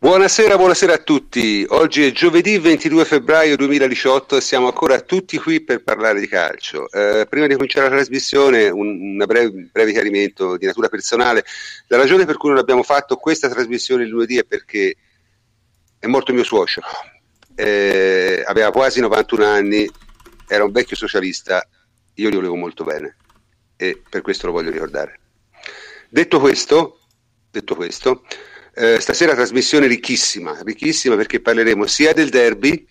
Buonasera a tutti. Oggi è giovedì 22 febbraio 2018 e siamo ancora tutti qui per parlare di calcio. Prima di cominciare la trasmissione, un breve chiarimento di natura personale. La ragione per cui non abbiamo fatto questa trasmissione il lunedì è perché è morto mio suocero. Aveva quasi 91 anni, era un vecchio socialista, io gli volevo molto bene e per questo lo voglio ricordare. Detto questo, stasera trasmissione ricchissima perché parleremo sia del derby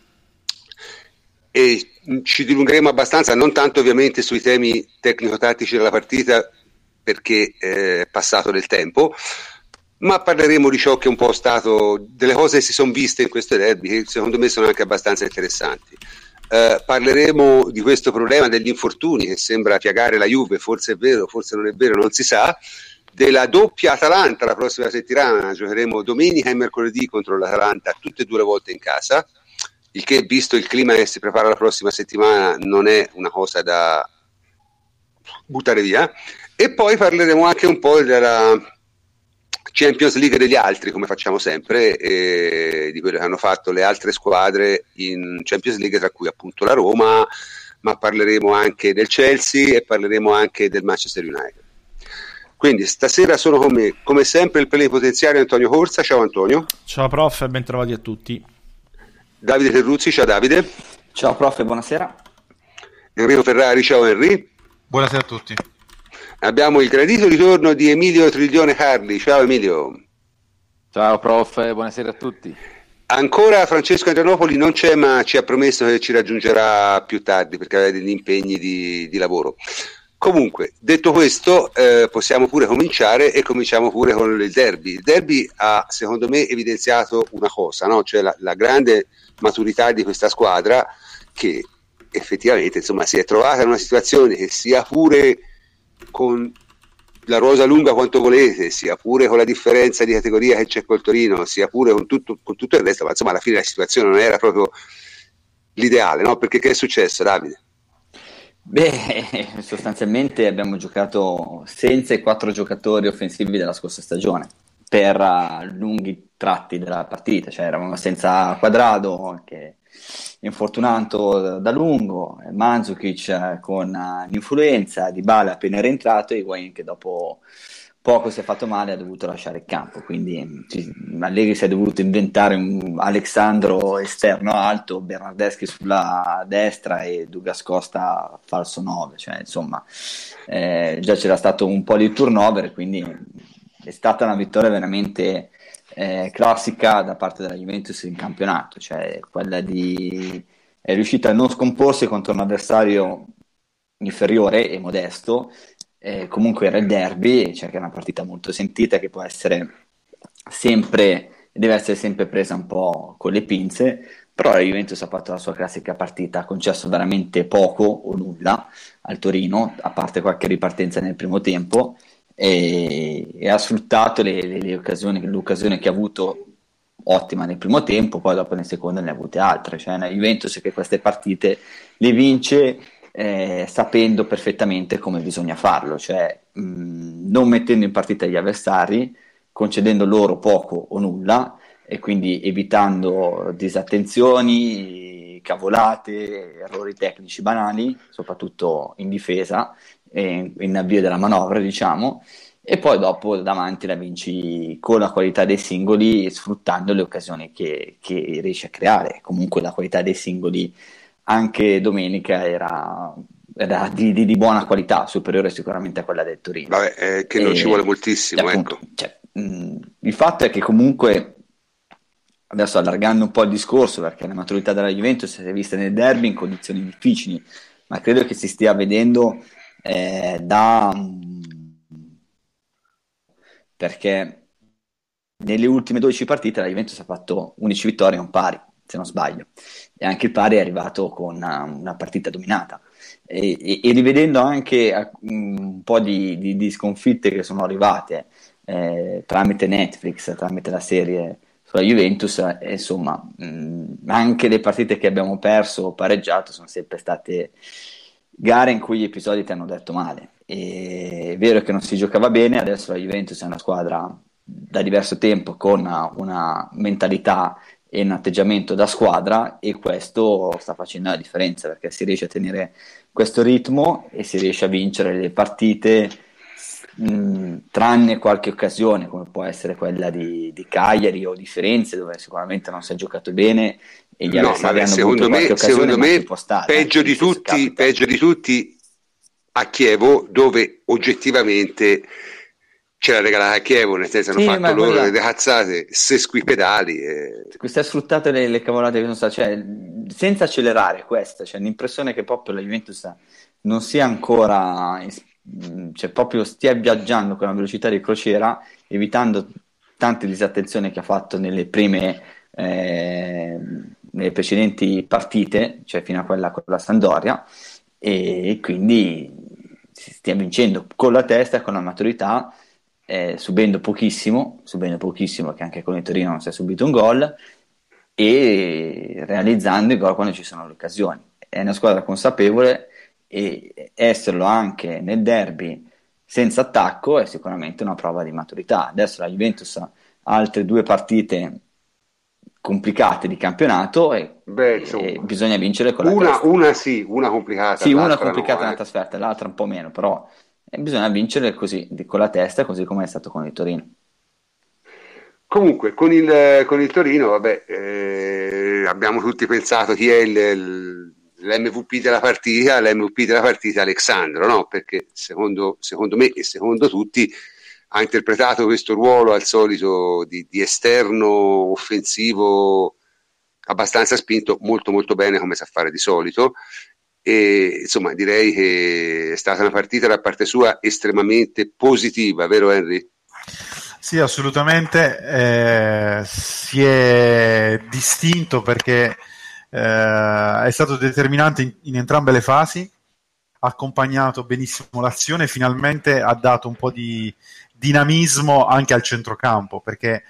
e ci dilungheremo abbastanza, non tanto ovviamente sui temi tecnico-tattici della partita perché è passato del tempo, ma parleremo di ciò che è un po' stato, delle cose che si sono viste in questo derby che secondo me sono anche abbastanza interessanti. Parleremo di questo problema degli infortuni che sembra piagare la Juve, forse è vero, forse non è vero, non si sa. Della doppia Atalanta la prossima settimana, giocheremo domenica e mercoledì contro l'Atalanta, tutte e due le volte in casa, il che, visto il clima che si prepara la prossima settimana, non è una cosa da buttare via. E poi parleremo anche un po' della Champions League degli altri, come facciamo sempre, e di quello che hanno fatto le altre squadre in Champions League, tra cui appunto la Roma, ma parleremo anche del Chelsea e parleremo anche del Manchester United. Quindi stasera sono con me, come sempre, il plenipotenziario Antonio Corsa. Ciao Antonio. Ciao prof e ben trovati a tutti. Davide Terruzzi. Ciao Davide. Ciao prof, buonasera. Enrico Ferrari. Ciao Henry. Buonasera a tutti. Abbiamo il gradito ritorno di Emilio Triglione Carli. Ciao Emilio. Ciao prof, buonasera a tutti. Ancora Francesco Adrianopoli non c'è, ma ci ha promesso che ci raggiungerà più tardi perché aveva degli impegni di lavoro. Comunque, detto questo, possiamo pure cominciare e cominciamo pure con il derby. Il derby ha, secondo me, evidenziato una cosa, no? Cioè la grande maturità di questa squadra che effettivamente, insomma, si è trovata in una situazione che sia pure con la rosa lunga quanto volete, sia pure con la differenza di categoria che c'è col Torino, sia pure con tutto il resto, ma insomma alla fine la situazione non era proprio l'ideale, no? Perché che è successo, Davide? Beh, sostanzialmente abbiamo giocato senza i 4 giocatori offensivi della scorsa stagione per lunghi tratti della partita, cioè eravamo senza Quadrado che è infortunato da lungo, Mandzukic con l'influenza, Dybala appena rientrato e Higuain che dopo poco si è fatto male e ha dovuto lasciare il campo, quindi Allegri si è dovuto inventare un Alexandro esterno alto, Bernardeschi sulla destra e Douglas Costa falso 9, cioè insomma già c'era stato un po' di turnover, quindi è stata una vittoria veramente classica da parte della Juventus in campionato, cioè quella è riuscita a non scomporsi contro un avversario inferiore e modesto. Comunque era il derby, cioè che è una partita molto sentita che può essere sempre, deve essere sempre presa un po' con le pinze, però la Juventus ha fatto la sua classica partita, ha concesso veramente poco o nulla al Torino, a parte qualche ripartenza nel primo tempo, e ha sfruttato le occasioni, l'occasione che ha avuto ottima nel primo tempo, poi dopo nel secondo ne ha avute altre, cioè la Juventus che queste partite le vince sapendo perfettamente come bisogna farlo, cioè non mettendo in partita gli avversari, concedendo loro poco o nulla e quindi evitando disattenzioni, cavolate, errori tecnici banali, soprattutto in difesa e in avvio della manovra, diciamo, e poi dopo davanti la vinci con la qualità dei singoli, sfruttando le occasioni che riesci a creare. Comunque la qualità dei singoli anche domenica era di buona qualità, superiore sicuramente a quella del Torino. Vabbè, che non ci vuole moltissimo, appunto, ecco. Cioè, il fatto è che comunque, adesso allargando un po' il discorso, perché la maturità della Juventus si è vista nel derby in condizioni difficili, ma credo che si stia vedendo perché nelle ultime 12 partite la Juventus ha fatto 11 vittorie e un pari, se non sbaglio, e anche il pari è arrivato con una partita dominata e rivedendo anche un po' di sconfitte che sono arrivate tramite Netflix, tramite la serie sulla Juventus, insomma anche le partite che abbiamo perso o pareggiato sono sempre state gare in cui gli episodi ti hanno detto male. E è vero che non si giocava bene, adesso la Juventus è una squadra da diverso tempo con una mentalità e un atteggiamento da squadra, e questo sta facendo la differenza, perché si riesce a tenere questo ritmo e si riesce a vincere le partite, tranne qualche occasione come può essere quella di Cagliari o di Firenze, dove sicuramente non si è giocato bene e gli avversari hanno avuto qualche occasione, secondo ma me ci può stare, peggio di tutti a Chievo, dove oggettivamente ce l'ha regalata a Chievo, nel senso hanno fatto loro delle cazzate sesquipedali. Queste ha sfruttato le cavolate che sono state, cioè, senza accelerare questa, cioè, l'impressione che proprio la Juventus non sia ancora, cioè proprio stia viaggiando con una velocità di crociera, evitando tante disattenzioni che ha fatto nelle precedenti partite, cioè fino a quella con la Sampdoria, e quindi si stia vincendo con la testa e con la maturità, subendo pochissimo, che anche con il Torino non si è subito un gol, e realizzando i gol quando ci sono le occasioni. È una squadra consapevole, e esserlo anche nel derby senza attacco è sicuramente una prova di maturità. Adesso la Juventus ha altre 2 partite complicate di campionato e bisogna vincere con la testa. Una complicata, sì, una complicata nella trasferta, l'altra un po' meno, però bisogna vincere così, con la testa, così come è stato con il Torino. Comunque con il Torino, vabbè, abbiamo tutti pensato chi è l'MVP della partita. L'MVP della partita è Alexandro, no? Perché secondo me e secondo tutti ha interpretato questo ruolo al solito di esterno offensivo abbastanza spinto, molto molto bene, come sa fare di solito, e insomma direi che è stata una partita da parte sua estremamente positiva, vero Henry? Sì, assolutamente, si è distinto perché è stato determinante in entrambe le fasi, ha accompagnato benissimo l'azione, finalmente ha dato un po' di dinamismo anche al centrocampo, perché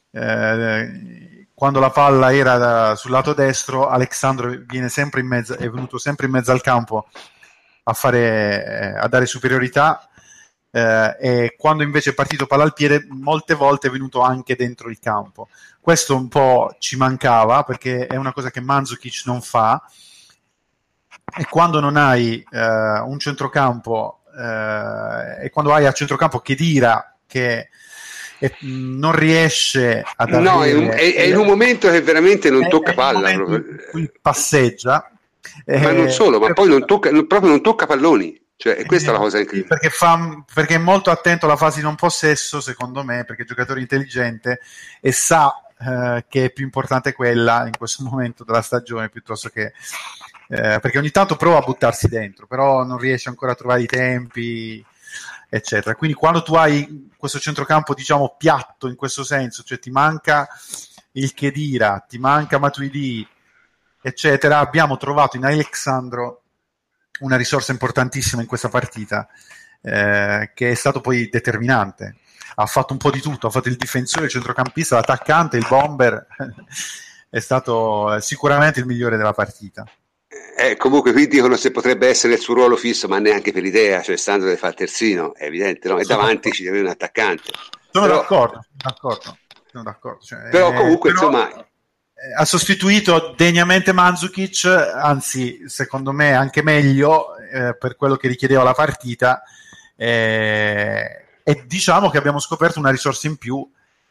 quando la palla era sul lato destro, Alexandro è venuto sempre in mezzo al campo a dare superiorità, e quando invece è partito palla al piede molte volte è venuto anche dentro il campo. Questo un po' ci mancava, perché è una cosa che Mandzukic non fa, e quando non hai un centrocampo, e quando hai a centrocampo Khedira che non riesce ad avere, è in un momento che veramente non tocca palla, in cui passeggia, ma non solo, ma poi proprio non tocca palloni. Cioè, questa è la cosa incredibile. Perché è molto attento alla fase di non possesso, secondo me, perché è un giocatore intelligente e sa che è più importante quella in questo momento della stagione, piuttosto che perché ogni tanto prova a buttarsi dentro, però non riesce ancora a trovare i tempi, eccetera. Quindi quando tu hai questo centrocampo, diciamo, piatto in questo senso, cioè ti manca il Khedira, ti manca Matuidi, eccetera, abbiamo trovato in Alexandro una risorsa importantissima in questa partita, che è stato poi determinante. Ha fatto un po' di tutto, ha fatto il difensore, il centrocampista, l'attaccante, il bomber. È stato sicuramente il migliore della partita. Comunque qui dicono se potrebbe essere il suo ruolo fisso, ma neanche per idea, cioè Sandro deve fare il terzino, è evidente, no? E davanti ci deve un attaccante. Sono d'accordo. Cioè, però comunque insomma ha sostituito degnamente Mandzukic, anzi secondo me anche meglio, per quello che richiedeva la partita, e diciamo che abbiamo scoperto una risorsa in più,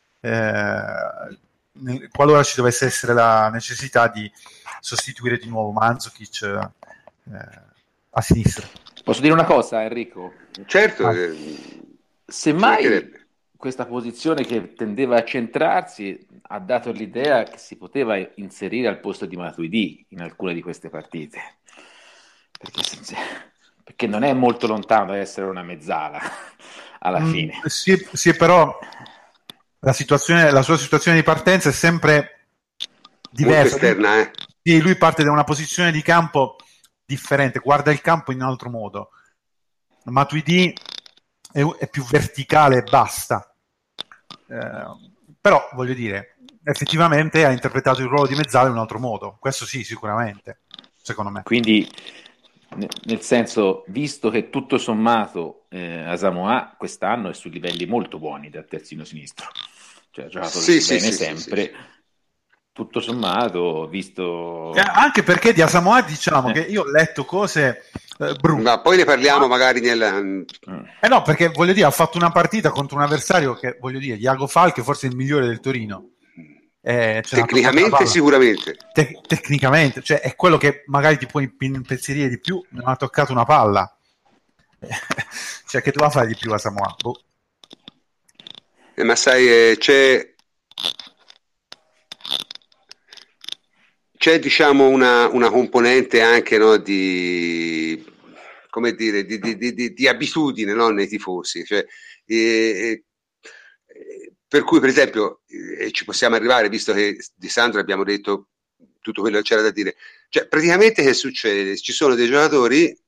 qualora ci dovesse essere la necessità di sostituire di nuovo Mandzukic a sinistra. Posso dire una cosa, Enrico? Certo. Semmai questa posizione che tendeva a centrarsi ha dato l'idea che si poteva inserire al posto di Matuidi in alcune di queste partite, perché non è molto lontano da essere una mezzala alla fine. Sì, però la sua situazione di partenza è sempre diversa. Molto esterna, Sì, lui parte da una posizione di campo differente, guarda il campo in un altro modo. Matuidi è più verticale e basta. Però voglio dire, effettivamente ha interpretato il ruolo di mezzala in un altro modo. Questo sì, sicuramente, secondo me. Quindi nel senso, visto che tutto sommato Asamoah quest'anno è su livelli molto buoni da terzino sinistro, cioè ha giocato bene sempre. Sì. Tutto sommato, visto... Anche perché di Asamoah diciamo che io ho letto cose brutte. Ma poi ne parliamo magari no, perché voglio dire, ha fatto una partita contro un avversario che, voglio dire, Iago Falque forse è il migliore del Torino. Tecnicamente sicuramente. Tecnicamente, cioè è quello che magari ti può impensierire di più, non ha toccato una palla. Cioè che doveva fare di più Asamoah? Ma sai, c'è diciamo una componente anche, no, di, come dire, di abitudine, no, nei tifosi, cioè, per cui per esempio ci possiamo arrivare, visto che di Sandro abbiamo detto tutto quello che c'era da dire, cioè praticamente che succede? Ci sono dei giocatori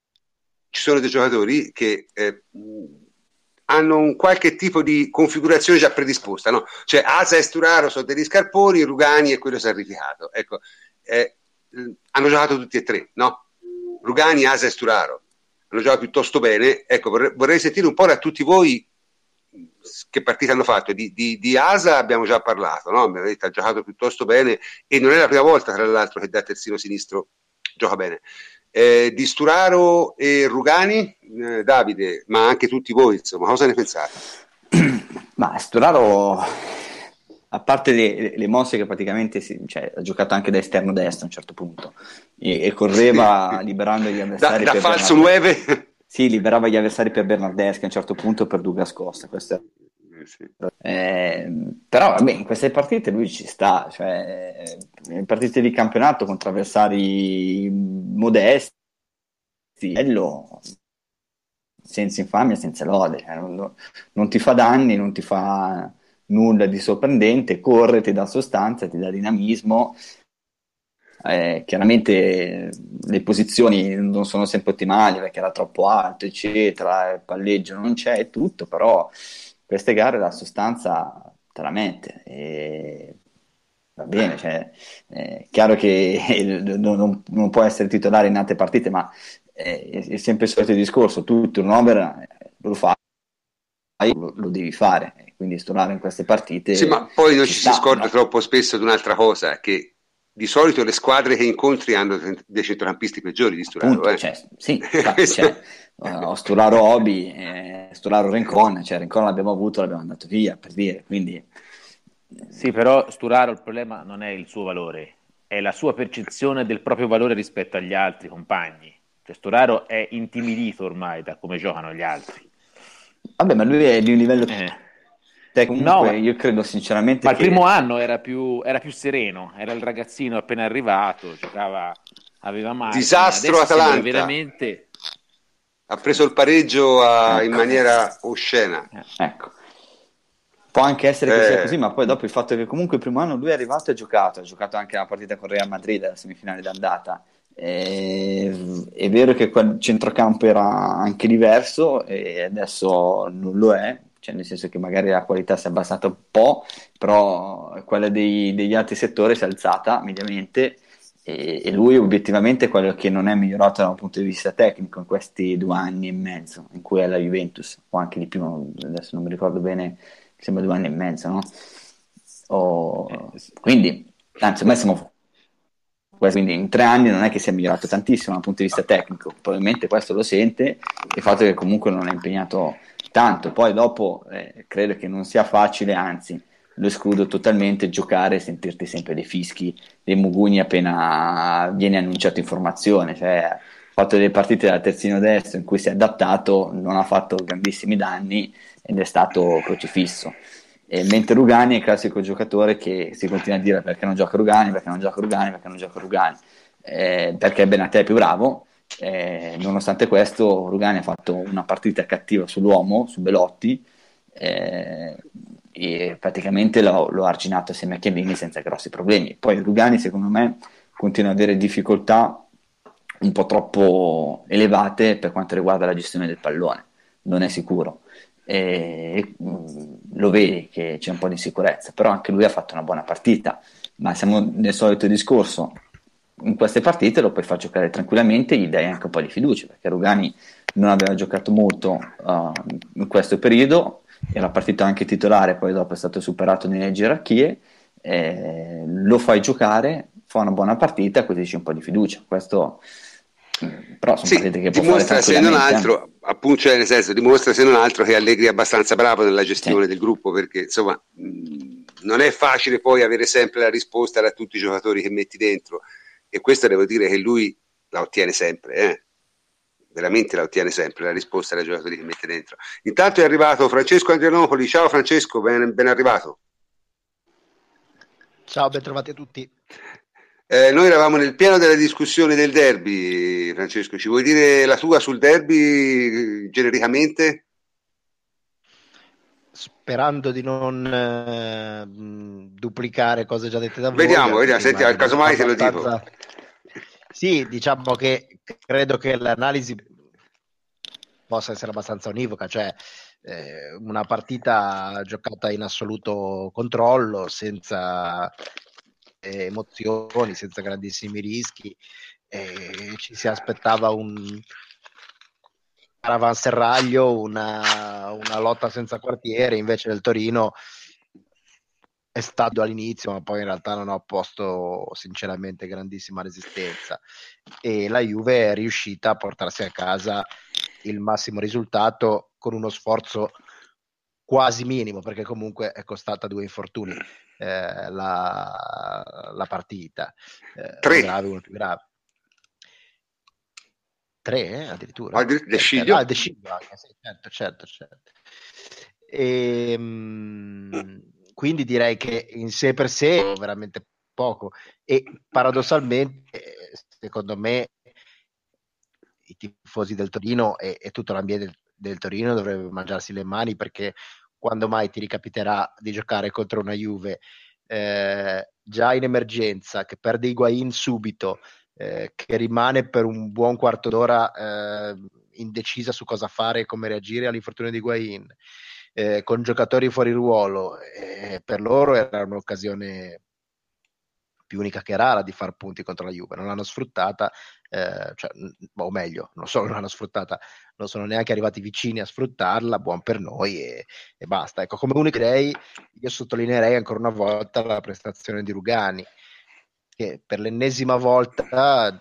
che hanno un qualche tipo di configurazione già predisposta, no? Cioè Asa e Sturaro sono degli scarponi, Rugani è quello sacrificato, ecco, hanno giocato tutti e tre, no? Rugani, Asa e Sturaro hanno giocato piuttosto bene, ecco, vorrei sentire un po' da tutti voi che partita hanno fatto. Di Asa abbiamo già parlato, no? Mi avete giocato piuttosto bene e non è la prima volta tra l'altro che da terzino sinistro gioca bene. Di Sturaro e Rugani, Davide, ma anche tutti voi, insomma, cosa ne pensate? Ma Sturaro, a parte le mosse che praticamente ha giocato anche da esterno destro a un certo punto e correva liberando gli avversari da falso 9. Sì, liberava gli avversari per Bernardeschi a un certo punto per Douglas Costa. Questo sì. Però vabbè, in queste partite lui ci sta, cioè in partite di campionato contro avversari modesti, bello, senza infamia, senza lode, cioè, non ti fa danni, non ti fa nulla di sorprendente, corre, ti dà sostanza, ti dà dinamismo. Chiaramente le posizioni non sono sempre ottimali perché era troppo alto, eccetera, il palleggio non c'è e tutto, però queste gare la sostanza te la mette e va bene, cioè, è chiaro che non può essere titolare in altre partite, ma è sempre il solito discorso, tu il turnover lo fai, lo devi fare, quindi Sturaro in queste partite sì, ma poi non ci si scorda, no? Troppo spesso di un'altra cosa, che di solito le squadre che incontri hanno dei centrocampisti peggiori di Sturaro. Cioè, sì, infatti, Sturaro Obi, Sturaro Rincon, cioè Rincon l'abbiamo avuto, l'abbiamo andato via, per dire, quindi... Sì, però Sturaro il problema non è il suo valore, è la sua percezione del proprio valore rispetto agli altri compagni. Cioè Sturaro è intimidito ormai da come giocano gli altri. Vabbè, ma lui è di un livello... Comunque, no, io credo sinceramente ma il primo anno era più sereno, era il ragazzino appena arrivato, giocava, aveva male. Disastro Atalanta, veramente... ha preso il pareggio in maniera oscena. Ecco, può anche essere che sia così, ma poi dopo il fatto che comunque il primo anno lui è arrivato e ha giocato anche la partita con Real Madrid, la semifinale d'andata. È vero che quel centrocampo era anche diverso e adesso non lo è, cioè nel senso che magari la qualità si è abbassata un po', però quella degli altri settori si è alzata mediamente e lui obiettivamente è quello che non è migliorato da un punto di vista tecnico in questi 2 anni e mezzo in cui è alla Juventus, o anche di più, adesso non mi ricordo bene, sembra 2 anni e mezzo, no? Quindi, anzi, a me siamo... Quindi in 3 anni non è che sia migliorato tantissimo dal punto di vista tecnico, probabilmente questo lo sente, il fatto che comunque non è impegnato tanto, poi dopo credo che non sia facile, anzi lo escludo totalmente, giocare e sentirti sempre dei fischi, dei mugugni appena viene annunciata informazione, cioè ha fatto delle partite da terzino destro in cui si è adattato, non ha fatto grandissimi danni ed è stato crocifisso. Mentre Rugani è il classico giocatore che si continua a dire perché non gioca Rugani, perché Benatia è più bravo. Nonostante questo Rugani ha fatto una partita cattiva sull'uomo, su Belotti, e praticamente l'ho arginato assieme a Chiellini senza grossi problemi. Poi Rugani secondo me continua ad avere difficoltà un po' troppo elevate per quanto riguarda la gestione del pallone, non è sicuro. Lo vedi che c'è un po' di insicurezza, però anche lui ha fatto una buona partita, ma siamo nel solito discorso, in queste partite lo puoi far giocare tranquillamente, gli dai anche un po' di fiducia, perché Rugani non aveva giocato molto in questo periodo, era partito anche titolare, poi dopo è stato superato nelle gerarchie, lo fai giocare, fa una buona partita, acquisisci un po' di fiducia. Questo però sono partite che può fare se non tranquillamente. altro, appunto, cioè nel senso, dimostra se non altro che Allegri è abbastanza bravo nella gestione del gruppo, perché insomma non è facile poi avere sempre la risposta da tutti i giocatori che metti dentro, e questo devo dire che lui la ottiene sempre, veramente la ottiene sempre la risposta dai giocatori che mette dentro. Intanto è arrivato Francesco Andrianopoli. Ciao Francesco, ben arrivato. Ciao, ben trovati a tutti. Noi eravamo nel pieno della discussione del derby. Francesco, ci vuoi dire la tua sul derby genericamente? Sperando di non duplicare cose già dette da voi. Vediamo, senti, al casomai te lo dico. Sì, diciamo che credo che l'analisi possa essere abbastanza univoca, cioè una partita giocata in assoluto controllo, senza emozioni, senza grandissimi rischi, ci si aspettava un caravanserraglio, una lotta senza quartiere. Invece del Torino è stato all'inizio, ma poi in realtà non ha opposto sinceramente grandissima resistenza, e la Juve è riuscita a portarsi a casa il massimo risultato con uno sforzo quasi minimo, perché comunque è costata 2 infortuni la partita, 3 uno grave, uno più grave. 3 addirittura? De Sciglio anche, sì, certo. Quindi direi che in sé per sé è veramente poco, e paradossalmente secondo me i tifosi del Torino e tutto l'ambiente del Torino dovrebbe mangiarsi le mani, perché quando mai ti ricapiterà di giocare contro una Juve già in emergenza, che perde Higuaín subito, che rimane per un buon quarto d'ora indecisa su cosa fare e come reagire all'infortunio di Higuaín, con giocatori fuori ruolo, per loro era un'occasione più unica che rara di far punti contro la Juve. Non l'hanno sfruttata, o meglio, non solo non l'hanno sfruttata, non sono neanche arrivati vicini a sfruttarla. Buon per noi e basta. Ecco, come unico direi, io sottolineerei ancora una volta la prestazione di Rugani, che per l'ennesima volta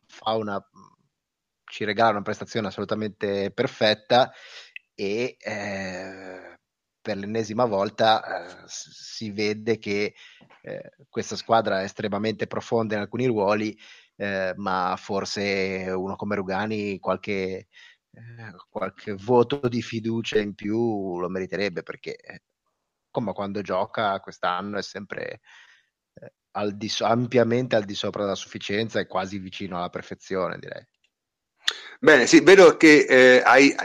ci regala una prestazione assolutamente perfetta, e per l'ennesima volta si vede che questa squadra è estremamente profonda in alcuni ruoli, ma forse uno come Rugani qualche voto di fiducia in più lo meriterebbe, perché come quando gioca quest'anno è sempre ampiamente al di sopra della sufficienza e quasi vicino alla perfezione, direi. Bene, sì, vedo che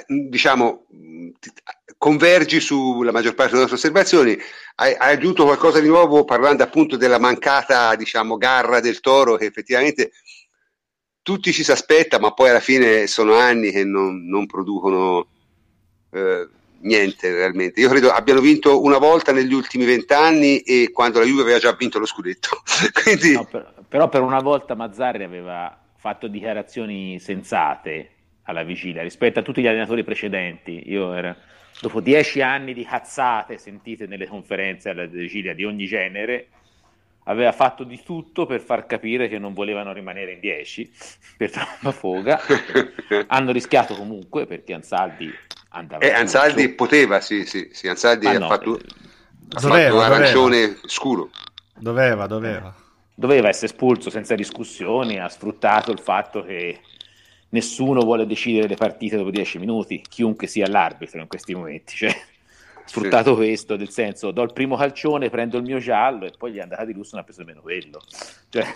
convergi sulla maggior parte delle nostre osservazioni. Hai aggiunto qualcosa di nuovo parlando appunto della mancata, garra del Toro, che effettivamente tutti ci si aspetta, ma poi alla fine sono anni che non producono niente realmente. Io credo abbiano vinto una volta negli ultimi 20 anni, e quando la Juve aveva già vinto lo scudetto. Quindi... No, però per una volta Mazzarri aveva fatto dichiarazioni sensate alla vigilia rispetto a tutti gli allenatori precedenti. Dopo 10 anni di cazzate sentite nelle conferenze alla vigilia di ogni genere, aveva fatto di tutto per far capire che non volevano rimanere in 10 per troppa foga. Hanno rischiato comunque, perché Ansaldi andava Ansaldi poteva, sì, Ansaldi ha fatto arancione scuro. Doveva essere espulso senza discussioni. Ha sfruttato il fatto che nessuno vuole decidere le partite dopo 10 minuti, chiunque sia l'arbitro in questi momenti, cioè sfruttato questo, del senso, do il primo calcione, prendo il mio giallo, e poi gli è andata di lusso, non ha preso nemmeno quello, cioè...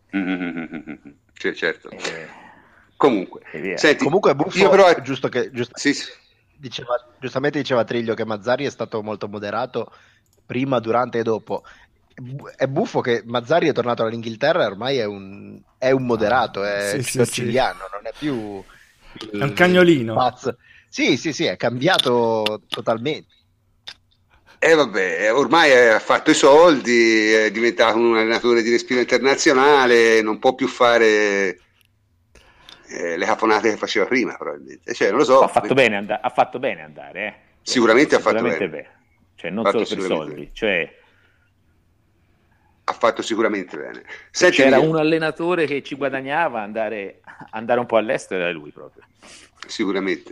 certo. Comunque senti, comunque è buffo, io però giustamente diceva Triglio che Mazzarri è stato molto moderato prima, durante e dopo. È buffo che Mazzarri è tornato all'Inghilterra e ormai è un moderato, è siciliano, non è più è un cagnolino. Pazzo. Sì, è cambiato totalmente. vabbè, ormai ha fatto i soldi, è diventato un allenatore di respiro internazionale, non può più fare le caponate che faceva prima, probabilmente. Cioè, non lo so. Ha fatto bene andare. Sicuramente ha fatto bene. Cioè, non solo per soldi, cioè ha fatto sicuramente bene. Senti, c'era un allenatore che ci guadagnava andare un po' all'estero, era lui proprio. Sicuramente.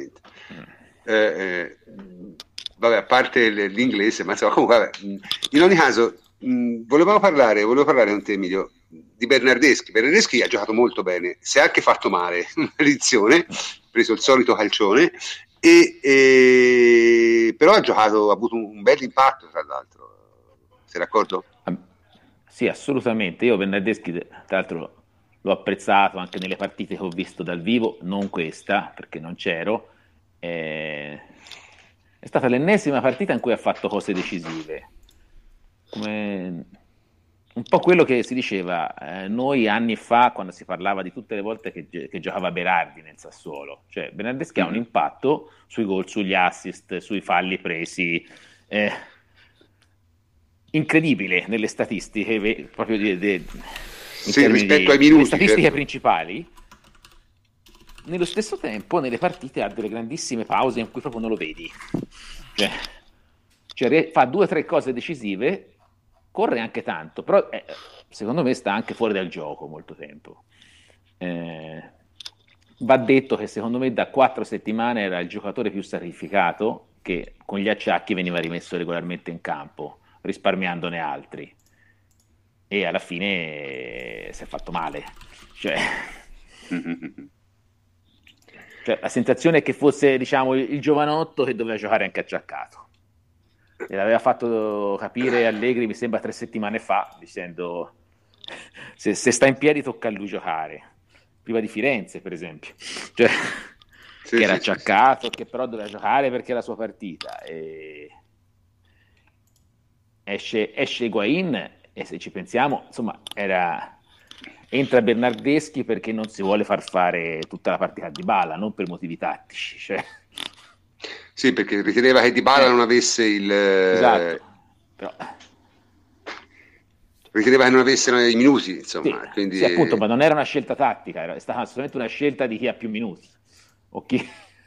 Vabbè, a parte l'inglese, ma insomma, comunque, vabbè. In ogni caso, volevo parlare con te, Emilio, di Bernardeschi. Bernardeschi ha giocato molto bene, si è anche fatto male un'edizione, preso il solito calcione, però ha avuto un bel impatto, tra l'altro. Sei d'accordo? Sì, assolutamente. Io Bernardeschi, tra l'altro, l'ho apprezzato anche nelle partite che ho visto dal vivo, non questa, perché non c'ero. È stata l'ennesima partita in cui ha fatto cose decisive. Come un po' quello che si diceva noi anni fa, quando si parlava di tutte le volte che giocava Berardi nel Sassuolo. Cioè, Bernardeschi ha un impatto sui gol, sugli assist, sui falli presi, incredibile nelle statistiche, proprio rispetto ai minuti, le statistiche certo. Principali. Nello stesso tempo nelle partite ha delle grandissime pause in cui proprio non lo vedi, cioè fa 2 o 3 cose decisive, corre anche tanto, però secondo me sta anche fuori dal gioco molto tempo. Va detto che secondo me da 4 settimane era il giocatore più sacrificato, che con gli acciacchi veniva rimesso regolarmente in campo, risparmiandone altri, e alla fine si è fatto male, cioè la sensazione è che fosse, diciamo, il giovanotto che doveva giocare anche acciaccato, e l'aveva fatto capire Allegri, mi sembra 3 settimane fa, dicendo se sta in piedi tocca a lui giocare, prima di Firenze per esempio, cioè, che era acciaccato, che però doveva giocare perché era la sua partita, e esce Higuaín, e se ci pensiamo, insomma, entra Bernardeschi perché non si vuole far fare tutta la partita a Dybala, non per motivi tattici, cioè. Sì, perché riteneva che Dybala non avesse esatto, però riteneva che non avessero i minuti, insomma, quindi sì, appunto, ma non era una scelta tattica, è stata solamente una scelta di chi ha più minuti o chi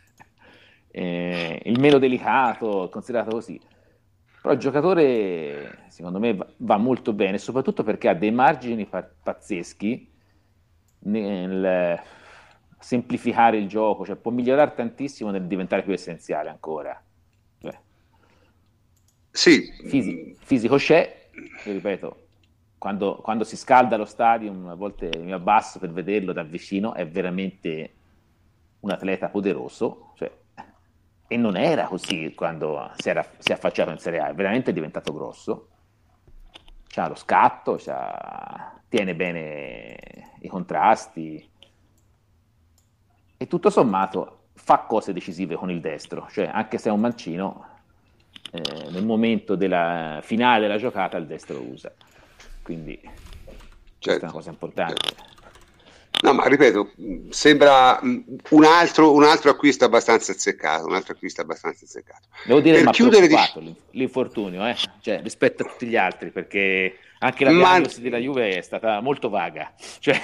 il meno delicato, considerato così. Però il giocatore, secondo me, va molto bene, soprattutto perché ha dei margini pazzeschi nel semplificare il gioco, cioè può migliorare tantissimo nel diventare più essenziale ancora. Cioè, sì. Fisico c'è, io ripeto, quando si scalda lo stadium, a volte mi abbasso per vederlo da vicino, è veramente un atleta poderoso, cioè, e non era così quando si è affacciato in Serie A, è veramente diventato grosso, c'ha lo scatto, tiene bene i contrasti, e tutto sommato fa cose decisive con il destro, cioè anche se è un mancino, nel momento della finale della giocata il destro lo usa, quindi questa è una cosa importante. Certo. No, ma ripeto, sembra un altro acquisto abbastanza azzeccato, Devo dire, ma preoccupato l'infortunio, cioè, rispetto a tutti gli altri, perché anche la diagnosi della Juve è stata molto vaga, cioè.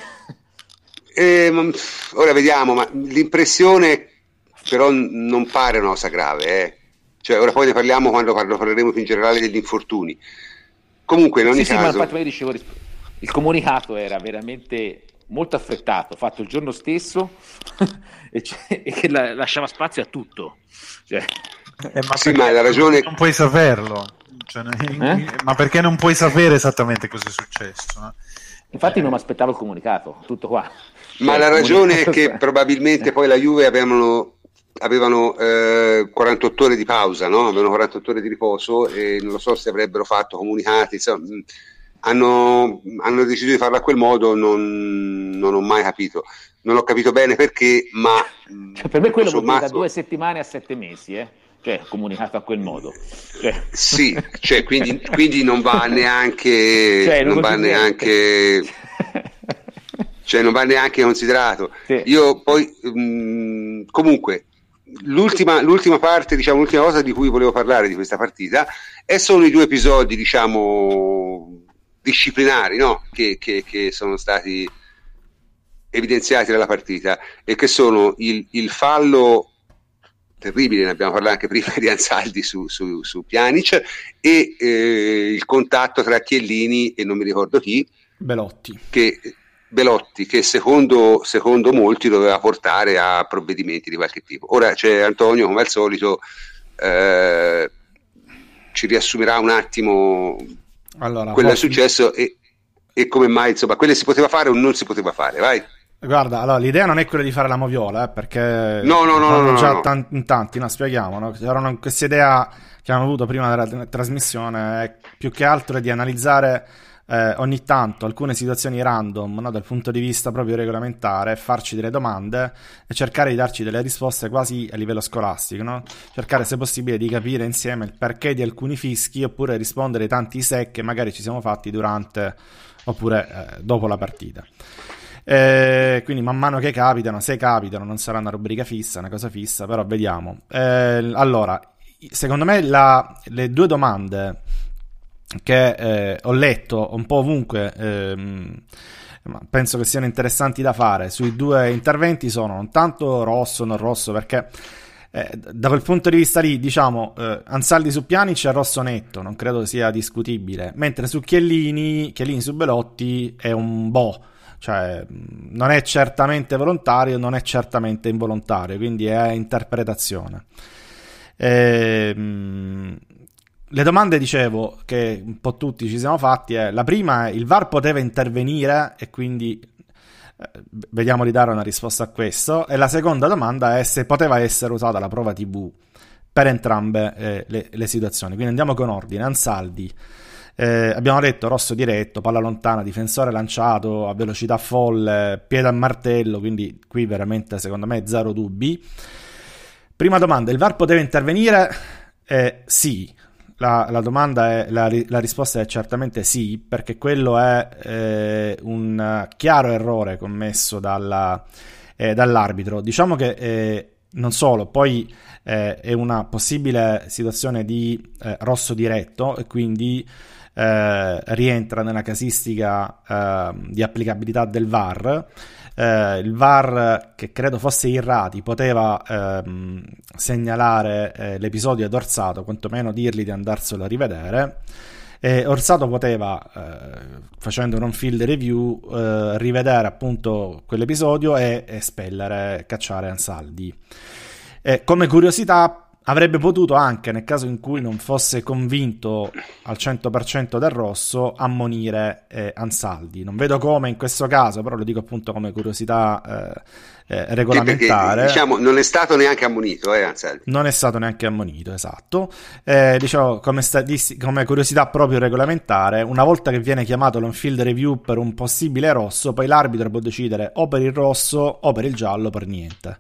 Ora vediamo, ma l'impressione però non pare una cosa grave, cioè ora poi ne parliamo quando parleremo più in generale degli infortuni. Comunque in ogni caso, ma infatti io dicevo, il comunicato era veramente molto affrettato, fatto il giorno stesso e che lasciava spazio a tutto, cioè. Ma la ragione non puoi saperlo, cioè, ma perché non puoi sapere esattamente cosa è successo? Infatti non mi aspettavo il comunicato, tutto qua. Ma la ragione è che probabilmente poi la Juve avevano 48 ore di pausa, no? Avevano 48 ore di riposo, e non lo so se avrebbero fatto comunicati, insomma, hanno deciso di farlo a quel modo, non ho mai capito, non ho capito bene perché, ma cioè, per me quello vuol dire da 2 settimane a 7 mesi, cioè comunicato a quel modo, cioè. Sì, cioè, quindi non va neanche, cioè, non va neanche cioè non va neanche considerato. Sì. Io poi comunque l'ultima parte, diciamo, l'ultima cosa di cui volevo parlare di questa partita E sono i due episodi, diciamo, disciplinari, no? che sono stati evidenziati nella partita, e che sono il fallo terribile, ne abbiamo parlato anche prima, di Ansaldi su Pjanic, e il contatto tra Chiellini e non mi ricordo chi, Belotti, che secondo molti doveva portare a provvedimenti di qualche tipo. Ora c'è Antonio, come al solito, ci riassumerà un attimo quello che è successo e come mai, insomma, quello si poteva fare o non si poteva fare. Vai. Guarda, allora, l'idea non è quella di fare la moviola, perché no, già tanti, no, spieghiamo, no? C'era questa idea che abbiamo avuto prima della trasmissione, più che altro è di analizzare ogni tanto alcune situazioni random, no, dal punto di vista proprio regolamentare, farci delle domande e cercare di darci delle risposte quasi a livello scolastico, no? Cercare, se possibile, di capire insieme il perché di alcuni fischi, oppure rispondere ai tanti se che magari ci siamo fatti durante oppure dopo la partita. Quindi man mano che capitano, se capitano, non sarà una rubrica fissa, una cosa fissa, però vediamo. Allora, secondo me le due domande che ho letto un po' ovunque, penso che siano interessanti da fare sui due interventi, sono non tanto rosso o non rosso, perché da quel punto di vista lì, diciamo, Ansaldi su Pjanic è rosso netto, non credo sia discutibile, mentre su Chiellini su Belotti è un boh. Cioè, non è certamente volontario, non è certamente involontario, quindi è interpretazione. Le domande, dicevo, che un po' tutti ci siamo fatti, la prima è: il VAR poteva intervenire, e quindi vediamo di dare una risposta a questo, e la seconda domanda è se poteva essere usata la prova TV per entrambe le situazioni. Quindi andiamo con ordine. Ansaldi. Abbiamo detto rosso diretto, palla lontana, difensore lanciato a velocità folle, piede a martello, quindi qui veramente secondo me zero dubbi. Prima domanda: il VAR poteva intervenire? Sì, la domanda è la risposta è certamente sì, perché quello è un chiaro errore commesso dall'arbitro. Diciamo che non solo, poi è una possibile situazione di rosso diretto, e quindi rientra nella casistica di applicabilità del VAR. Il VAR, che credo fosse Irrati, poteva segnalare l'episodio ad Orsato, quantomeno dirgli di andarselo a rivedere. Orsato poteva, facendo un on-field review, rivedere appunto quell'episodio e espellere, cacciare Ansaldi. Come curiosità, avrebbe potuto anche, nel caso in cui non fosse convinto al 100% del rosso, ammonire Ansaldi. Non vedo come in questo caso, però lo dico appunto come curiosità regolamentare. Perché, diciamo, non è stato neanche ammonito, Ansaldi. Non è stato neanche ammonito, esatto. Diciamo, come curiosità proprio regolamentare, una volta che viene chiamato l'on-field review per un possibile rosso, poi l'arbitro può decidere o per il rosso o per il giallo, per niente.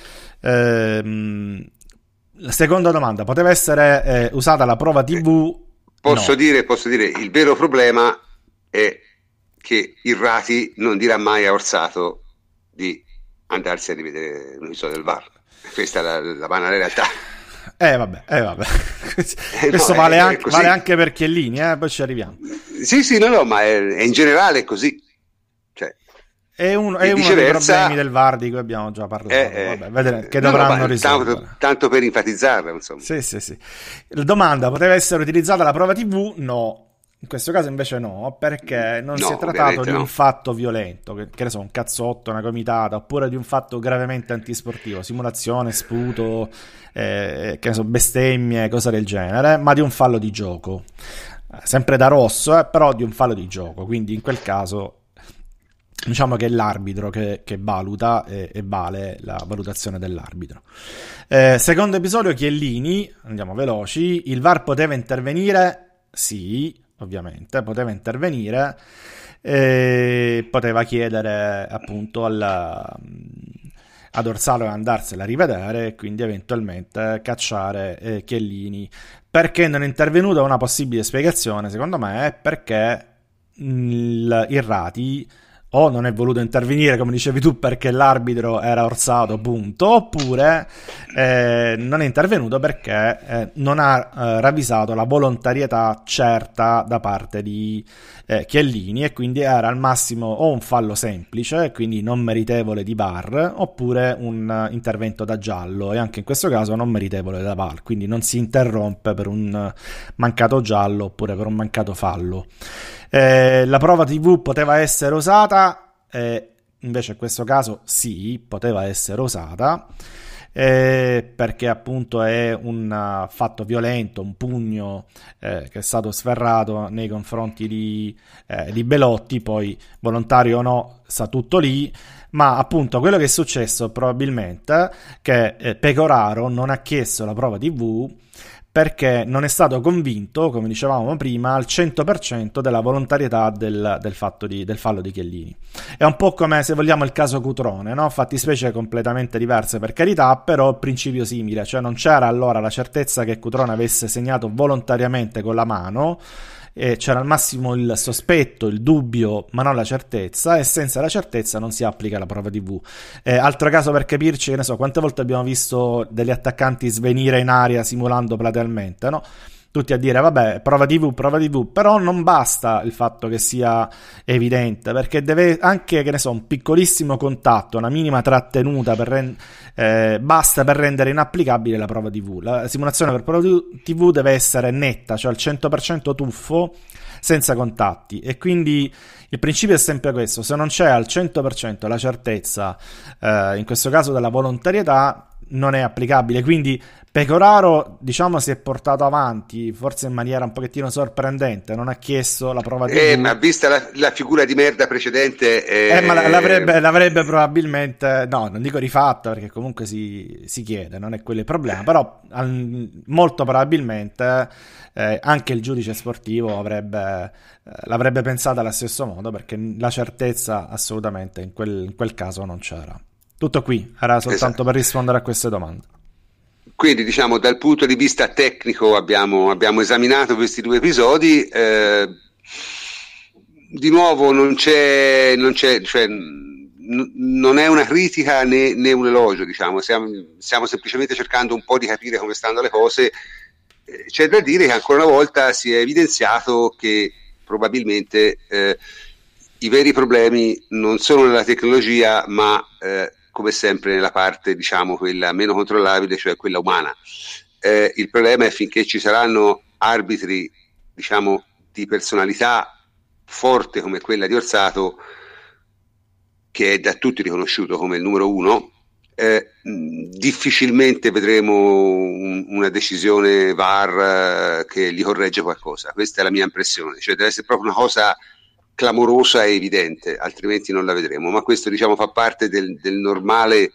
La seconda domanda: poteva essere usata la prova TV? Posso dire, il vero problema è che Irrati non dirà mai a Orsato di andarsi a rivedere un episodio del VAR. Questa è la banale realtà. Vabbè. Questo vale anche per Chiellini, poi ci arriviamo. Sì, no, ma è in generale così. È uno dei problemi del VAR di cui abbiamo già parlato. Vabbè, che dovranno risolvere. Tanto per enfatizzarla, insomma. Sì. La domanda: poteva essere utilizzata la prova TV? No. In questo caso invece no, perché non si è trattato di un fatto violento, che ne so, un cazzotto, una gomitata, oppure di un fatto gravemente antisportivo, simulazione, sputo, che ne so, bestemmie, cose del genere, ma di un fallo di gioco. Sempre da rosso, però di un fallo di gioco. Quindi in quel caso diciamo che è l'arbitro che valuta e vale la valutazione dell'arbitro. Secondo episodio, Chiellini, andiamo veloci. Il VAR poteva intervenire? Sì, ovviamente poteva intervenire, poteva chiedere appunto ad Orsato di andarsela a rivedere e quindi eventualmente cacciare Chiellini. Perché non è intervenuta? Una possibile spiegazione, secondo me, è perché Irrati o non è voluto intervenire, come dicevi tu, perché l'arbitro era Orsato, punto, oppure non è intervenuto perché non ha ravvisato la volontarietà certa da parte di Chiellini, e quindi era al massimo o un fallo semplice, quindi non meritevole di VAR, oppure un intervento da giallo, e anche in questo caso non meritevole da VAR, quindi non si interrompe per un mancato giallo oppure per un mancato fallo. La prova TV poteva essere usata, invece in questo caso sì, poteva essere usata, perché appunto è un fatto violento, un pugno che è stato sferrato nei confronti di Belotti, poi volontario o no sta tutto lì, ma appunto quello che è successo probabilmente che Pecoraro non ha chiesto la prova TV perché non è stato convinto, come dicevamo prima, al 100% della volontarietà del fallo di Chiellini. È un po' come, se vogliamo, il caso Cutrone, no? Fattispecie completamente diverse per carità, però principio simile, cioè non c'era allora la certezza che Cutrone avesse segnato volontariamente con la mano, c'era al massimo il sospetto, il dubbio, ma non la certezza, e senza la certezza non si applica la prova TV. Altro caso per capirci, che ne so, quante volte abbiamo visto degli attaccanti svenire in aria simulando platealmente, no? Tutti a dire vabbè, prova TV, però non basta il fatto che sia evidente, perché deve anche, che ne so, un piccolissimo contatto, una minima trattenuta basta per rendere inapplicabile la prova TV. La simulazione per prova TV deve essere netta, cioè al 100% tuffo, senza contatti, e quindi il principio è sempre questo: se non c'è al 100% la certezza, in questo caso della volontarietà, non è applicabile. Quindi Pecoraro, diciamo, si è portato avanti forse in maniera un pochettino sorprendente, non ha chiesto la prova TV. Ma vista la figura di merda precedente, ma l'avrebbe probabilmente, no, non dico rifatta, perché comunque si chiede, non è quello il problema, però molto probabilmente anche il giudice sportivo l'avrebbe pensata allo stesso modo, perché la certezza assolutamente in quel caso non c'era. Tutto qui, era soltanto per rispondere a queste domande. Quindi, diciamo, dal punto di vista tecnico abbiamo esaminato questi due episodi. Di nuovo non è una critica né un elogio, diciamo. Stiamo semplicemente cercando un po' di capire come stanno le cose. C'è da dire che ancora una volta si è evidenziato che probabilmente i veri problemi non sono nella tecnologia, ma come sempre nella parte, diciamo, quella meno controllabile, cioè quella umana. Il problema è finché ci saranno arbitri, diciamo, di personalità forte come quella di Orsato, che è da tutti riconosciuto come il numero uno, difficilmente vedremo una decisione VAR che gli corregge qualcosa. Questa è la mia impressione, cioè deve essere proprio una cosa clamorosa e evidente, altrimenti non la vedremo, ma questo, diciamo, fa parte del normale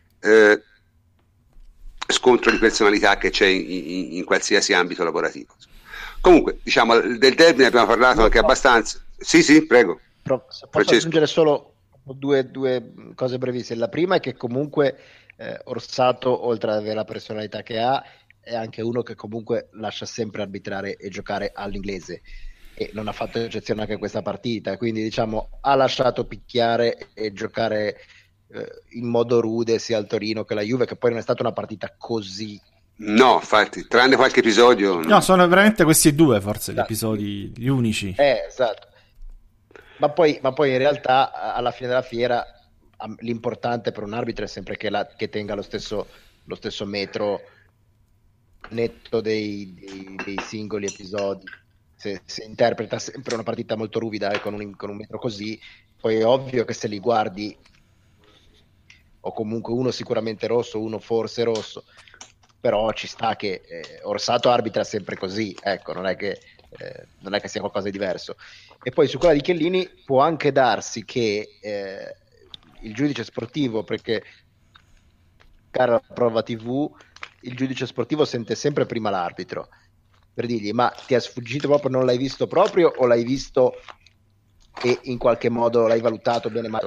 scontro di personalità che c'è in qualsiasi ambito lavorativo. Comunque, diciamo, del derby ne abbiamo parlato anche abbastanza. Sì, prego. Se posso aggiungere solo due cose brevissime. La prima è che comunque Orsato, oltre ad avere la personalità che ha, è anche uno che comunque lascia sempre arbitrare e giocare all'inglese, e non ha fatto eccezione anche questa partita, quindi, diciamo, ha lasciato picchiare e giocare in modo rude sia al Torino che alla Juve, che poi non è stata una partita così. No, infatti, tranne qualche episodio. No, sono veramente questi due forse gli episodi, gli unici. Esatto. Ma poi in realtà alla fine della fiera l'importante per un arbitro è sempre che tenga lo stesso metro netto dei singoli episodi. Se interpreta sempre una partita molto ruvida con un metro così, poi è ovvio che se li guardi, o comunque uno sicuramente rosso, uno forse rosso, però ci sta che Orsato arbitra sempre così, ecco, non è che sia qualcosa di diverso. E poi su quella di Chiellini può anche darsi che il giudice sportivo, perché cara la prova TV, il giudice sportivo sente sempre prima l'arbitro, per dirgli: ma ti è sfuggito proprio, non l'hai visto proprio, o l'hai visto e in qualche modo l'hai valutato bene male?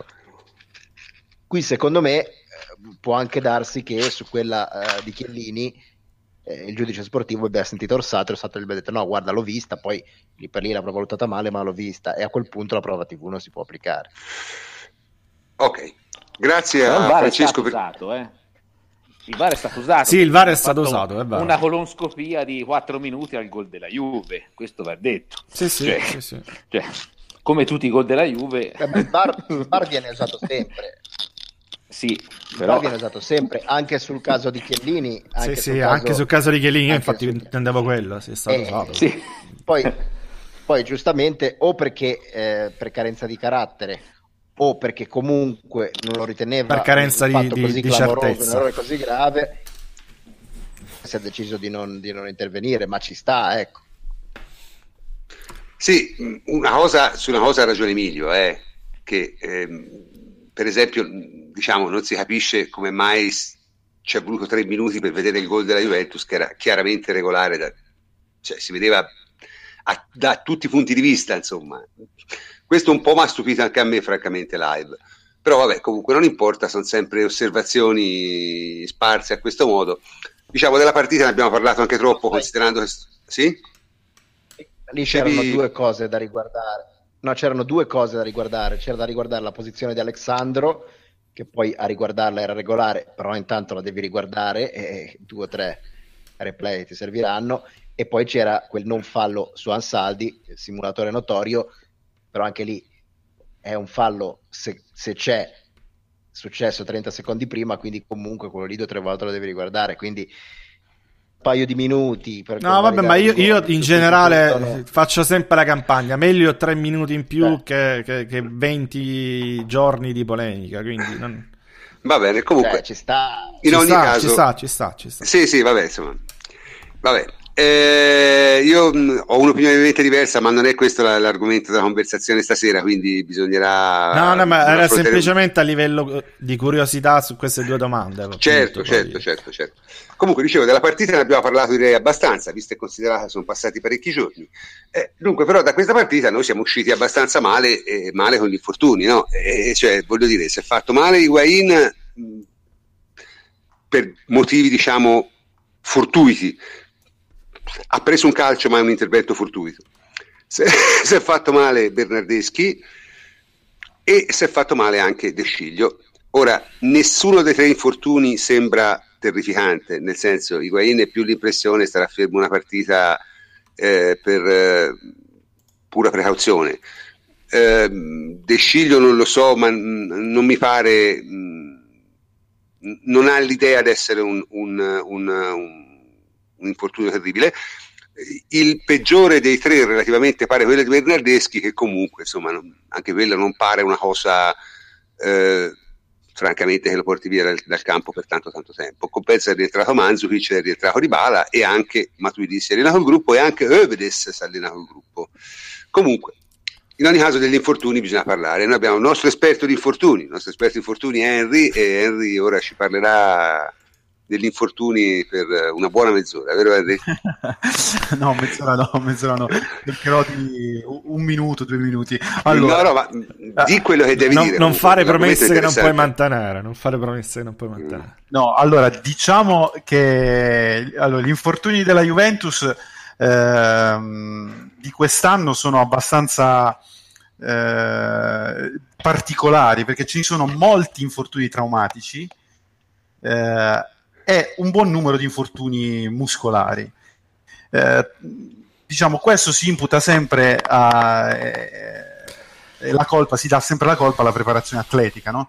Qui secondo me può anche darsi che su quella di Chiellini il giudice sportivo abbia sentito Orsato e Orsato gli abbia detto no, guarda, l'ho vista, poi lì per lì l'avrò valutata male, ma l'ho vista, e a quel punto la prova TV non si può applicare. Ok, grazie a Francesco per... Il VAR è stato usato. Sì, il VAR è stato usato, è vero. Una colonscopia di 4 minuti al gol della Juve, questo va detto. Sì. Cioè, come tutti i gol della Juve. Il VAR viene usato sempre. Sì, però viene usato sempre, anche sul caso di Chiellini. Anche sul caso di Chiellini, io infatti intendevo quello, si è stato usato. Sì. Poi giustamente, o perché per carenza di carattere, o perché comunque non lo riteneva per carenza di certezza, un errore così grave, si è deciso di non intervenire, ma ci sta, ecco. Sì, su una cosa ha ragione Emilio, che per esempio, diciamo, non si capisce come mai ci è voluto 3 minuti per vedere il gol della Juventus, che era chiaramente regolare, cioè si vedeva da tutti i punti di vista, insomma. Questo un po' mi ha stupito anche a me, francamente, live. Però vabbè, comunque non importa, sono sempre osservazioni sparse a questo modo. Diciamo, della partita ne abbiamo parlato anche troppo, considerando che... Sì? Lì c'erano due cose da riguardare. No, c'erano due cose da riguardare. C'era da riguardare la posizione di Alexandro, che poi a riguardarla era regolare, però intanto la devi riguardare e 2 o 3 replay ti serviranno. E poi c'era quel non fallo su Ansaldi, il simulatore notorio, però anche lì è un fallo se c'è successo 30 secondi prima, quindi comunque quello lì 2 o 3 volte lo devi riguardare, quindi un paio di minuti per no vabbè, ma io in generale faccio sempre la campagna, meglio 3 minuti in più che 20 giorni di polemica, quindi non... va bene, comunque ci sta, in ogni caso ci sta. Sì, vabbè, insomma, vabbè. Io ho un'opinione ovviamente diversa, ma non è questo l'argomento della conversazione stasera, quindi bisognerà... No, ma era semplicemente a livello di curiosità su queste 2 domande. Certo. Comunque, dicevo, della partita ne abbiamo parlato direi abbastanza, visto e considerato che sono passati parecchi giorni. Dunque, però, da questa partita noi siamo usciti abbastanza male con gli infortuni, no? Cioè, voglio dire, si è fatto male Higuaín per motivi, diciamo, fortuiti. Ha preso un calcio, ma è un intervento fortuito. Si è fatto male Bernardeschi e si è fatto male anche De Sciglio. Ora, nessuno dei 3 infortuni sembra terrificante, nel senso, Higuaín è più l'impressione starà fermo una partita per pura precauzione. De Sciglio non lo so, ma non mi pare, non ha l'idea di essere un infortunio terribile. Il peggiore dei 3 relativamente pare quello di Bernardeschi, che comunque insomma anche quello non pare una cosa francamente che lo porti via dal campo per tanto tempo. Compensa è rientrato Mandzukic, è rientrato Dybala e anche Matuidi si è allenato il gruppo e anche Övedes si è allenato il gruppo. Comunque, in ogni caso degli infortuni bisogna parlare. Noi abbiamo il nostro esperto di infortuni, il nostro esperto di infortuni è Henry, e Henry ora ci parlerà degli infortuni per una buona mezz'ora, vero Henry? No, mezz'ora no, cercherò di 1 minuto, 2 minuti. Allora, no, ma di quello che devi dire. Non fare promesse che non puoi mantenere. No, allora, diciamo che gli infortuni della Juventus di quest'anno sono abbastanza particolari, perché ci sono molti infortuni traumatici e un buon numero di infortuni muscolari. Diciamo, questo si imputa sempre si dà sempre la colpa alla preparazione atletica, no?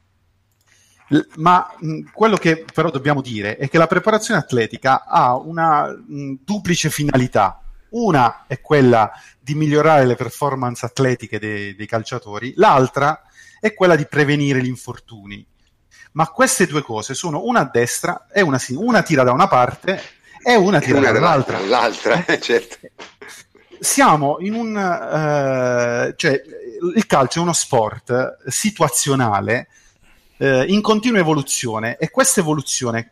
Ma quello che però dobbiamo dire è che la preparazione atletica ha una duplice finalità. Una è quella di migliorare le performance atletiche dei calciatori, l'altra è quella di prevenire gli infortuni. Ma queste 2 cose sono una a destra e una a sinistra, una tira da una parte e una tira dall'altra. Certo. Siamo in cioè il calcio è uno sport situazionale in continua evoluzione, e questa evoluzione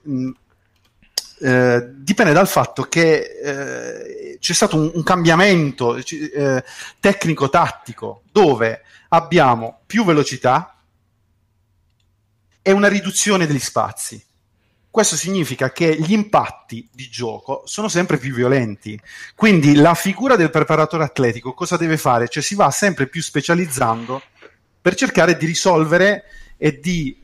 dipende dal fatto che c'è stato un cambiamento tecnico-tattico, dove abbiamo più velocità e una riduzione degli spazi. questo significa che gli impatti di gioco sono sempre più violenti. Quindi la figura del preparatore atletico cosa deve fare? Cioè si va sempre più specializzando per cercare di risolvere e di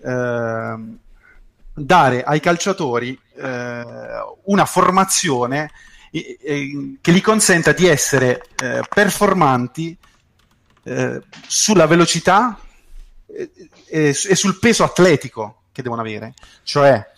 dare ai calciatori una formazione che gli consenta di essere performanti sulla velocità e sul peso atletico che devono avere. Cioè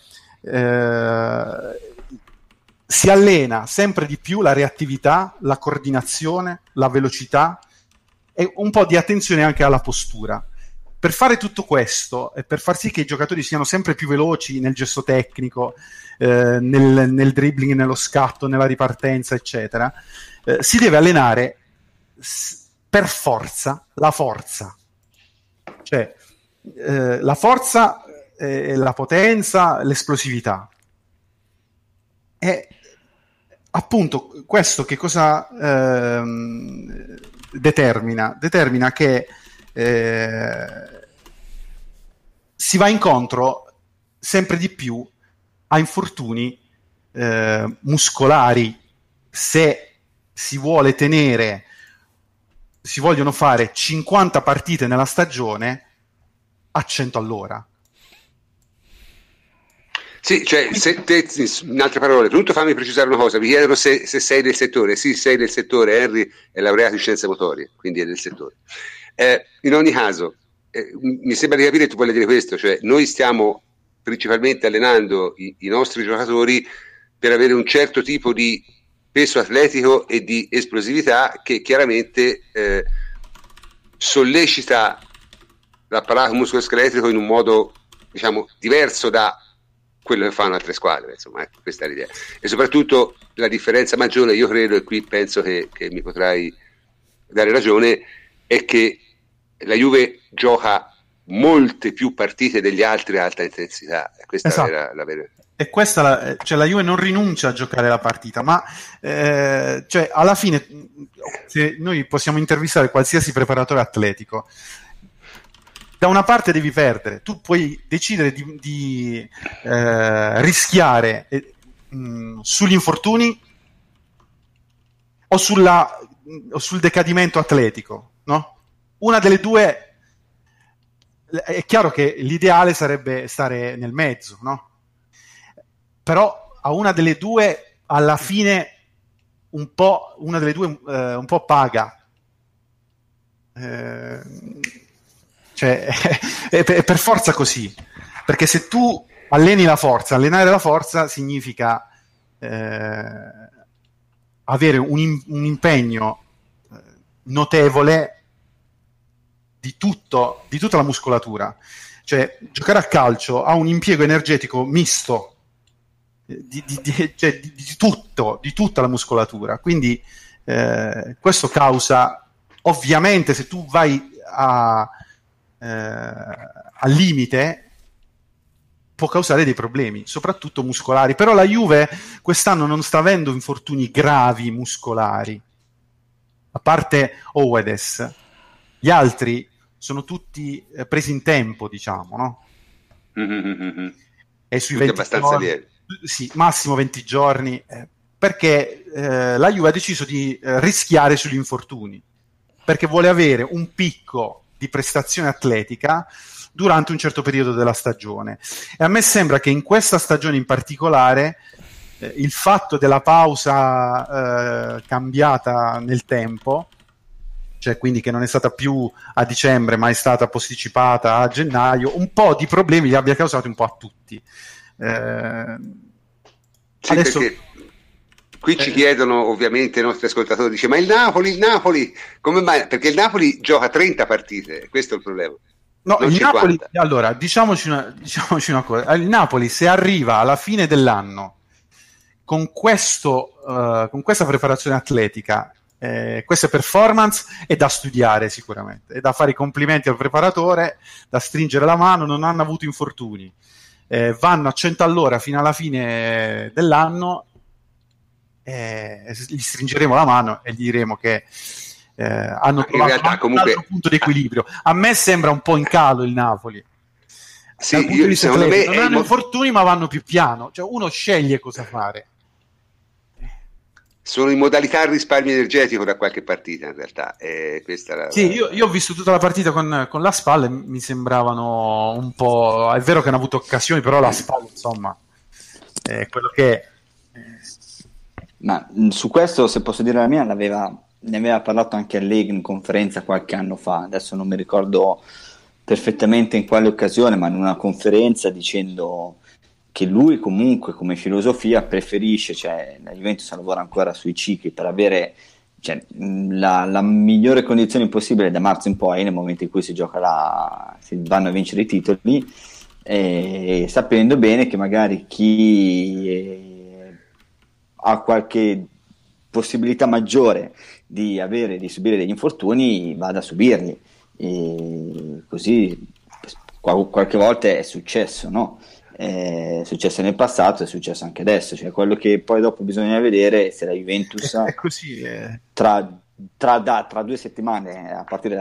si allena sempre di più la reattività, la coordinazione, la velocità e un po' di attenzione anche alla postura. Per fare tutto questo e per far sì che i giocatori siano sempre più veloci nel gesto tecnico, nel dribbling, nello scatto, nella ripartenza, eccetera, si deve allenare per forza la forza. Cioè la forza, la potenza, l'esplosività. E appunto questo che cosa determina? Determina che si va incontro sempre di più a infortuni muscolari se si vogliono fare 50 partite nella stagione a 100 all'ora. Sì, cioè, in altre parole, pronto, fammi precisare una cosa, mi chiedono se sei del settore. Sì, sei del settore, Henry è laureato in scienze motorie, quindi è del settore. In ogni caso, mi sembra di capire che tu vuoi dire questo, cioè noi stiamo principalmente allenando i nostri giocatori per avere un certo tipo di peso atletico e di esplosività che chiaramente sollecita l'apparato muscoloscheletrico in un modo, diciamo, diverso da quello che fanno altre squadre, insomma, questa è l'idea. E soprattutto la differenza maggiore, io credo, e qui penso che mi potrai dare ragione, è che la Juve gioca molte più partite degli altri a alta intensità. Questa esatto. è la vera. E questa cioè la Juve non rinuncia a giocare la partita, ma cioè alla fine se noi possiamo intervistare qualsiasi preparatore atletico, da una parte devi perdere, tu puoi decidere di rischiare sugli infortuni o sul decadimento atletico, no? Una delle due, è chiaro che l'ideale sarebbe stare nel mezzo, no? Però a una delle due alla fine una delle due un po' paga. Cioè è per forza così, perché se tu alleni la forza, allenare la forza significa avere un impegno notevole di tutta la muscolatura. Cioè giocare a calcio ha un impiego energetico misto di tutta la muscolatura, quindi questo causa, ovviamente, se tu vai al limite, può causare dei problemi, soprattutto muscolari. Però la Juve quest'anno non sta avendo infortuni gravi muscolari, a parte Owedes. Gli altri sono tutti presi in tempo, diciamo, no? Mm-hmm. E sui 20 abbastanza giorni, sì, massimo 20 giorni, perché la Juve ha deciso di rischiare sugli infortuni, perché vuole avere un picco di prestazione atletica durante un certo periodo della stagione. E a me sembra che in questa stagione in particolare il fatto della pausa cambiata nel tempo, cioè quindi che non è stata più a dicembre ma è stata posticipata a gennaio, un po' di problemi li abbia causati un po' a tutti. Sì, adesso qui ci chiedono, ovviamente, i nostri ascoltatori, dice, ma il Napoli, come mai? Perché il Napoli gioca 30 partite, questo è il problema. No, il Napoli, allora, diciamoci una cosa, il Napoli se arriva alla fine dell'anno con questa preparazione atletica, queste performance, è da studiare sicuramente, è da fare i complimenti al preparatore, da stringere la mano, non hanno avuto infortuni, vanno a 100 all'ora fino alla fine dell'anno, gli stringeremo la mano e gli diremo che hanno trovato un altro punto di equilibrio. A me sembra un po' in calo il Napoli, Sì, dal punto di vista secondo me non hanno infortuni, ma vanno più piano, cioè uno sceglie cosa fare. Sono in modalità risparmio energetico da qualche partita, in realtà. Sì, io ho visto tutta la partita con la SPAL e mi sembravano un po'... È vero che hanno avuto occasioni, però la SPAL, insomma, è quello che è. Ma su questo, se posso dire la mia, ne aveva parlato anche Allegri in conferenza qualche anno fa, adesso non mi ricordo perfettamente in quale occasione, ma in una conferenza dicendo che lui comunque come filosofia preferisce, cioè la Juventus lavora ancora sui cicli per avere la migliore condizione possibile da marzo in poi, nel momento in cui si vanno a vincere i titoli, e sapendo bene che magari chi ha qualche possibilità maggiore di subire degli infortuni vada a subirli, e così qualche volta è successo, no? È successo nel passato, è successo anche adesso, cioè quello che poi dopo bisogna vedere è se la Juventus è così, tra 2 settimane a partire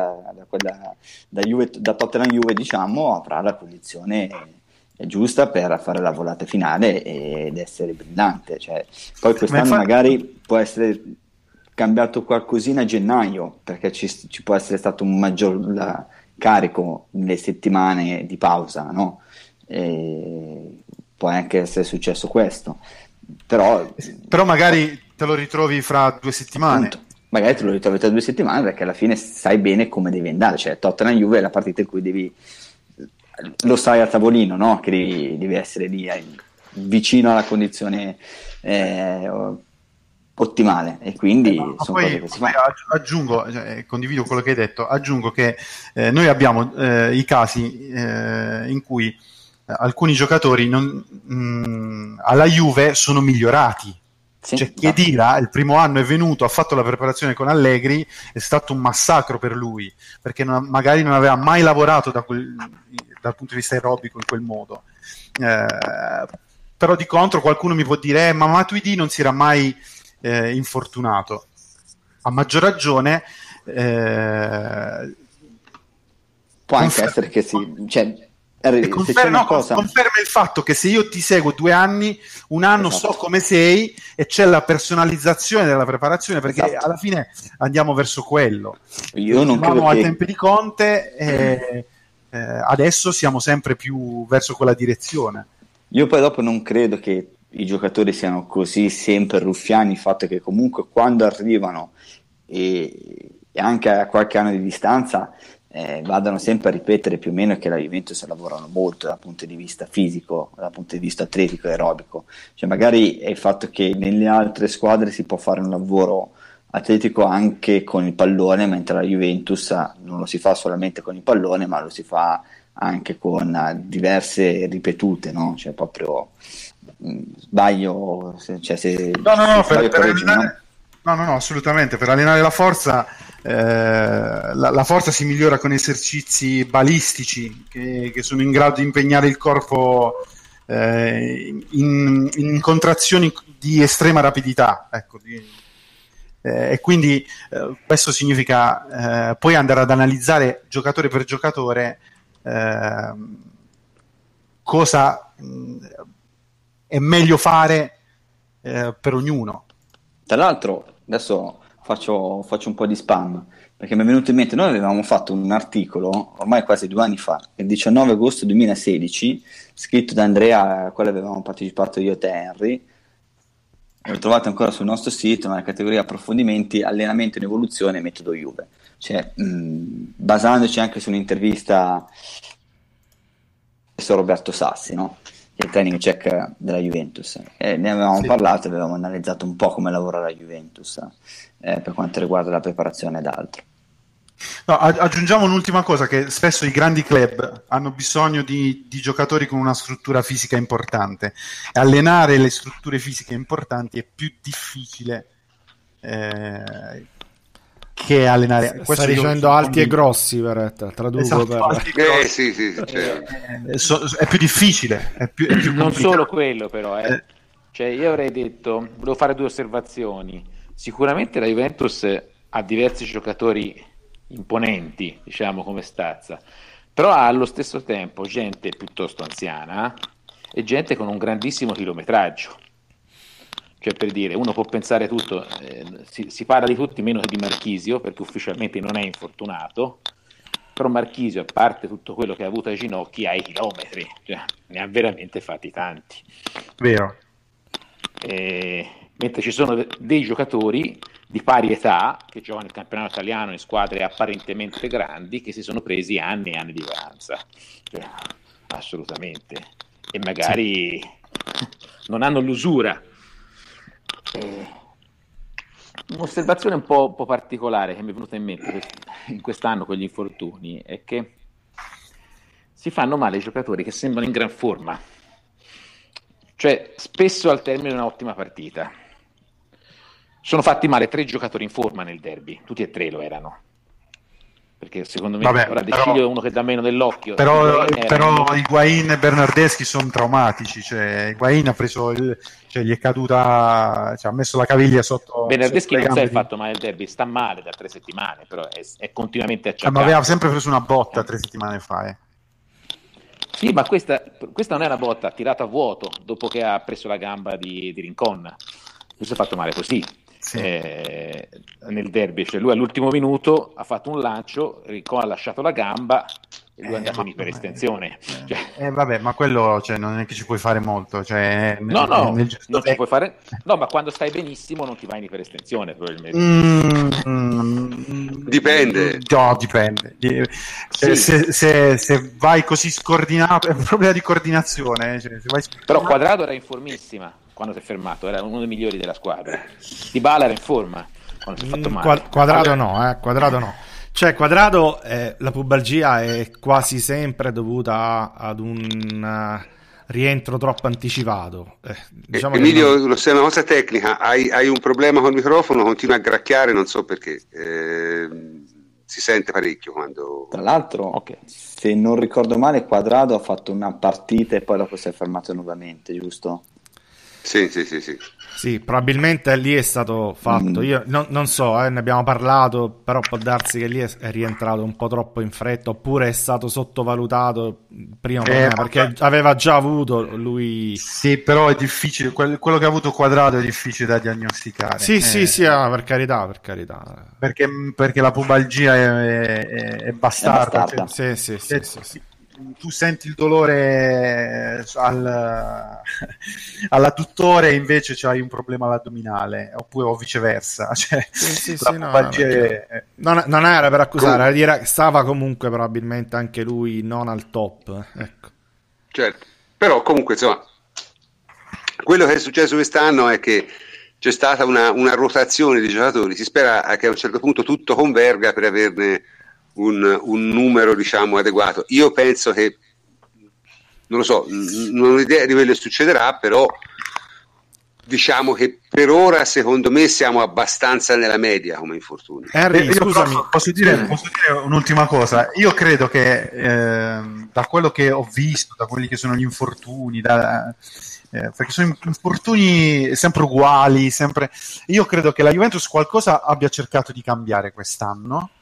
da Tottenham Juve, diciamo, avrà la condizione giusta per fare la volata finale ed essere brillante, cioè, poi quest'anno magari può essere cambiato qualcosina a gennaio, perché ci può essere stato un maggior carico nelle settimane di pausa, no? E può anche essere successo questo, però magari te lo ritrovi fra 2 settimane. Appunto, magari te lo ritrovi tra 2 settimane, perché alla fine sai bene come devi andare, cioè Tottenham Juve è la partita in cui lo sai a tavolino, no? Che devi essere lì vicino alla condizione ottimale, e quindi sono poi, cose che si fanno. Aggiungo, condivido quello che hai detto, aggiungo che noi abbiamo i casi in cui alcuni giocatori alla Juve sono migliorati. Sì, cioè Chiedira il primo anno è venuto, ha fatto la preparazione con Allegri, è stato un massacro per lui, perché magari non aveva mai lavorato dal punto di vista aerobico in quel modo, però di contro qualcuno mi può dire ma Matuidi non si era mai infortunato. A maggior ragione può anche essere che conferma il fatto che se io ti seguo 2 anni, un anno, esatto, so come sei, e c'è la personalizzazione della preparazione, perché esatto, alla fine andiamo verso quello. Io non credo ai tempi di Conte, adesso siamo sempre più verso quella direzione. Io poi dopo non credo che i giocatori siano così sempre ruffiani, il fatto che comunque quando arrivano e anche a qualche anno di distanza vadano sempre a ripetere più o meno che la Juventus lavorano molto dal punto di vista fisico, dal punto di vista atletico e aerobico, cioè magari è il fatto che nelle altre squadre si può fare un lavoro atletico anche con il pallone, mentre la Juventus non lo si fa solamente con il pallone, ma lo si fa anche con diverse ripetute, no? Cioè proprio sbaglio, no, assolutamente, per allenare la forza la forza si migliora con esercizi balistici che sono in grado di impegnare il corpo in contrazioni di estrema rapidità, ecco, e quindi questo significa poi andare ad analizzare giocatore per giocatore cosa è meglio fare per ognuno. Tra l'altro adesso faccio un po' di spam, perché mi è venuto in mente, noi avevamo fatto un articolo ormai quasi 2 anni fa, il 19 agosto 2016, scritto da Andrea, a quello avevamo partecipato io e te, Henry. Lo trovate ancora sul nostro sito nella categoria approfondimenti, allenamento in evoluzione, metodo Juve, cioè basandoci anche su un'intervista di Roberto Sassi, no? Il training check della Juventus, e ne avevamo parlato, avevamo analizzato un po' come lavora la Juventus per quanto riguarda la preparazione ed altro. No, aggiungiamo un'ultima cosa, che spesso i grandi club hanno bisogno di giocatori con una struttura fisica importante, e allenare le strutture fisiche importanti è più difficile che allenare. Sta dicendo alti e grossi, traduco. Esatto, sì, certo. È più difficile, è più non complicato. Solo quello però, cioè io avrei detto, volevo fare 2 osservazioni. Sicuramente la Juventus ha diversi giocatori imponenti, diciamo, come stazza, però ha allo stesso tempo gente piuttosto anziana e gente con un grandissimo chilometraggio. Cioè, per dire, uno può pensare tutto, si parla di tutti meno che di Marchisio, perché ufficialmente non è infortunato, però Marchisio, a parte tutto quello che ha avuto ai ginocchi, ha i chilometri, cioè, ne ha veramente fatti tanti. Vero. Mentre ci sono dei giocatori di pari età che giocano il campionato italiano in squadre apparentemente grandi che si sono presi anni e anni di vacanza, cioè, assolutamente, e magari non hanno l'usura. Un'osservazione un po' particolare che mi è venuta in mente in quest'anno con gli infortuni è che si fanno male i giocatori che sembrano in gran forma, cioè spesso al termine di un'ottima partita. Sono fatti male 3 giocatori in forma nel derby, tutti e 3 lo erano, perché secondo me ora De Sciglio è uno che dà meno dell'occhio, però Higuain e Bernardeschi sono traumatici, cioè Higuain ha preso cioè gli è caduta, cioè ha messo la caviglia sotto. Bernardeschi non si è fatto male il derby, sta male da 3 settimane, però è continuamente acciaccato. Ma aveva sempre preso una botta 3 settimane fa. Sì, ma questa non è una botta, ha tirato a vuoto dopo che ha preso la gamba di Rincon. Lui si è fatto male così. Sì. Nel derby, cioè lui all'ultimo minuto ha fatto un lancio, Rincon ha lasciato la gamba e lui è andato in iperestensione. Vabbè, ma quello, cioè, non è che ci puoi fare molto, cioè, non ci puoi fare, no, ma quando stai benissimo non ti vai in iperestensione probabilmente. Dipende. No, dipende. Sì. Se vai così scordinato è un problema di coordinazione, cioè, se vai però Quadrado era in formissima quando si è fermato, era uno dei migliori della squadra. Dybala era in forma quando si è fatto male. Quadrado no. Cioè, Quadrado, la pubalgia è quasi sempre dovuta ad un rientro troppo anticipato. Diciamo Emilio, lo sai, una cosa tecnica, hai un problema col microfono, continua a gracchiare, non so perché. Si sente parecchio quando... Tra l'altro, se non ricordo male, Quadrado ha fatto una partita e poi dopo si è fermato nuovamente, giusto? Sì. Sì, probabilmente lì è stato fatto. Io non so, ne abbiamo parlato, però può darsi che lì è rientrato un po' troppo in fretta, oppure è stato sottovalutato prima perché aveva già avuto lui. Sì, però è difficile, quello che ha avuto Quadrado è difficile da diagnosticare. Sì, per carità. Perché la pubalgia è bastarda. Cioè, sì. Tu senti il dolore all'adduttore e invece c'hai un problema all'addominale, oppure o viceversa. Cioè, non era per accusare, era dire che stava comunque probabilmente anche lui non al top. Ecco. Certo, però comunque insomma, quello che è successo quest'anno è che c'è stata una rotazione di giocatori, si spera che a un certo punto tutto converga per averne un numero, diciamo, adeguato. Io penso che, non lo so, non ho idea di quello che succederà, però diciamo che per ora secondo me siamo abbastanza nella media come infortuni. Henry, scusami, posso dire un'ultima cosa. Io credo che da quello che ho visto, da quelli che sono gli infortuni, perché sono infortuni sempre uguali, io credo che la Juventus qualcosa abbia cercato di cambiare quest'anno.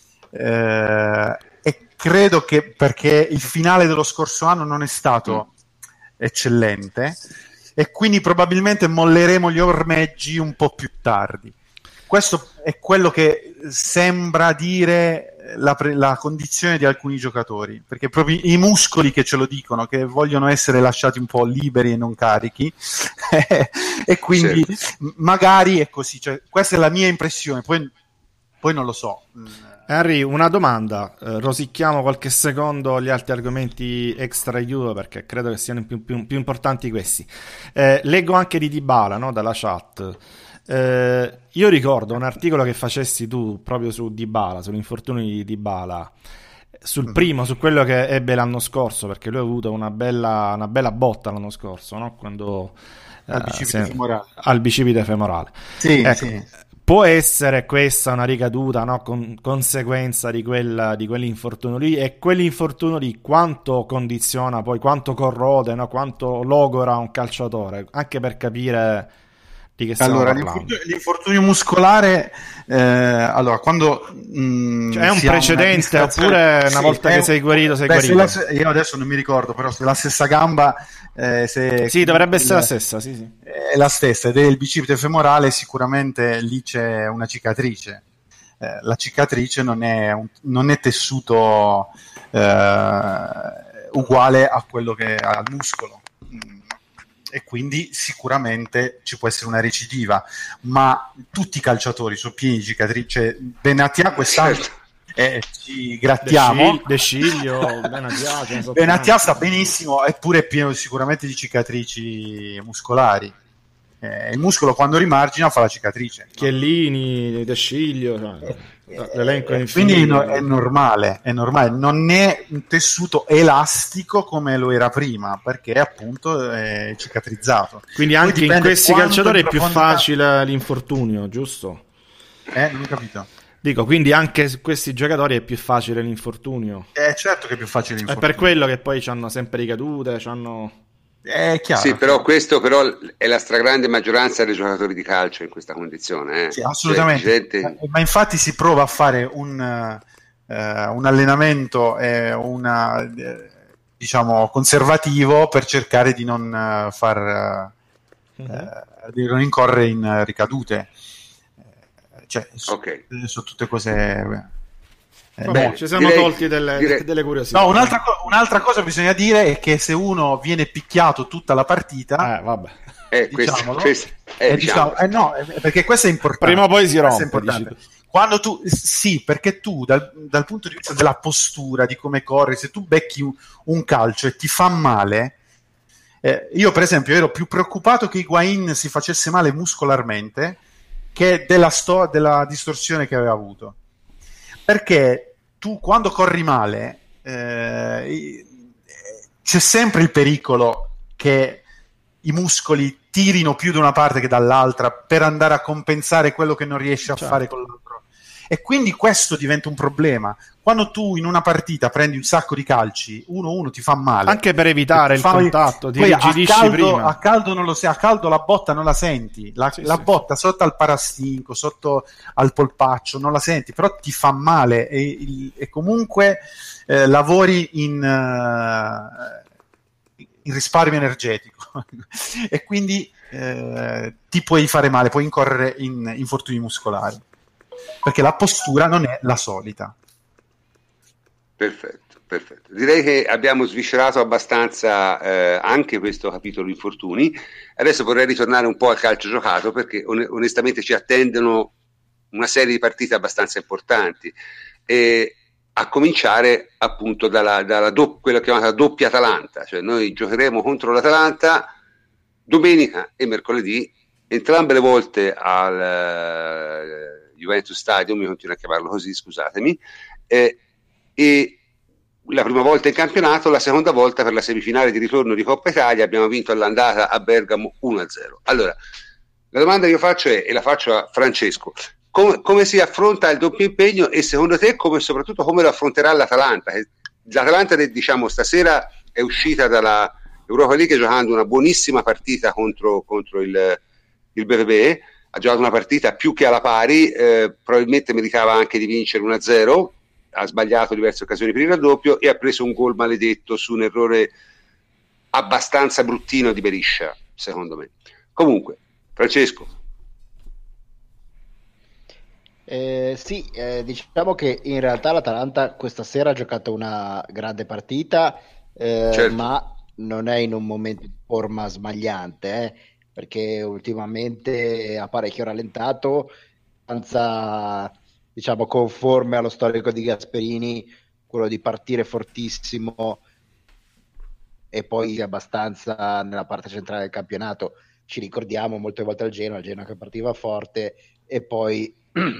E credo che perché il finale dello scorso anno non è stato eccellente e quindi probabilmente molleremo gli ormeggi un po' più tardi. Questo è quello che sembra dire la condizione di alcuni giocatori, perché proprio i muscoli che ce lo dicono, che vogliono essere lasciati un po' liberi e non carichi e quindi magari è così, cioè, questa è la mia impressione, poi non lo so. Henry, una domanda, rosicchiamo qualche secondo gli altri argomenti extra Juve perché credo che siano più importanti questi. Leggo anche di Dybala, no, dalla chat. Io ricordo un articolo che facessi tu proprio su Dybala, sull'infortunio di Dybala, sul primo, su quello che ebbe l'anno scorso, perché lui ha avuto una bella botta l'anno scorso, no? Quando al bicipite femorale. Sì, ecco. sì. Può essere questa una ricaduta, no? Conseguenza di quell'infortunio lì, e quell'infortunio lì quanto condiziona poi, quanto corrode, no? Quanto logora un calciatore, anche per capire di che stiamo allora, parlando? l'infortunio muscolare, allora, quando cioè, è un precedente oppure una volta che sei guarito, sei guarito? Io adesso non mi ricordo, però se la stessa gamba, sì, dovrebbe essere la stessa, sì. È la stessa, ed è il bicipite femorale, sicuramente lì c'è una cicatrice. La cicatrice non è tessuto uguale a quello che ha il muscolo, e quindi sicuramente ci può essere una recidiva, ma tutti i calciatori sono pieni di cicatrici. Cioè, Benatia quest'anno, ci grattiamo. De Sciglio, Benatia sta benissimo, eppure è pieno sicuramente di cicatrici muscolari. Il muscolo quando rimargina fa la cicatrice. Chiellini, De Sciglio, l'elenco è quindi è normale, non è un tessuto elastico come lo era prima, perché appunto è cicatrizzato. Quindi anche in questi calciatori è più facile l'infortunio, giusto? Non ho capito. Dico, quindi anche su questi giocatori è più facile l'infortunio. Certo che è più facile l'infortunio. È per quello che poi hanno sempre ricadute, È chiaro. Sì, però questo è la stragrande maggioranza dei giocatori di calcio in questa condizione. Sì, assolutamente. Cioè, ma infatti si prova a fare un allenamento diciamo conservativo per cercare di non di non incorrere in ricadute. Cioè, sono tutte cose. Vabbè, ci siamo tolti delle curiosità. No, un'altra cosa bisogna dire è che se uno viene picchiato tutta la partita, diciamolo, no, perché questo è importante. Prima o poi si rompe. Quando perché tu dal punto di vista della postura, di come corri, se tu becchi un calcio e ti fa male, io per esempio ero più preoccupato che Higuaín si facesse male muscolarmente che della distorsione che aveva avuto, perché tu quando corri male c'è sempre il pericolo che i muscoli tirino più da una parte che dall'altra per andare a compensare quello che non riesci a fare con l'altro, e quindi questo diventa un problema. Quando tu in una partita prendi un sacco di calci 1-1 ti fa male, anche per evitare il contatto, ti rigidisci prima. A caldo non lo sai, a caldo la botta non la senti, la botta sotto al parastinco, sotto al polpaccio non la senti, però ti fa male, e comunque lavori in risparmio energetico e quindi ti puoi fare male, puoi incorrere in infortuni muscolari, perché la postura non è la solita. Perfetto. Direi che abbiamo sviscerato abbastanza anche questo capitolo infortuni. Adesso vorrei ritornare un po' al calcio giocato, perché onestamente ci attendono una serie di partite abbastanza importanti, a cominciare appunto dalla quella chiamata doppia Atalanta. Cioè noi giocheremo contro l'Atalanta domenica e mercoledì, entrambe le volte al Juventus Stadium, mi continuo a chiamarlo così, scusatemi, e la prima volta in campionato, la seconda volta per la semifinale di ritorno di Coppa Italia. Abbiamo vinto all'andata a Bergamo 1-0. Allora, la domanda che io faccio e la faccio a Francesco: come si affronta il doppio impegno, e secondo te soprattutto come lo affronterà l'Atalanta? L'Atalanta, diciamo, stasera è uscita dalla Europa League giocando una buonissima partita contro il BVB, ha giocato una partita più che alla pari, probabilmente meritava anche di vincere 1-0, ha sbagliato diverse occasioni per il raddoppio e ha preso un gol maledetto su un errore abbastanza bruttino di Beriscia, secondo me. Comunque, Francesco. Diciamo che in realtà l'Atalanta questa sera ha giocato una grande partita, certo, ma non è in un momento di forma smagliante, perché ultimamente ha parecchio rallentato, abbastanza, diciamo, conforme allo storico di Gasperini, quello di partire fortissimo e poi abbastanza nella parte centrale del campionato. Ci ricordiamo molte volte il Genoa che partiva forte e poi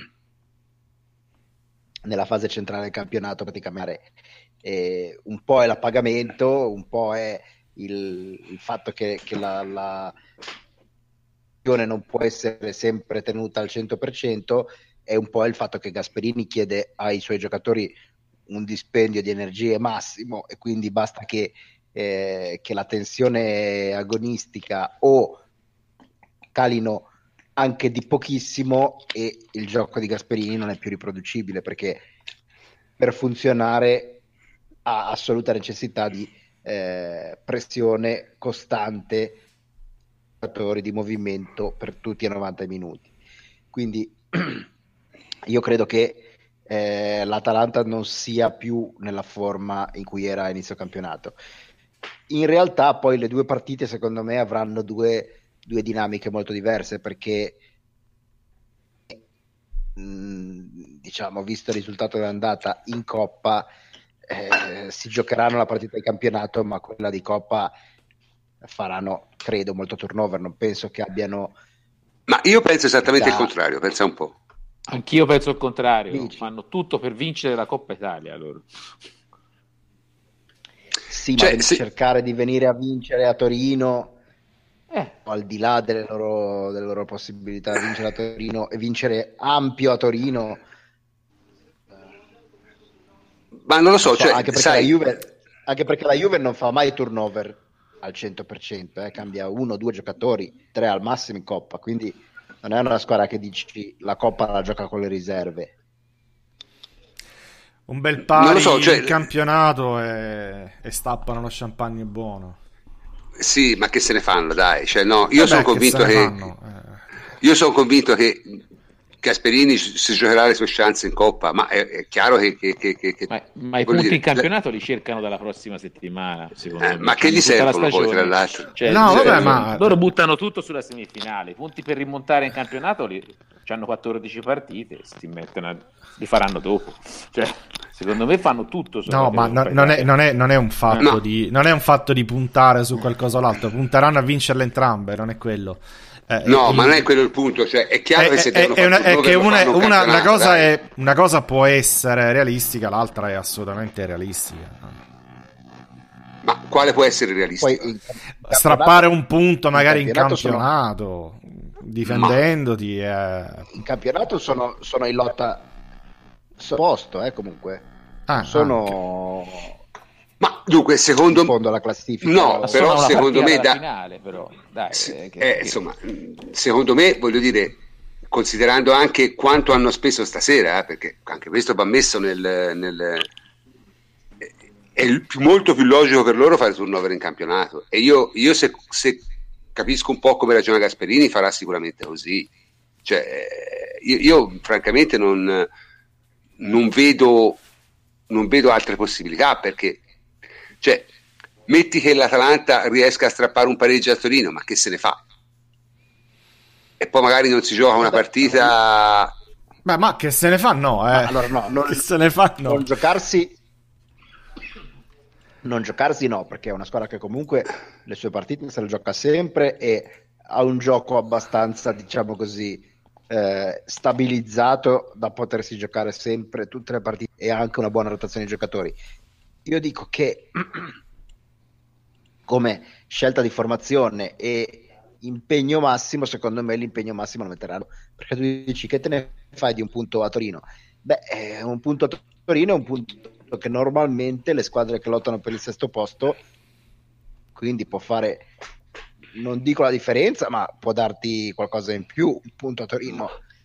nella fase centrale del campionato praticamente un po' è l'appagamento, un po' è il fatto che la non può essere sempre tenuta al 100%, è un po' il fatto che Gasperini chiede ai suoi giocatori un dispendio di energie massimo, e quindi basta che la tensione agonistica o calino anche di pochissimo, e il gioco di Gasperini non è più riproducibile, perché per funzionare ha assoluta necessità di pressione costante di movimento per tutti i 90 minuti. Quindi io credo che l'Atalanta non sia più nella forma in cui era a inizio campionato. In realtà poi le due partite secondo me avranno due dinamiche molto diverse, perché diciamo, visto il risultato dell'andata in Coppa, si giocheranno la partita di campionato, ma quella di Coppa faranno, credo, molto turnover. Non penso che abbiano... Ma io penso esattamente il contrario, pensa un po'. Anch'io penso il contrario. Dici? Fanno tutto per vincere la Coppa Italia loro. Sì, ma cercare di venire a vincere a Torino, al di là delle loro possibilità di vincere a Torino e vincere ampio a Torino, ma non lo so, cioè, anche perché la Juve non fa mai turnover al 100%, cambia 1 o 2 giocatori, 3 al massimo in Coppa, quindi non è una squadra che dici la Coppa la gioca con le riserve. Un bel pari in campionato e stappano lo champagne buono. Sì, ma che se ne fanno, dai, cioè, no, io sono convinto che Gasperini si giocherà le sue chance in Coppa, ma è chiaro che ma i punti in campionato li cercano dalla prossima settimana, secondo me. Ma che gli servono poi, tra l'altro? Cioè, loro buttano tutto sulla semifinale. I punti per rimontare in campionato hanno 14 partite, li faranno dopo. Cioè, secondo me fanno tutto. No, ma non è un fatto non è un fatto di puntare su qualcosa o l'altro. Punteranno a vincerle entrambe, non è quello. Ma non è quello il punto, cioè è chiaro che se una cosa può essere realistica, l'altra è assolutamente realistica. Ma quale può essere realistica? Poi, strappare un punto magari in campionato, difendendoti. In campionato sono in lotta posto, comunque. Ma dunque, secondo me, alla classifica, no, però secondo me finale, però. Dai, insomma, secondo me, voglio dire, considerando anche quanto hanno speso stasera, perché anche questo va messo è molto più logico per loro fare turnover in campionato, e io se capisco un po' come ragiona Gasperini, farà sicuramente così. Cioè, io francamente non vedo altre possibilità, perché, cioè, metti che l'Atalanta riesca a strappare un pareggio a Torino, ma che se ne fa? E poi magari non si gioca una partita. Ma che se ne fa? No, allora che se ne fa? No. Non giocarsi no, perché è una squadra che comunque le sue partite se le gioca sempre e ha un gioco abbastanza, diciamo così, stabilizzato da potersi giocare sempre tutte le partite, e anche una buona rotazione di giocatori. Io dico che come scelta di formazione e impegno massimo, secondo me l'impegno massimo lo metteranno, perché tu dici che te ne fai di un punto a Torino? Un punto a Torino è un punto che normalmente le squadre che lottano per il sesto posto, quindi può fare, non dico la differenza, ma può darti qualcosa in più, un punto a Torino.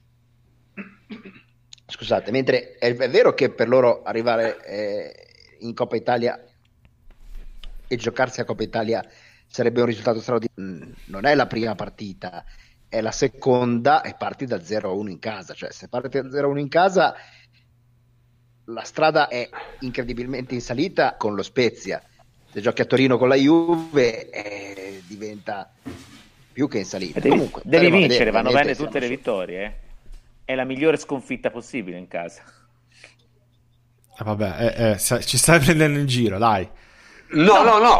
Scusate, mentre è vero che per loro arrivare in Coppa Italia e giocarsi a Coppa Italia sarebbe un risultato straordinario. Non è la prima partita, è la seconda, e parti da 0-1 in casa. Cioè, se parti da 0-1 in casa, la strada è incredibilmente in salita con lo Spezia. Se giochi a Torino con la Juve, diventa più che in salita. Comunque, devi vincere, vanno bene tutte le vittorie. È la migliore sconfitta possibile in casa. Vabbè, ci stai prendendo in giro, dai. No,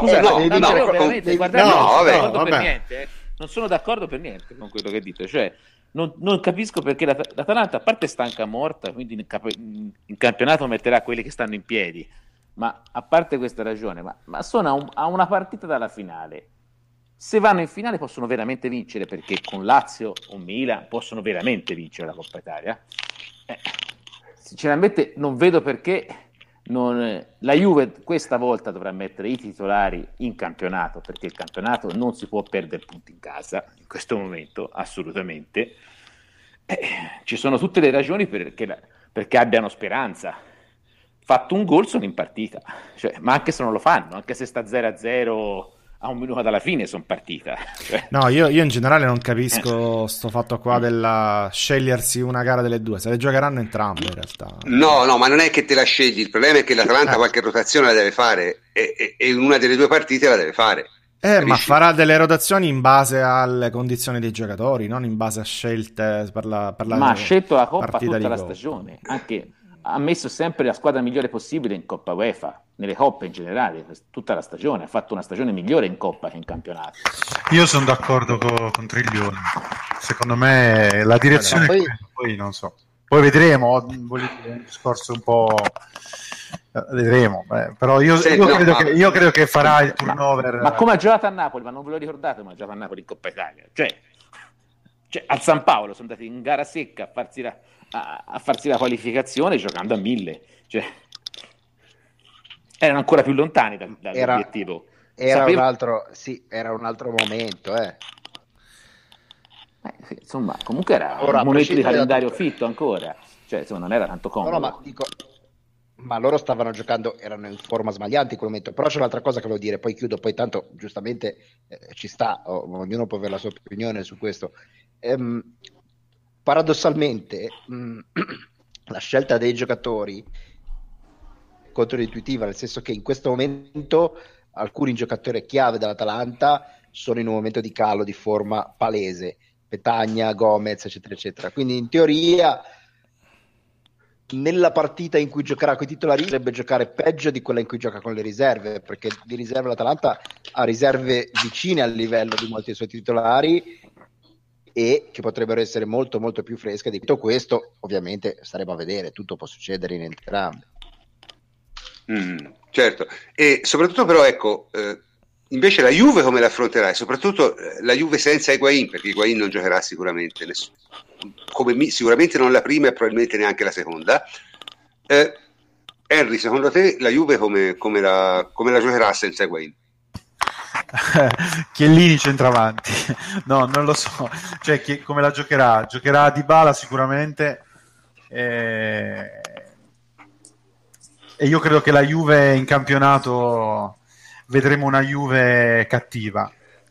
non sono d'accordo per niente con quello che dite, cioè non capisco perché l'Atalanta, a parte stanca morta, quindi in campionato metterà quelli che stanno in piedi, ma a parte questa ragione, ma sono a una partita dalla finale. Se vanno in finale possono veramente vincere, perché con Lazio o Milan possono veramente vincere la Coppa Italia. Sinceramente non vedo perché la Juve questa volta dovrà mettere i titolari in campionato, perché il campionato non si può perdere punti in casa in questo momento, assolutamente. Ci sono tutte le ragioni perché abbiano speranza. Fatto un gol sono in partita, ma anche se non lo fanno, anche se sta 0-0 a un minuto dalla fine sono partita. No, io in generale non capisco sto fatto qua della scegliersi una gara delle due, se le giocheranno entrambe in realtà. No, ma non è che te la scegli, il problema è che l'Atalanta qualche rotazione la deve fare e in una delle due partite la deve fare. Ma farà delle rotazioni in base alle condizioni dei giocatori, non in base a scelte ma ha scelto la Coppa tutta la Coppa. stagione, anche ha messo sempre la squadra migliore possibile in Coppa UEFA, nelle coppe in generale, tutta la stagione, ha fatto una stagione migliore in Coppa che in campionato. Io sono d'accordo con Triglione, secondo me la direzione poi non so, poi vedremo, voglio dire, un discorso un po'... vedremo, però io credo che farà il turnover. Ma come ha giocato a Napoli? Ma non ve lo ricordate come ha giocato a Napoli in Coppa Italia? Cioè al San Paolo sono andati in gara secca a farsi la qualificazione giocando a 1000, erano ancora più lontani dall'obiettivo. Era un altro momento, sì, insomma, comunque era un momento di calendario fitto ancora, non era tanto comodo. No, ma loro stavano giocando, erano in forma sbagliata in quel momento. Però c'è un'altra cosa che volevo dire, poi chiudo, poi tanto giustamente ci sta, ognuno può avere la sua opinione su questo. Paradossalmente la scelta dei giocatori è controintuitiva, nel senso che in questo momento alcuni giocatori chiave dell'Atalanta sono in un momento di calo di forma palese, Petagna, Gomez, eccetera eccetera, quindi in teoria nella partita in cui giocherà con i titolari dovrebbe giocare peggio di quella in cui gioca con le riserve, perché di riserve l'Atalanta ha riserve vicine al livello di molti dei suoi titolari e che potrebbero essere molto molto più fresche di tutto questo. Ovviamente staremo a vedere, tutto può succedere in entrambi. Certo, e soprattutto però ecco, invece la Juve come la e soprattutto la Juve senza Higuaín, perché Higuaín non giocherà sicuramente sicuramente non la prima e probabilmente neanche la seconda. Henry, secondo te la Juve come la giocherà senza Higuaín? Chiellini centravanti, no, non lo so, come la giocherà? Giocherà Dybala sicuramente, e io credo che la Juve in campionato vedremo una Juve cattiva.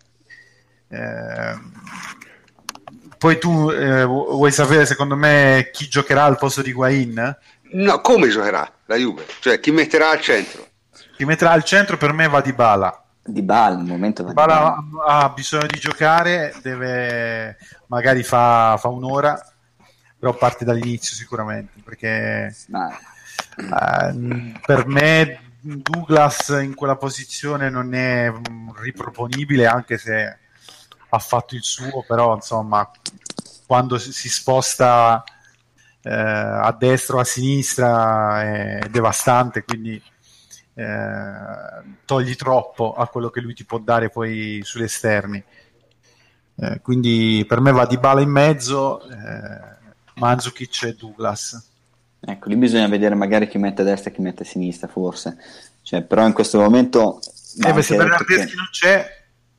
Poi tu vuoi sapere secondo me chi giocherà al posto di Higuaín? No, come giocherà la Juve? Cioè chi metterà al centro? Chi metterà al centro per me va Dybala. Dybala, il momento Dybala ha bisogno di giocare, magari fa un'ora, però parte dall'inizio sicuramente, perché per me Douglas in quella posizione non è riproponibile, anche se ha fatto il suo, però insomma quando si sposta a destra o a sinistra è devastante, quindi togli troppo a quello che lui ti può dare poi sugli esterni, quindi per me va Dybala in mezzo, Mandzukic e Douglas. Ecco, lì bisogna vedere magari chi mette a destra e chi mette a sinistra, forse, però in questo momento se Bernardeschi non c'è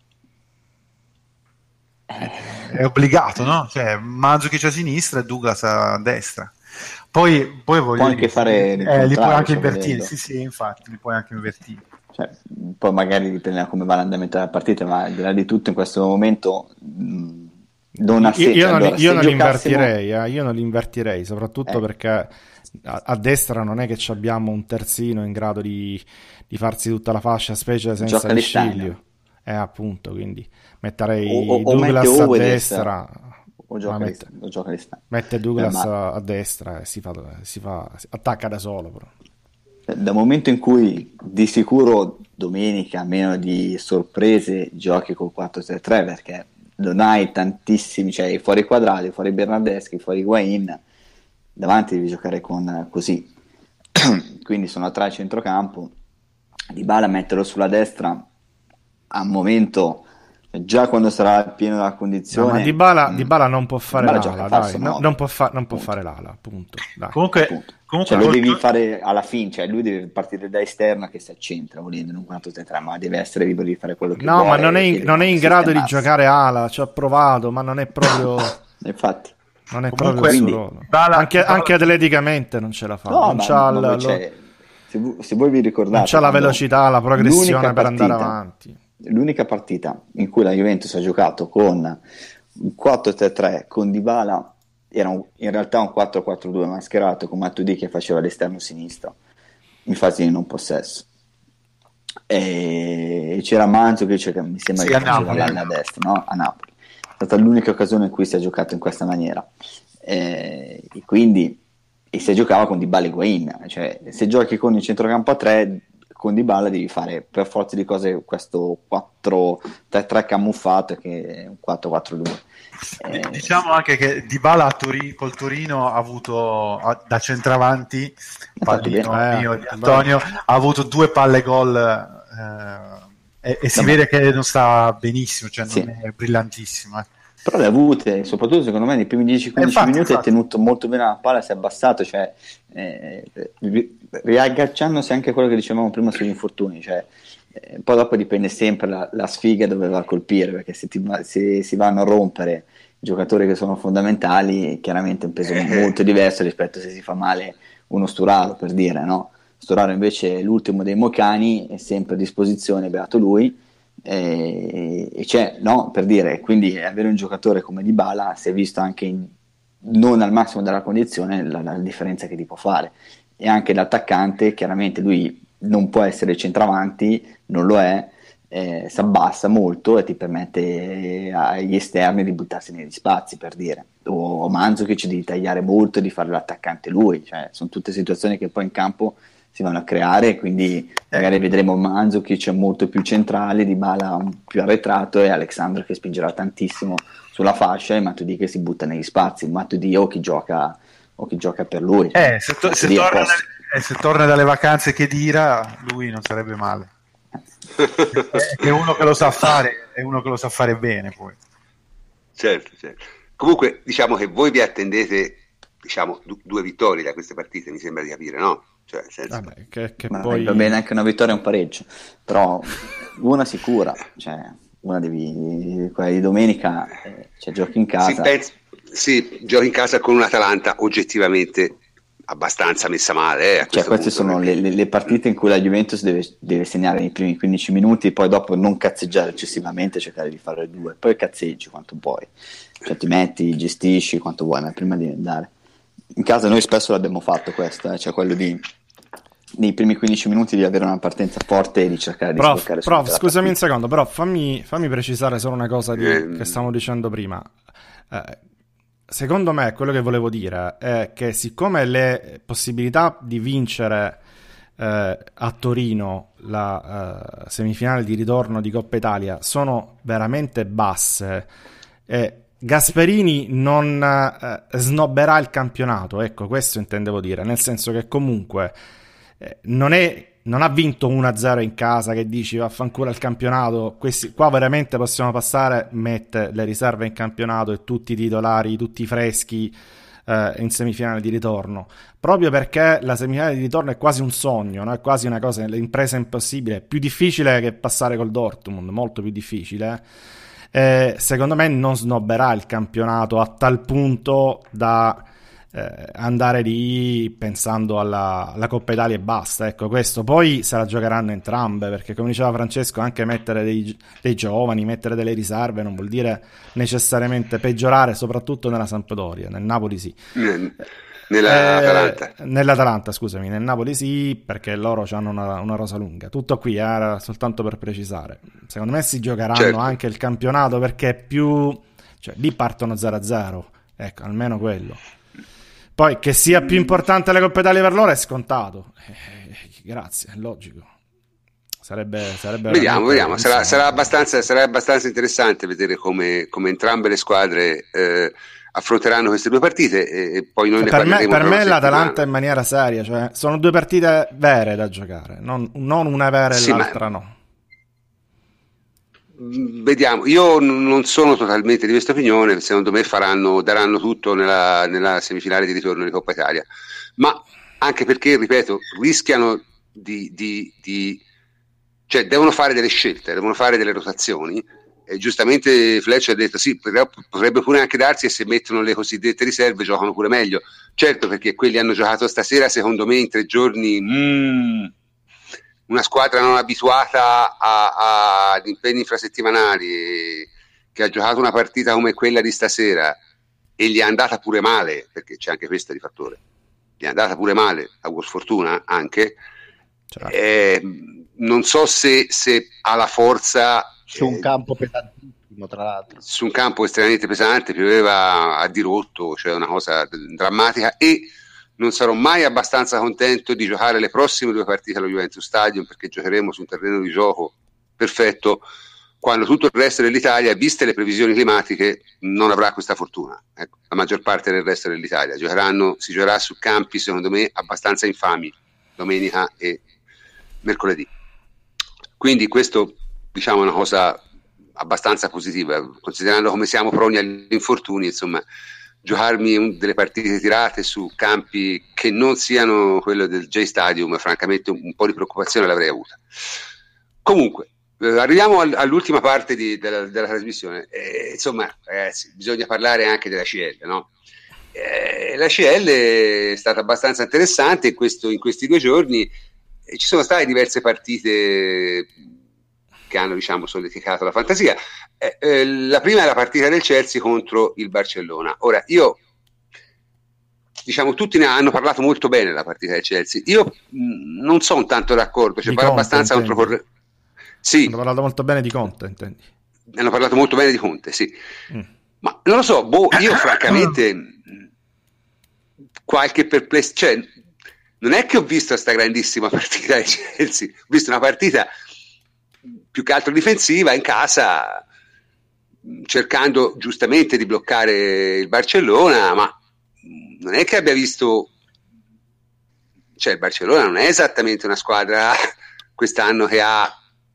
è obbligato, no? Mandzukic a sinistra e Douglas a destra. Poi puoi anche fare li puoi anche invertire, sì, infatti li puoi anche invertire. Poi magari dipende da come va l'andamento della partita, ma al di là di tutto in questo momento non ha senso. Io non li invertirei, soprattutto perché a destra non è che abbiamo un terzino in grado di farsi tutta la fascia, specie senza il Sciglio. Appunto, quindi metterei Douglas a destra. Mette Douglas a destra e si attacca da solo, però. Dal momento in cui di sicuro domenica, a meno di sorprese, giochi col 4-3-3, perché non hai tantissimi, fuori quadrati, fuori Bernardeschi, fuori Higuaín, davanti devi giocare così. Quindi sono a 3 a centrocampo, Dybala metterlo sulla destra a un momento Già quando sarà pieno della condizione, no, ma Dybala non può fare l'ala, dai. Non può fare l'ala, appunto. Dai. Comunque cioè, lo devi fare alla fine, cioè lui deve partire da esterna che si accentra, volendo, non quanto tenterà, ma deve essere libero di fare quello che vuole. No, ma non è in grado di giocare ala, ci ha provato, ma non è proprio... Infatti. Non è comunque, proprio il suo ruolo. Anche atleticamente non ce la fa. No, non c'ha se voi vi ricordate, non c'ha la velocità, la progressione per andare avanti. L'unica partita in cui la Juventus ha giocato con un 4-3-3 con Dybala era in realtà un 4-4-2 mascherato con Matuidi che faceva l'esterno sinistro in fase di non possesso, e c'era Mandzukic che mi sembra che faceva l'ala a destra, no? A Napoli. È stata l'unica occasione in cui si è giocato in questa maniera, e quindi si giocava con Dybala e Higuain. Cioè, se giochi con il centrocampo a 3 con Dybala devi fare per forza di cose questo 4-3-3 camuffato che è un 4-4-2. Diciamo anche che Dybala col Torino ha avuto da centravanti, pallino mio di Antonio, ha avuto 2 palle gol, e si vede che non sta benissimo, cioè non è brillantissimo. Però le ha avute, soprattutto secondo me nei primi 10-15 minuti ha tenuto molto bene la palla, si è abbassato, cioè riagganciandosi anche a quello che dicevamo prima sugli infortuni, cioè poi dopo dipende sempre la sfiga dove va a colpire, perché se si vanno a rompere i giocatori che sono fondamentali, chiaramente è un peso molto diverso rispetto a se si fa male uno Sturaro, per dire, no? Sturaro invece è l'ultimo dei Mocani, è sempre a disposizione, beato lui. E c'è, no, per dire, quindi avere un giocatore come Dybala si è visto anche non al massimo della condizione la differenza che ti può fare, e anche l'attaccante chiaramente lui non può essere centravanti, non lo è, si abbassa molto e ti permette agli esterni di buttarsi negli spazi, per dire, o Mandzukic di tagliare molto e di fare l'attaccante lui, cioè sono tutte situazioni che poi in campo si vanno a creare, quindi magari vedremo Mandzukic molto più centrale, Dybala più arretrato e Alexandro che spingerà tantissimo sulla fascia e Matuidi che si butta negli spazi. Matuidi o chi gioca per lui. Se torna dalle vacanze che dira, lui non sarebbe male. È uno che lo sa fare, è uno che lo sa fare bene poi. Certo. Comunque diciamo che voi vi attendete, diciamo, 2 vittorie da queste partite, mi sembra di capire, no? Cioè, vabbè, che poi va bene anche una vittoria e un pareggio, però una sicura, cioè una quella di domenica, cioè giochi in casa. Sì, giochi in casa con un'Atalanta oggettivamente abbastanza messa male. Cioè, queste sono le partite in cui la Juventus deve segnare nei primi 15 minuti, poi dopo non cazzeggiare eccessivamente, cercare di fare 2, poi cazzeggi quanto vuoi, cioè ti metti, gestisci quanto vuoi, ma prima di andare in casa noi spesso l'abbiamo fatto questo, cioè quello di nei primi 15 minuti di avere una partenza forte e di cercare di sbloccare. Prof, scusami un secondo, però fammi precisare solo una cosa che stavamo dicendo prima. Secondo me quello che volevo dire è che siccome le possibilità di vincere a Torino la semifinale di ritorno di Coppa Italia sono veramente basse, Gasperini non snobberà il campionato, ecco, questo intendevo dire, nel senso che comunque non ha vinto 1-0 in casa che dici vaffanculo al campionato, qua veramente possiamo passare, mette le riserve in campionato e tutti i titolari, tutti freschi in semifinale di ritorno, proprio perché la semifinale di ritorno è quasi un sogno, no? È quasi una cosa, l'impresa impossibile, più difficile che passare col Dortmund, molto più difficile. Secondo me non snobberà il campionato a tal punto da andare lì pensando alla Coppa Italia e basta, ecco, questo poi se la giocheranno entrambe, perché come diceva Francesco anche mettere dei giovani, mettere delle riserve non vuol dire necessariamente peggiorare, soprattutto nella Sampdoria, nel Napoli sì. Nell'Atalanta, scusami, nel Napoli sì, perché loro hanno una rosa lunga. Tutto qui, era soltanto per precisare. Secondo me si giocheranno anche il campionato, perché è più, cioè lì partono 0-0, ecco, almeno quello. Poi che sia più importante la Coppa Italia per loro è scontato, grazie, è logico. Sarebbe vediamo. Sarà abbastanza interessante vedere come entrambe le squadre affronteranno queste 2 partite, e poi noi ne parleremo. Per me l'Atalanta in maniera seria, cioè sono 2 partite vere da giocare, non una vera e l'altra no. Vediamo, io non sono totalmente di questa opinione, secondo me daranno tutto nella semifinale di ritorno di Coppa Italia, ma anche perché, ripeto, rischiano cioè devono fare delle scelte, devono fare delle rotazioni, e giustamente Fletcher ha detto sì, potrebbe pure anche darsi, e se mettono le cosiddette riserve giocano pure meglio, certo, perché quelli hanno giocato stasera, secondo me in 3 giorni una squadra non abituata ad impegni infrasettimanali, che ha giocato una partita come quella di stasera e gli è andata pure male, perché c'è anche questo di fattore, gli è andata pure male, a buona sfortuna anche, non so se ha la forza su un campo pesantissimo, tra l'altro, su un campo estremamente pesante, pioveva a dirotto, cioè una cosa drammatica, e non sarò mai abbastanza contento di giocare le prossime 2 partite allo Juventus Stadium, perché giocheremo su un terreno di gioco perfetto, quando tutto il resto dell'Italia, viste le previsioni climatiche, non avrà questa fortuna. Ecco, la maggior parte del resto dell'Italia si giocherà su campi, secondo me, abbastanza infami, domenica e mercoledì. Quindi questo, diciamo, è una cosa abbastanza positiva, considerando come siamo proni agli infortuni, insomma. Giocarmi delle partite tirate su campi che non siano quello del J-Stadium, francamente un po' di preoccupazione l'avrei avuta. Comunque, arriviamo all'ultima parte della trasmissione. Insomma, ragazzi, bisogna parlare anche della CL, no? La CL è stata abbastanza interessante in questi 2 giorni. Ci sono state diverse partite che hanno, diciamo, solleticato la fantasia. La prima è la partita del Chelsea contro il Barcellona. Ora, diciamo, tutti ne hanno parlato molto bene della partita del Chelsea. Io non sono tanto d'accordo, cioè parlo abbastanza controcorrente. Sì. Hanno parlato molto bene di Conte, intendi? Hanno parlato molto bene di Conte, sì. Ma non lo so, io francamente qualche perplessità, cioè non è che ho visto questa grandissima partita del Chelsea, ho visto una partita più che altro difensiva in casa, cercando giustamente di bloccare il Barcellona, ma non è che abbia visto, cioè il Barcellona non è esattamente una squadra quest'anno che ha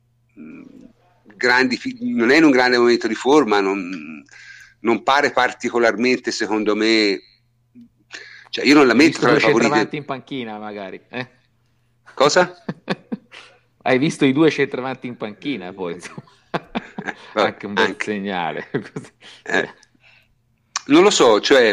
non è in un grande momento di forma, non pare particolarmente, secondo me, cioè io non la metto tra le favorite. Centravanti in panchina magari, Cosa? Hai visto i 2 centravanti in panchina, poi anche un bel segnale. Non lo so, cioè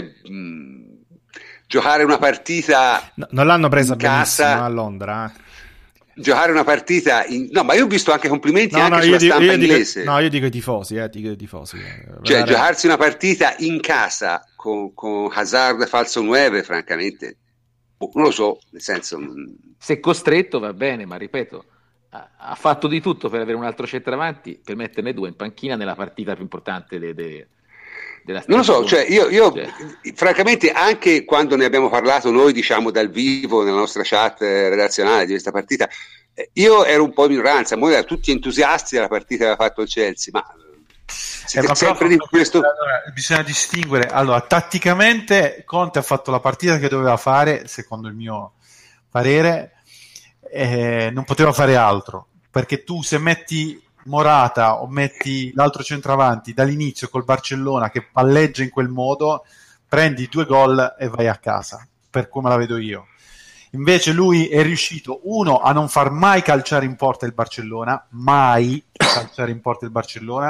giocare una partita non l'hanno presa in casa benissimo a Londra. Giocare una partita no, ma io ho visto anche complimenti anche sulla stampa inglese. Io dico i tifosi. Cioè giocarsi una partita in casa con Hazard falso 9, francamente non lo so, nel senso, se costretto va bene, ma ripeto, ha fatto di tutto per avere un altro centravanti, per metterne 2 in panchina nella partita più importante della stagione. Non lo so, cioè io francamente, anche quando ne abbiamo parlato noi, diciamo, dal vivo nella nostra chat redazionale di questa partita, io ero un po' in minoranza, noi erano tutti entusiasti della partita che aveva fatto il Chelsea, ma sempre di questo. Allora, bisogna distinguere. Allora, tatticamente Conte ha fatto la partita che doveva fare, secondo il mio parere, non poteva fare altro, perché tu, se metti Morata o metti l'altro centravanti dall'inizio col Barcellona che palleggia in quel modo, prendi 2 gol e vai a casa, per come la vedo io. Invece lui è riuscito, uno, a non far mai calciare in porta il Barcellona, mai calciare in porta il Barcellona.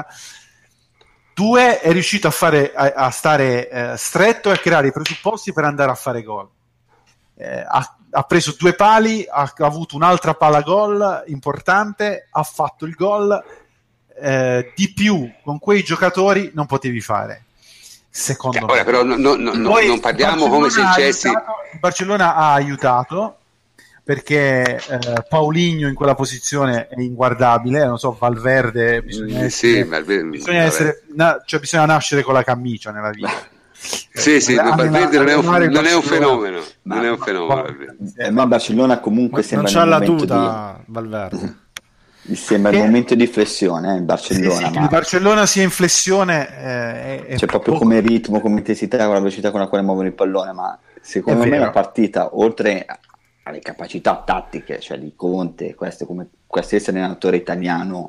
2, è riuscito a stare stretto e a creare i presupposti per andare a fare gol. Ha preso 2 pali, ha avuto un'altra palla gol importante, ha fatto il gol. Di più con quei giocatori non potevi fare, secondo me. Ora, però non parliamo come se il Chelsea. Il Barcellona ha aiutato, perché Paulinho in quella posizione è inguardabile, non so, Valverde bisogna nascere con la camicia nella vita. Sì, Valverde non è un fenomeno, non è un fenomeno. Ma Barcellona comunque sembra non c'ha la tuta Valverde. Mi sembra il momento di flessione, il Barcellona. Sì, il Barcellona sia in flessione, c'è proprio come ritmo, come intensità, con la velocità con la quale muovono il pallone, ma secondo me la partita, oltre alle capacità tattiche, cioè di Conte, questo essere allenatore italiano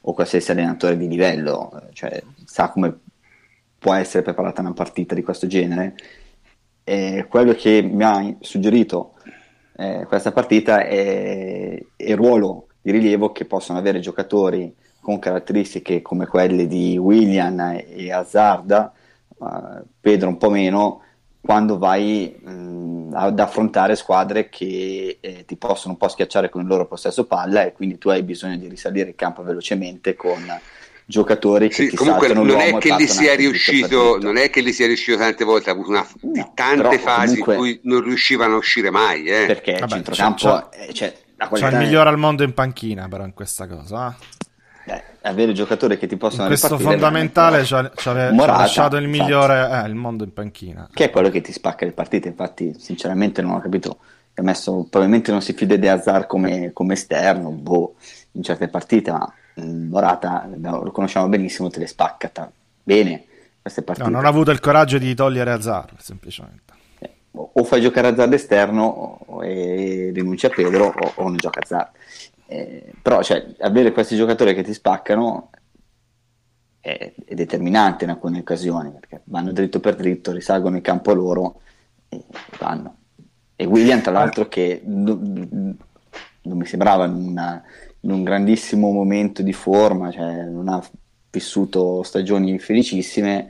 o qualsiasi allenatore di livello, cioè sa come può essere preparata una partita di questo genere. Quello che mi ha suggerito questa partita è il ruolo di rilievo che possono avere giocatori con caratteristiche come quelle di Willian e Hazard, Pedro un po' meno, quando vai ad affrontare squadre che ti possono un po' schiacciare con il loro possesso palla, e quindi tu hai bisogno di risalire il campo velocemente con giocatori che ti comunque saltano non l'uomo è che gli sia riuscito, non è che gli sia riuscito tante volte, ha avuto tante fasi comunque, in cui non riuscivano a uscire mai, perché il centrocampo c'è il migliore al mondo in panchina, però in questa cosa avere giocatori che ti possono questo fondamentale ci ha lasciato il migliore il mondo in panchina, che è quello che ti spacca le partite. Infatti sinceramente non ho capito, probabilmente non si fida di Hazard come esterno in certe partite, ma Morata lo conosciamo benissimo, te le spacca bene queste partite. Non ha avuto il coraggio di togliere Hazard, semplicemente. O fai giocare Hazard esterno e rinunci a Pedro, o non gioca Hazard. Però avere questi giocatori che ti spaccano è determinante in alcune occasioni, perché vanno dritto per dritto, risalgono il campo loro e vanno. E Willian, tra l'altro, che non mi sembrava in un grandissimo momento di forma, non ha vissuto stagioni felicissime,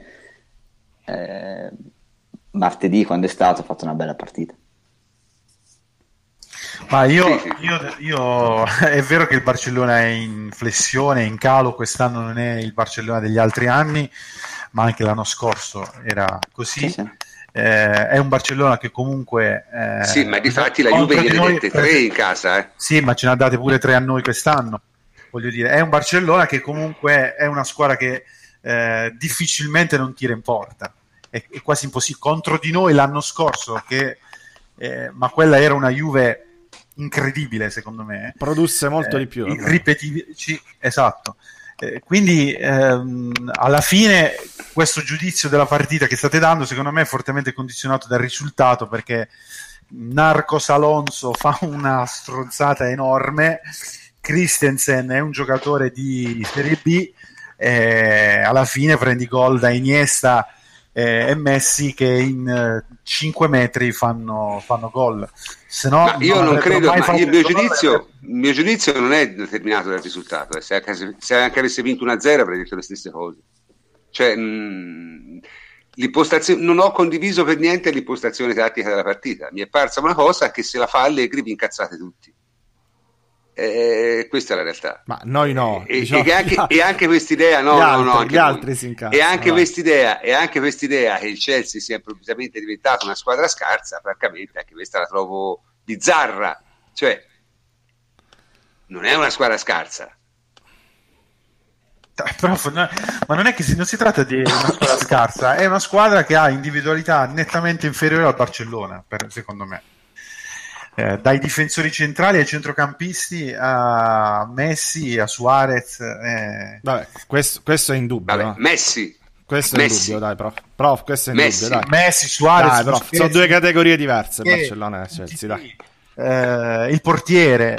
martedì, quando è stato, ha fatto una bella partita. Ma io è vero che il Barcellona è in flessione, in calo, quest'anno non è il Barcellona degli altri anni, ma anche l'anno scorso era così. Sì. È un Barcellona che comunque sì, ma difatti la Juve gliene mette 3 in casa, Sì, ma ce ne ha date pure 3 a noi quest'anno, voglio dire. È un Barcellona che comunque è una squadra che difficilmente non tira in porta, è quasi impossibile. Contro di noi l'anno scorso ma quella era una Juve incredibile, secondo me, produsse molto di più, esatto. Quindi alla fine questo giudizio della partita che state dando, secondo me, è fortemente condizionato dal risultato, perché Narcos Alonso fa una stronzata enorme, Christensen è un giocatore di Serie B, alla fine prendi gol da Iniesta e Messi che in 5 metri fanno gol. Se no, ma io non credo, ma il mio giudizio non è determinato dal risultato. Se anche avesse vinto 1-0 avrei detto le stesse cose. L'impostazione, non ho condiviso per niente l'impostazione tattica della partita. Mi è parsa una cosa che se la fa Allegri vi incazzate tutti. Questa è la realtà. Ma noi no. E anche quest'idea gli altri si incazzano. E anche quest'idea che il Chelsea sia improvvisamente diventato una squadra scarsa, francamente anche questa la trovo bizzarra. Non è una squadra scarsa. Però, ma non è che non si tratta di una squadra scarsa, è una squadra che ha individualità nettamente inferiori al Barcellona, secondo me. Dai difensori centrali ai centrocampisti, a Messi, a Suarez. Vabbè, questo è indubbio. Vabbè, Messi. Questo è indubbio, dai, prof, questo è indubbio, dai. Messi, Suarez, dai, prof, sono due categorie diverse, Barcellona e Chelsea, dai. Il portiere,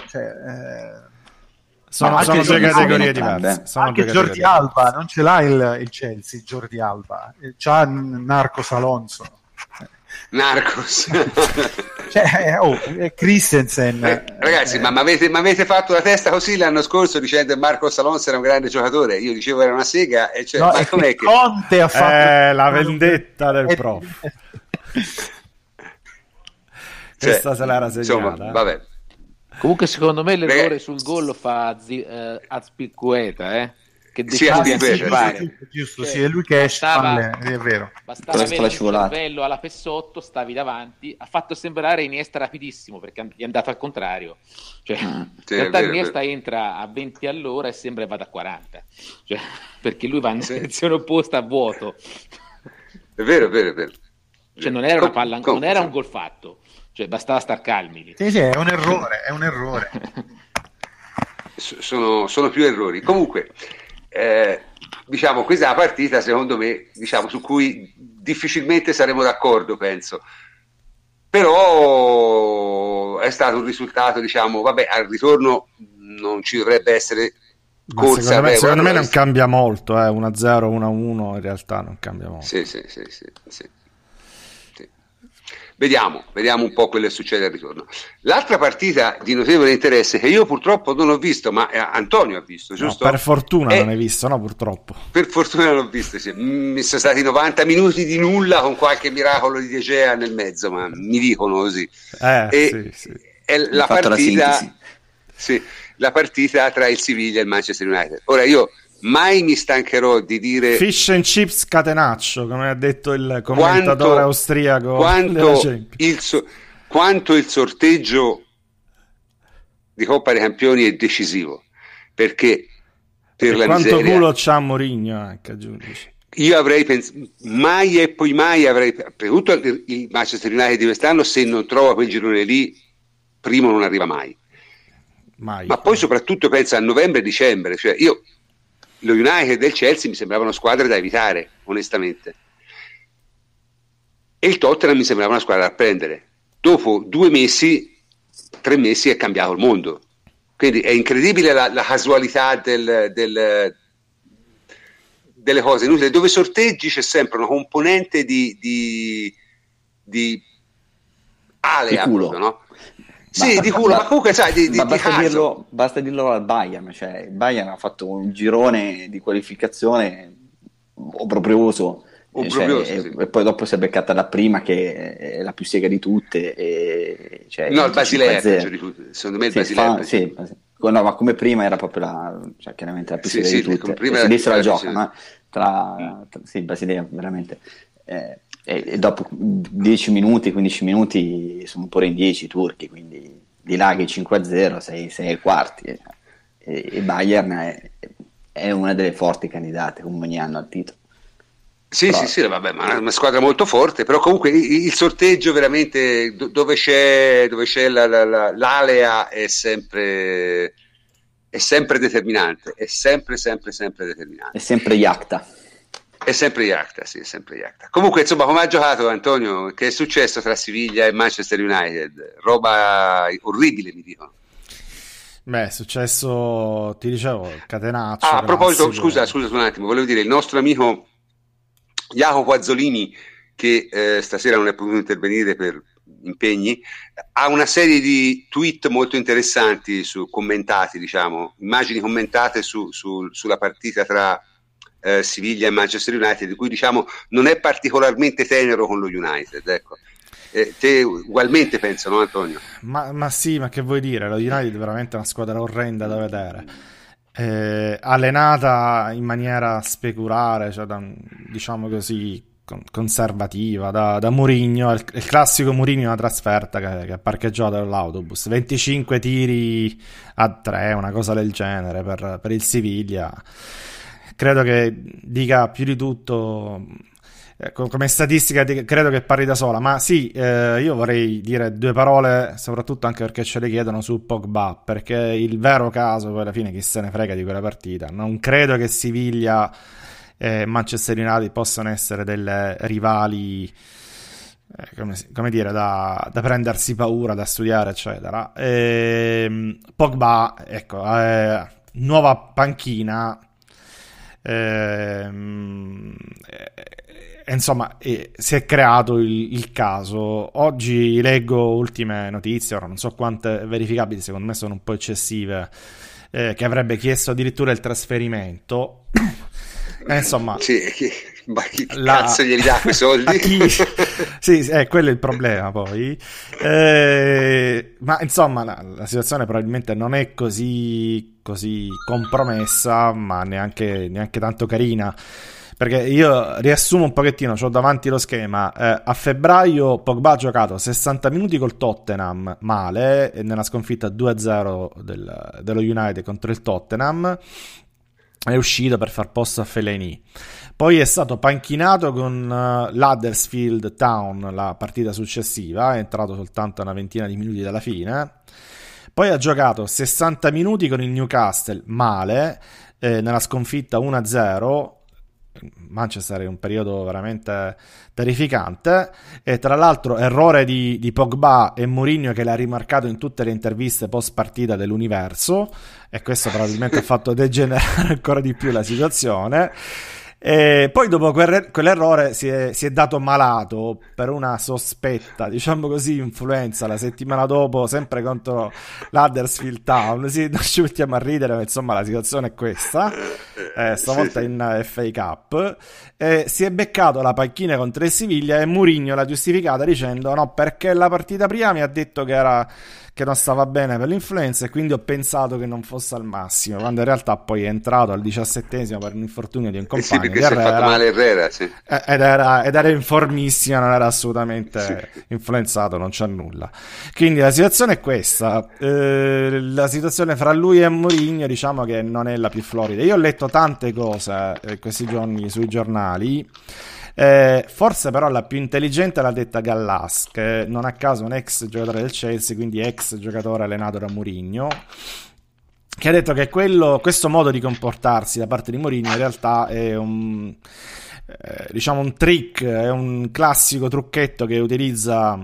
sono due categorie diverse. Anche Jordi Alba, non ce l'ha il Chelsea, Jordi Alba, c'ha Narcos Alonso. Narcos. Christensen. Ragazzi, ma avete fatto la testa così l'anno scorso dicendo che Marcos Alonso era un grande giocatore? Io dicevo era una sega, ma com'è che Conte ha fatto la vendetta del prof. Questa se l'era segnata. Insomma, vabbè. Comunque secondo me l'errore sul gol lo fa Azpilicueta, che giusto, sì, è lui che esce, è vero. Bastava avere il cervello alla P8, stavi davanti, ha fatto sembrare Iniesta rapidissimo perché è andato al contrario, in realtà Iniesta entra a 20 all'ora e sembra vada a 40, perché lui va in direzione opposta a vuoto. È vero. Non era una palla, non era un gol fatto, bastava star calmi. Sì, è un errore. Sono più errori. Comunque questa è una partita secondo me su cui difficilmente saremo d'accordo, penso, però è stato un risultato al ritorno non ci dovrebbe essere Secondo me non cambia molto, 1-0, 1-1 in realtà non cambia molto. Sì. Vediamo un po' quello che succede al ritorno. L'altra partita di notevole interesse che io purtroppo non ho visto, ma Antonio ha visto, giusto? No, per fortuna non hai visto, no, purtroppo. Per fortuna non ho visto, sì. Mi sono stati 90 minuti di nulla con qualche miracolo di De Gea nel mezzo, ma mi dicono così. Sì. È la partita, la partita tra il Siviglia e il Manchester United. Ora io mai mi stancherò di dire fish and chips catenaccio, come ha detto il commentatore austriaco, quanto il sorteggio di Coppa dei Campioni è decisivo, perché per la quanto miseria culo c'ha Mourinho anche, aggiungi. Io avrei mai e poi mai avrei premuto il Manchester United di quest'anno, se non trova quel girone lì primo non arriva mai. Ma poi soprattutto pensa a novembre e dicembre, cioè lo United e il Chelsea mi sembravano squadre da evitare, onestamente, e il Tottenham mi sembrava una squadra da prendere. Dopo 2 mesi, 3 mesi è cambiato il mondo, quindi è incredibile la casualità delle cose inutili. Dove sorteggi c'è sempre una componente di alea, di culo, no? Sì, di culo, ma comunque sai, basta dirlo al Bayern, cioè il Bayern ha fatto un girone di qualificazione obbrobrioso, e poi dopo si è beccata la prima che è la più sega di tutte, il Basilea è peggio di tutte, secondo me il Basilea no, ma come prima era proprio chiaramente la più sega di tutte, si disse la gioca, no? Il Basilea veramente e dopo 10 minuti, 15 minuti sono pure in 10 i turchi, quindi dilaghi 5-0, 6 ai quarti, e Bayern è una delle forti candidate come ogni anno al titolo. Sì, vabbè, ma è una squadra molto forte, però comunque il sorteggio veramente dove c'è l'alea è sempre determinante, è sempre determinante. È sempre Iacta. È sempre Iacta. Comunque, insomma, come ha giocato Antonio? Che è successo tra Siviglia e Manchester United? Roba orribile, mi dicono. Beh, è successo, ti dicevo, catenaccio. A proposito, scusa un attimo, volevo dire, il nostro amico Jacopo Azzolini, che stasera non è potuto intervenire per impegni, ha una serie di tweet molto interessanti commentati, diciamo, immagini commentate sulla partita tra Siviglia e Manchester United, di cui diciamo non è particolarmente tenero con lo United, ecco. Te ugualmente penso, no Antonio? Ma sì, ma che vuoi dire? Lo United è veramente una squadra orrenda da vedere, allenata in maniera speculare, cioè diciamo così conservativa da Mourinho, il classico Mourinho una trasferta che ha parcheggiato all'autobus, 25 tiri a 3, una cosa del genere per il Siviglia. Credo che dica più di tutto, come statistica credo che parli da sola, ma sì, io vorrei dire 2 parole, soprattutto anche perché ce le chiedono su Pogba, perché il vero caso poi alla fine chi se ne frega di quella partita. Non credo che Siviglia e Manchester United possano essere delle rivali, come dire, da prendersi paura, da studiare, eccetera. Pogba, ecco, nuova panchina, insomma, si è creato il caso. Oggi leggo ultime notizie, ora non so quante verificabili, secondo me sono un po' eccessive, che avrebbe chiesto addirittura il trasferimento. Insomma, ma chi cazzo glieli dà quei soldi? Sì, quello è il problema poi. Ma insomma la situazione probabilmente non è così compromessa, ma neanche tanto carina, perché io riassumo un pochettino, c'ho davanti lo schema. A febbraio Pogba ha giocato 60 minuti col Tottenham male, nella sconfitta 2-0 dello United contro il Tottenham. È uscito per far posto a Fellaini. Poi è stato panchinato con l'Huddersfield Town la partita successiva, è entrato soltanto una ventina di minuti dalla fine. Poi ha giocato 60 minuti con il Newcastle male, nella sconfitta 1-0, Manchester è un periodo veramente terrificante, e tra l'altro errore di Pogba e Mourinho, che l'ha rimarcato in tutte le interviste post partita dell'Universo, e questo probabilmente ha fatto degenerare ancora di più la situazione. E poi dopo quell'errore si è dato malato per una sospetta, diciamo così, influenza la settimana dopo, sempre contro l'Huddersfield Town. Sì, non ci mettiamo a ridere, ma insomma la situazione è questa, stavolta sì. in FA Cup. Si è beccato la panchina contro il Siviglia e Mourinho l'ha giustificata dicendo no, perché la partita prima mi ha detto che non stava bene per l'influenza e quindi ho pensato che non fosse al massimo, quando in realtà poi è entrato al 17esimo per un infortunio di un compagno, sì, perché si è fatto male Herrera, sì. ed era in formissima, non era assolutamente influenzato, non c'è nulla. Quindi la situazione è questa, la situazione fra lui e Mourinho diciamo che non è la più florida. Io ho letto tante cose questi giorni sui giornali. Forse però la più intelligente l'ha detta Gallas, che non a caso è un ex giocatore del Chelsea, quindi ex giocatore allenato da Mourinho, che ha detto che questo modo di comportarsi da parte di Mourinho in realtà è un trick, è un classico trucchetto che utilizza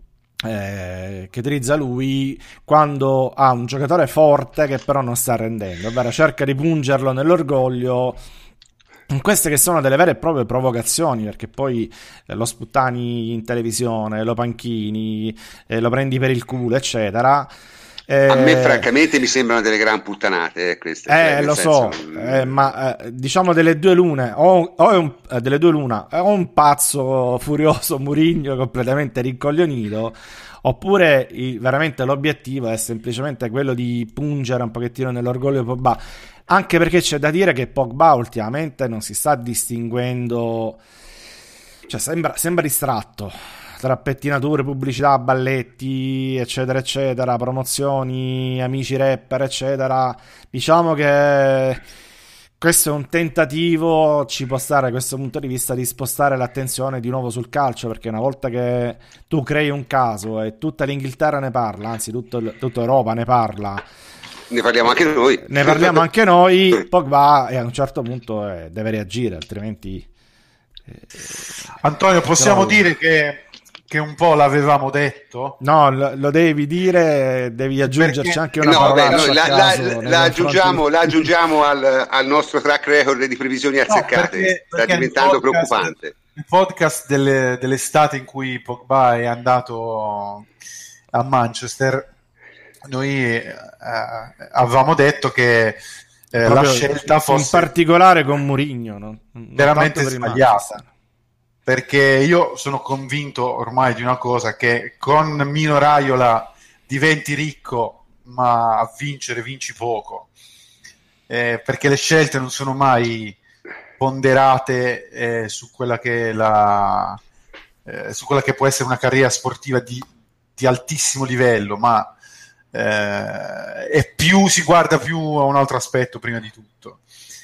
lui quando ha un giocatore forte che però non sta rendendo, ovvero cerca di pungerlo nell'orgoglio in queste che sono delle vere e proprie provocazioni, perché poi lo sputtani in televisione, lo panchini, lo prendi per il culo, eccetera. A me francamente mi sembrano delle gran puttanate queste, cioè, lo senso, so, ma diciamo delle due lune, delle due luna, o un pazzo furioso Mourinho completamente rincoglionito, oppure veramente l'obiettivo è semplicemente quello di pungere un pochettino nell'orgoglio di Pogba, anche perché c'è da dire che Pogba ultimamente non si sta distinguendo, cioè sembra distratto tra pettinature, pubblicità, balletti, eccetera eccetera, promozioni, amici rapper, eccetera. Diciamo che questo è un tentativo, ci può stare da questo punto di vista, di spostare l'attenzione di nuovo sul calcio, perché una volta che tu crei un caso e tutta l'Inghilterra ne parla, anzi tutta Europa ne parla, ne parliamo anche noi. Ne parliamo anche noi. Pogba a un certo punto deve reagire, altrimenti Antonio, possiamo dire che un po' l'avevamo detto? No, lo devi dire, devi aggiungerci anche una parolaccia. La aggiungiamo al nostro track record di previsioni azzeccate. Sta diventando preoccupante. Il podcast dell'estate in cui Pogba è andato a Manchester, noi avevamo detto che la scelta fosse in particolare con Mourinho, no? veramente sbagliata, perché io sono convinto ormai di una cosa, che con Mino Raiola diventi ricco ma a vincere vinci poco, perché le scelte non sono mai ponderate su quella che su quella che può essere una carriera sportiva di altissimo livello, ma e più si guarda più a un altro aspetto prima di tutto,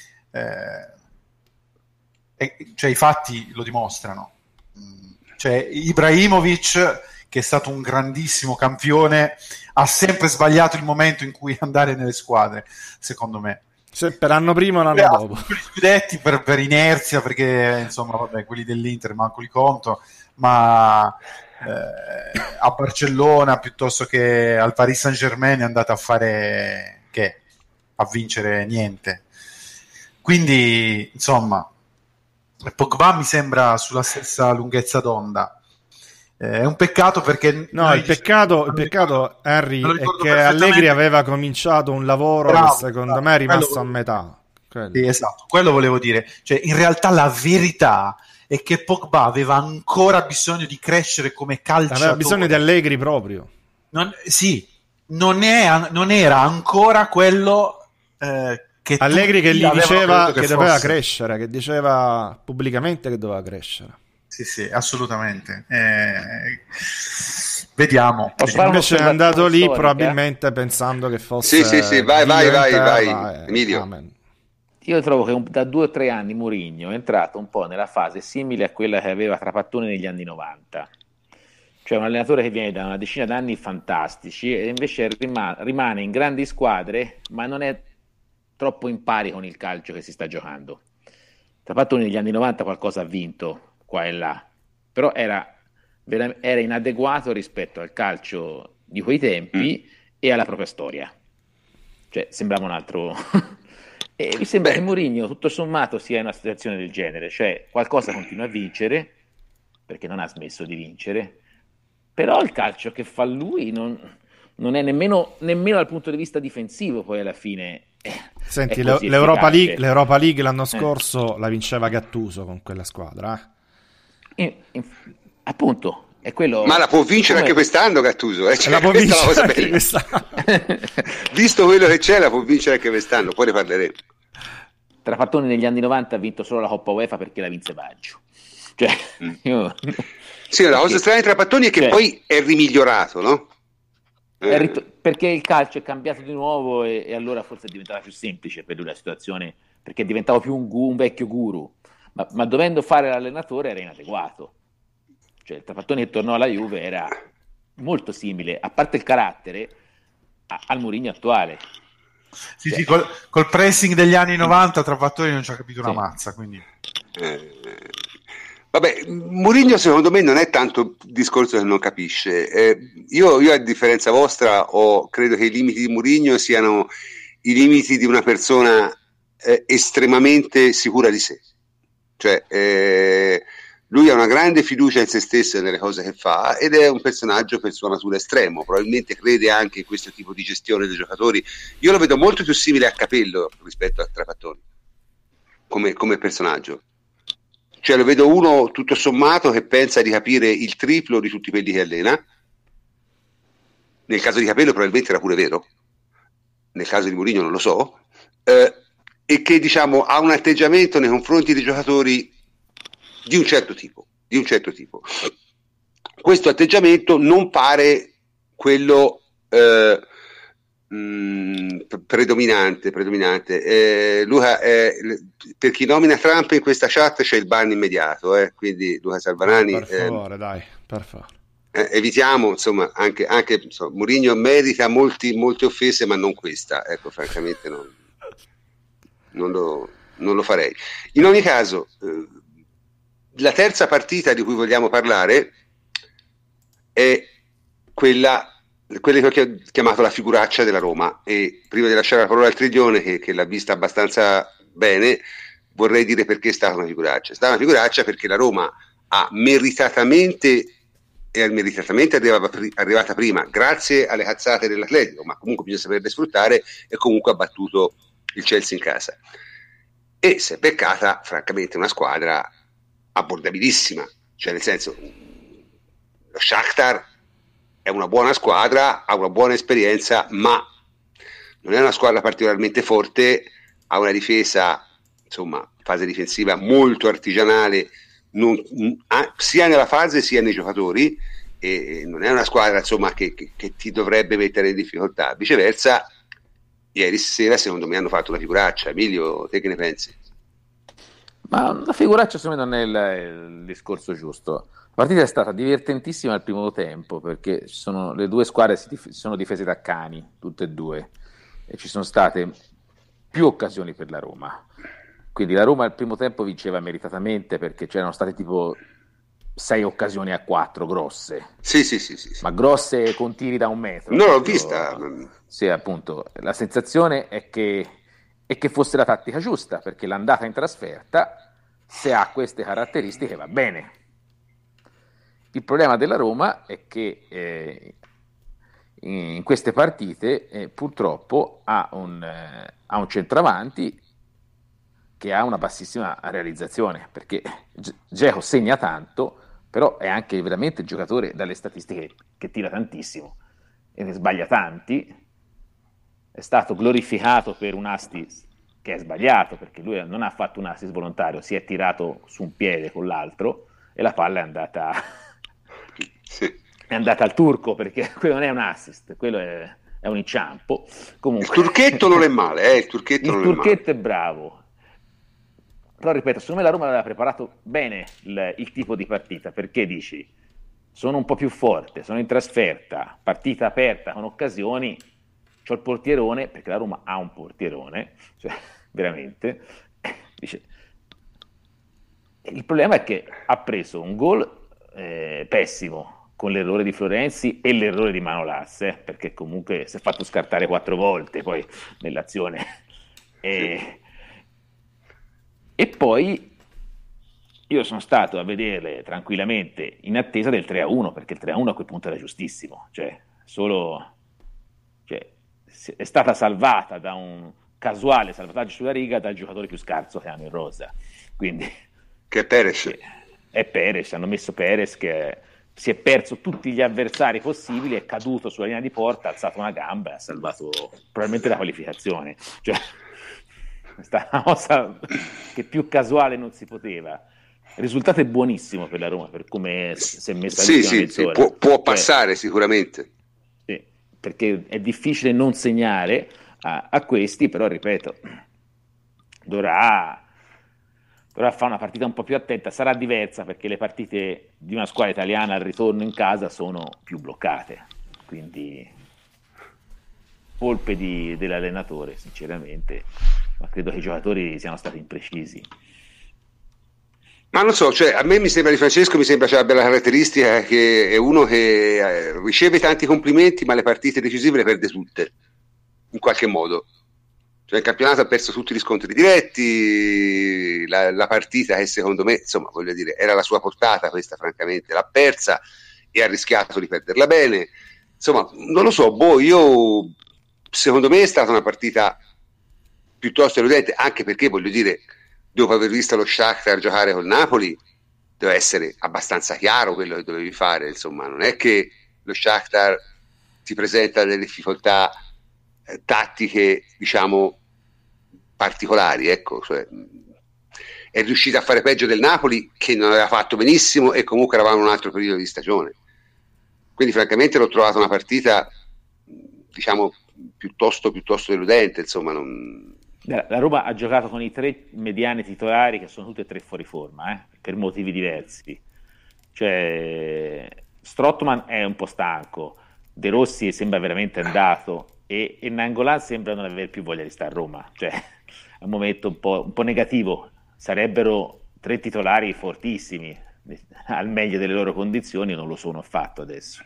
cioè i fatti lo dimostrano. Cioè Ibrahimovic, che è stato un grandissimo campione, ha sempre sbagliato il momento in cui andare nelle squadre, secondo me. Per l'anno prima o l'anno dopo gli scudetti per inerzia, perché insomma vabbè, quelli dell'Inter manco li conto, ma a Barcellona piuttosto che al Paris Saint-Germain è andata a vincere niente. Quindi insomma Pogba mi sembra sulla stessa lunghezza d'onda. È un peccato, perché il peccato Henry è che Allegri aveva cominciato un lavoro che secondo me è rimasto a metà. Sì, esatto, quello volevo dire. Cioè, in realtà la verità è che Pogba aveva ancora bisogno di crescere come calciatore. Aveva bisogno di Allegri proprio. Non era ancora quello che Allegri che gli diceva che doveva crescere, che diceva pubblicamente che doveva crescere. Sì, assolutamente. Vediamo. Invece è andato lì storica, probabilmente pensando che fosse... Sì, vai, Emilio. Amen. Io trovo che da 2 o 3 anni Mourinho è entrato un po' nella fase simile a quella che aveva Trapattoni negli anni 90. Cioè un allenatore che viene da una decina d'anni fantastici e invece rimane in grandi squadre, ma non è troppo in pari con il calcio che si sta giocando. Trapattoni negli anni 90 qualcosa ha vinto qua e là, però era inadeguato rispetto al calcio di quei tempi e alla propria storia, cioè sembrava un altro e mi sembra che Mourinho tutto sommato sia in una situazione del genere, cioè qualcosa continua a vincere perché non ha smesso di vincere, però il calcio che fa lui non è nemmeno dal punto di vista difensivo poi alla fine. Senti, l'Europa League l'anno scorso la vinceva Gattuso con quella squadra. Appunto, è quello. Ma la può vincere anche quest'anno Gattuso, cioè, la può vincere anche quest'anno. Visto quello che c'è, la può vincere anche quest'anno, poi ne parleremo. Trapattoni negli anni 90 ha vinto solo la Coppa UEFA perché la vinse Baggio. Cioè, sì, la cosa strana di Trapattoni è che poi è rimigliorato, no? Perché il calcio è cambiato di nuovo e allora forse è diventata più semplice per lui la situazione, perché diventava più un vecchio guru, ma dovendo fare l'allenatore era inadeguato. Cioè il Trapattoni che tornò alla Juve era molto simile, a parte il carattere, al Mourinho attuale. Sì, sì, col pressing degli anni 90 Trapattoni non ci ha capito una mazza, quindi... Vabbè, Mourinho secondo me non è tanto il discorso che non capisce. Io a differenza vostra credo che i limiti di Mourinho siano i limiti di una persona estremamente sicura di sé. Cioè, lui ha una grande fiducia in se stesso e nelle cose che fa ed è un personaggio per sua natura estremo, probabilmente crede anche in questo tipo di gestione dei giocatori. Io lo vedo molto più simile a Capello rispetto a Trapattoni come personaggio. Cioè lo vedo uno tutto sommato che pensa di capire il triplo di tutti quelli che allena. Nel caso di Capello probabilmente era pure vero, nel caso di Mourinho non lo so, e che diciamo ha un atteggiamento nei confronti dei giocatori di un certo tipo. Questo atteggiamento non pare quello predominante. Luca, per chi nomina Trump in questa chat c'è il ban immediato, quindi Luca Salvarani, per favore, dai, per favore. Evitiamo, insomma, anche insomma, Mourinho merita molte offese, ma non questa, ecco, francamente non lo farei. In ogni caso, la terza partita di cui vogliamo parlare è quella che ho chiamato la figuraccia della Roma, e prima di lasciare la parola al Triglione che l'ha vista abbastanza bene, vorrei dire perché è stata una figuraccia. È stata una figuraccia perché la Roma ha meritatamente arrivata prima grazie alle cazzate dell'Atletico, ma comunque bisogna saperle sfruttare, e comunque ha battuto il Chelsea in casa e si è beccata francamente una squadra abbordabilissima, cioè nel senso, lo Shakhtar è una buona squadra, ha una buona esperienza, ma non è una squadra particolarmente forte, ha una difesa, insomma, fase difensiva molto artigianale, sia nella fase sia nei giocatori, e non è una squadra, insomma, che ti dovrebbe mettere in difficoltà. Viceversa, ieri sera secondo me hanno fatto una figuraccia. Emilio, te che ne pensi? Ma una figuraccia secondo me non è il discorso giusto. La partita è stata divertentissima al primo tempo, perché le due squadre si sono difese da cani, tutte e due, e ci sono state più occasioni per la Roma. Quindi la Roma al primo tempo vinceva meritatamente, perché c'erano state tipo 6 occasioni a 4 grosse. Sì. Ma grosse con tiri da 1 metro. Non l'ho vista. Sì, appunto. La sensazione è che fosse la tattica giusta, perché l'andata in trasferta, se ha queste caratteristiche, va bene. Il problema della Roma è che in queste partite purtroppo ha un centravanti che ha una bassissima realizzazione, perché Dzeko segna tanto, però è anche veramente il giocatore dalle statistiche che tira tantissimo e ne sbaglia tanti. È stato glorificato per un assist che è sbagliato, perché lui non ha fatto un assist volontario, si è tirato su un piede con l'altro e la palla è andata al turco, perché quello non è un assist, quello è un inciampo. Comunque, il turchetto non è male, il turchetto è bravo. Però ripeto, secondo me la Roma aveva preparato bene il tipo di partita, perché dici, sono un po' più forte, sono in trasferta, partita aperta con occasioni, c'ho il portierone, perché la Roma ha un portierone, cioè veramente, dice, Il problema è che ha preso un gol pessimo con l'errore di Florenzi e l'errore di Manolas, perché comunque si è fatto scartare 4 volte poi nell'azione. E poi io sono stato a vederle tranquillamente in attesa del 3-1, perché il 3-1 a quel punto era giustissimo, cioè è stata salvata da un casuale salvataggio sulla riga dal giocatore più scarso che hanno in rosa, quindi che è Perez. È Perez, hanno messo Perez che si è perso tutti gli avversari possibili, è caduto sulla linea di porta, ha alzato una gamba e ha salvato probabilmente la qualificazione, cioè è stata una cosa che più casuale non si poteva. Il risultato è buonissimo per la Roma, per come si è messa mezz'ora. Può passare sicuramente. Sì, perché è difficile non segnare a questi, però ripeto, dovrà fare una partita un po' più attenta, sarà diversa perché le partite di una squadra italiana al ritorno in casa sono più bloccate, quindi colpe dell'allenatore sinceramente, ma credo che i giocatori siano stati imprecisi. Ma non so, cioè a me mi sembra di Francesco, mi sembra c'è la bella caratteristica che è uno che riceve tanti complimenti ma le partite decisive le perde tutte, in qualche modo. Cioè il campionato ha perso tutti gli scontri diretti, la partita che secondo me, insomma, voglio dire, era la sua portata questa, francamente, l'ha persa e ha rischiato di perderla bene. Insomma, non lo so, secondo me è stata una partita piuttosto eludente, anche perché, voglio dire, dopo aver visto lo Shakhtar giocare col Napoli, deve essere abbastanza chiaro quello che dovevi fare, insomma, non è che lo Shakhtar ti presenta delle difficoltà tattiche, diciamo, particolari, ecco, cioè, è riuscita a fare peggio del Napoli, che non aveva fatto benissimo e comunque eravamo in un altro periodo di stagione, quindi francamente l'ho trovata una partita, diciamo, piuttosto deludente, insomma. La Roma ha giocato con i 3 mediani titolari che sono tutti e 3 fuori forma, per motivi diversi, cioè Strootman è un po' stanco, De Rossi sembra veramente andato e Nainggolan sembra non avere più voglia di stare a Roma, cioè è un momento un po' negativo. Sarebbero 3 titolari fortissimi al meglio delle loro condizioni, non lo sono affatto adesso.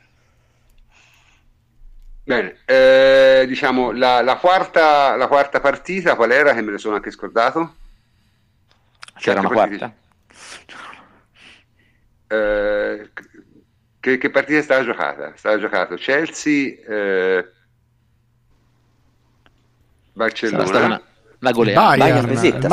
Bene, diciamo la quarta partita qual era, che me ne sono anche scordato? C'era una quarta? Che partita è stata giocata? Stava giocato Chelsea, Barcellona, la goleata Bayern. Il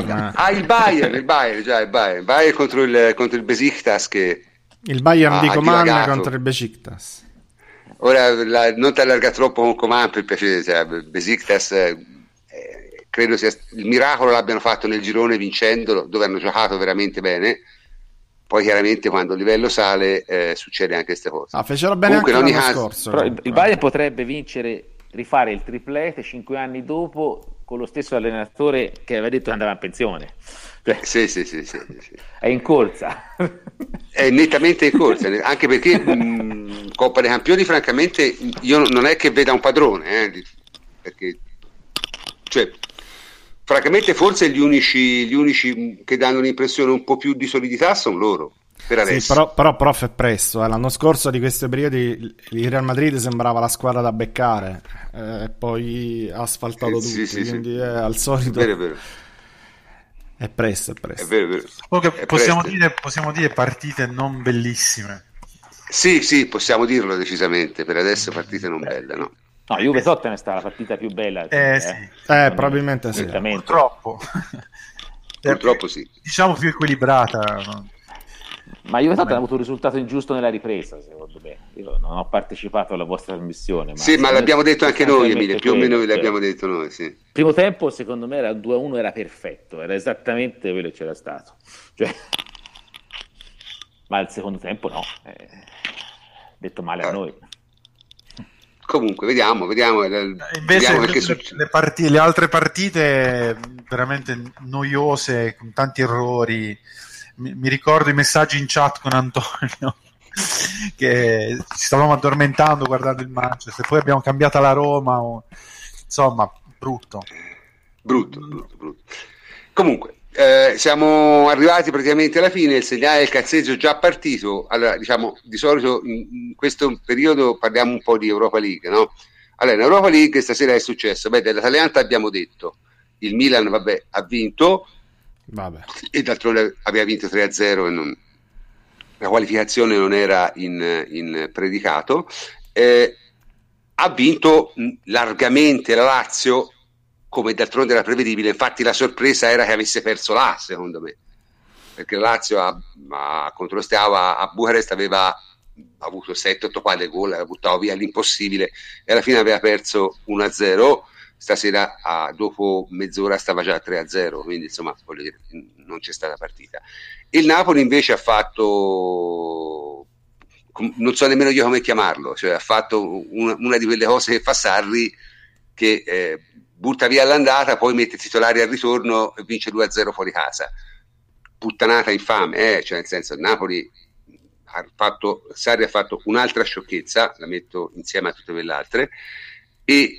Bayern contro il Besiktas, che il Bayern di Coman dilagato contro il Besiktas. Ora non ti allarga troppo con Coman, per piacere, cioè, Besiktas credo sia il miracolo l'abbiano fatto nel girone vincendolo, dove hanno giocato veramente bene. Poi chiaramente quando il livello sale succede anche queste cose. Fecero bene comunque anche l'anno scorso. Però il Bayern potrebbe rifare il triplete 5 anni dopo con lo stesso allenatore che aveva detto che andava in pensione. Cioè, sì. È in corsa. È nettamente in corsa, anche perché Coppa dei Campioni francamente io non è che veda un padrone, perché cioè francamente forse gli unici che danno un'impressione un po' più di solidità sono loro per adesso. Sì, però prof è presto, l'anno scorso di questi periodi il Real Madrid sembrava la squadra da beccare e poi ha asfaltato tutti, quindi è al solito. È vero. È presto. È vero. Okay, possiamo dire partite non bellissime. Sì, possiamo dirlo decisamente, per adesso partite non belle, no? No, Juve-Tottenham è stata la partita più bella. Sì. Probabilmente sì. Purtroppo sì. Diciamo più equilibrata. No? Ma Juve-Tottenham ha avuto un risultato ingiusto nella ripresa, secondo me. Io non ho partecipato alla vostra trasmissione. Ma l'abbiamo detto anche noi, Emilio, più o meno l'abbiamo detto noi, sì. Primo tempo, secondo me, era 2-1, era perfetto, era esattamente quello che c'era stato. Cioè... Ma il secondo tempo no, detto male a noi. Comunque, vediamo. Invece le altre partite veramente noiose, con tanti errori. Mi ricordo i messaggi in chat con Antonio che ci stavamo addormentando guardando il Manchester, poi abbiamo cambiato la Roma, insomma, brutto. Comunque, siamo arrivati praticamente alla fine, il segnale del cazzeggio è già partito. Allora, diciamo, di solito in questo periodo parliamo un po' di Europa League, no? Allora, in Europa League stasera è successo, dell'Atalanta abbiamo detto, il Milan, ha vinto, e d'altronde aveva vinto 3-0 e la qualificazione non era in predicato. Ha vinto largamente la Lazio, come d'altronde era prevedibile. Infatti la sorpresa era che avesse perso là, secondo me, perché la Lazio contro Steaua a Bucarest aveva avuto 7-8 palle gol, aveva buttato via l'impossibile e alla fine aveva perso 1-0. Stasera dopo mezz'ora stava già 3-0, quindi insomma non c'è stata partita. Il Napoli invece ha fatto, non so nemmeno io come chiamarlo, cioè ha fatto una di quelle cose che fa Sarri, che butta via all'andata, poi mette titolari al ritorno e vince 2-0 fuori casa. Puttanata infame, cioè nel senso, il Napoli Sarri ha fatto un'altra sciocchezza, la metto insieme a tutte quelle altre, e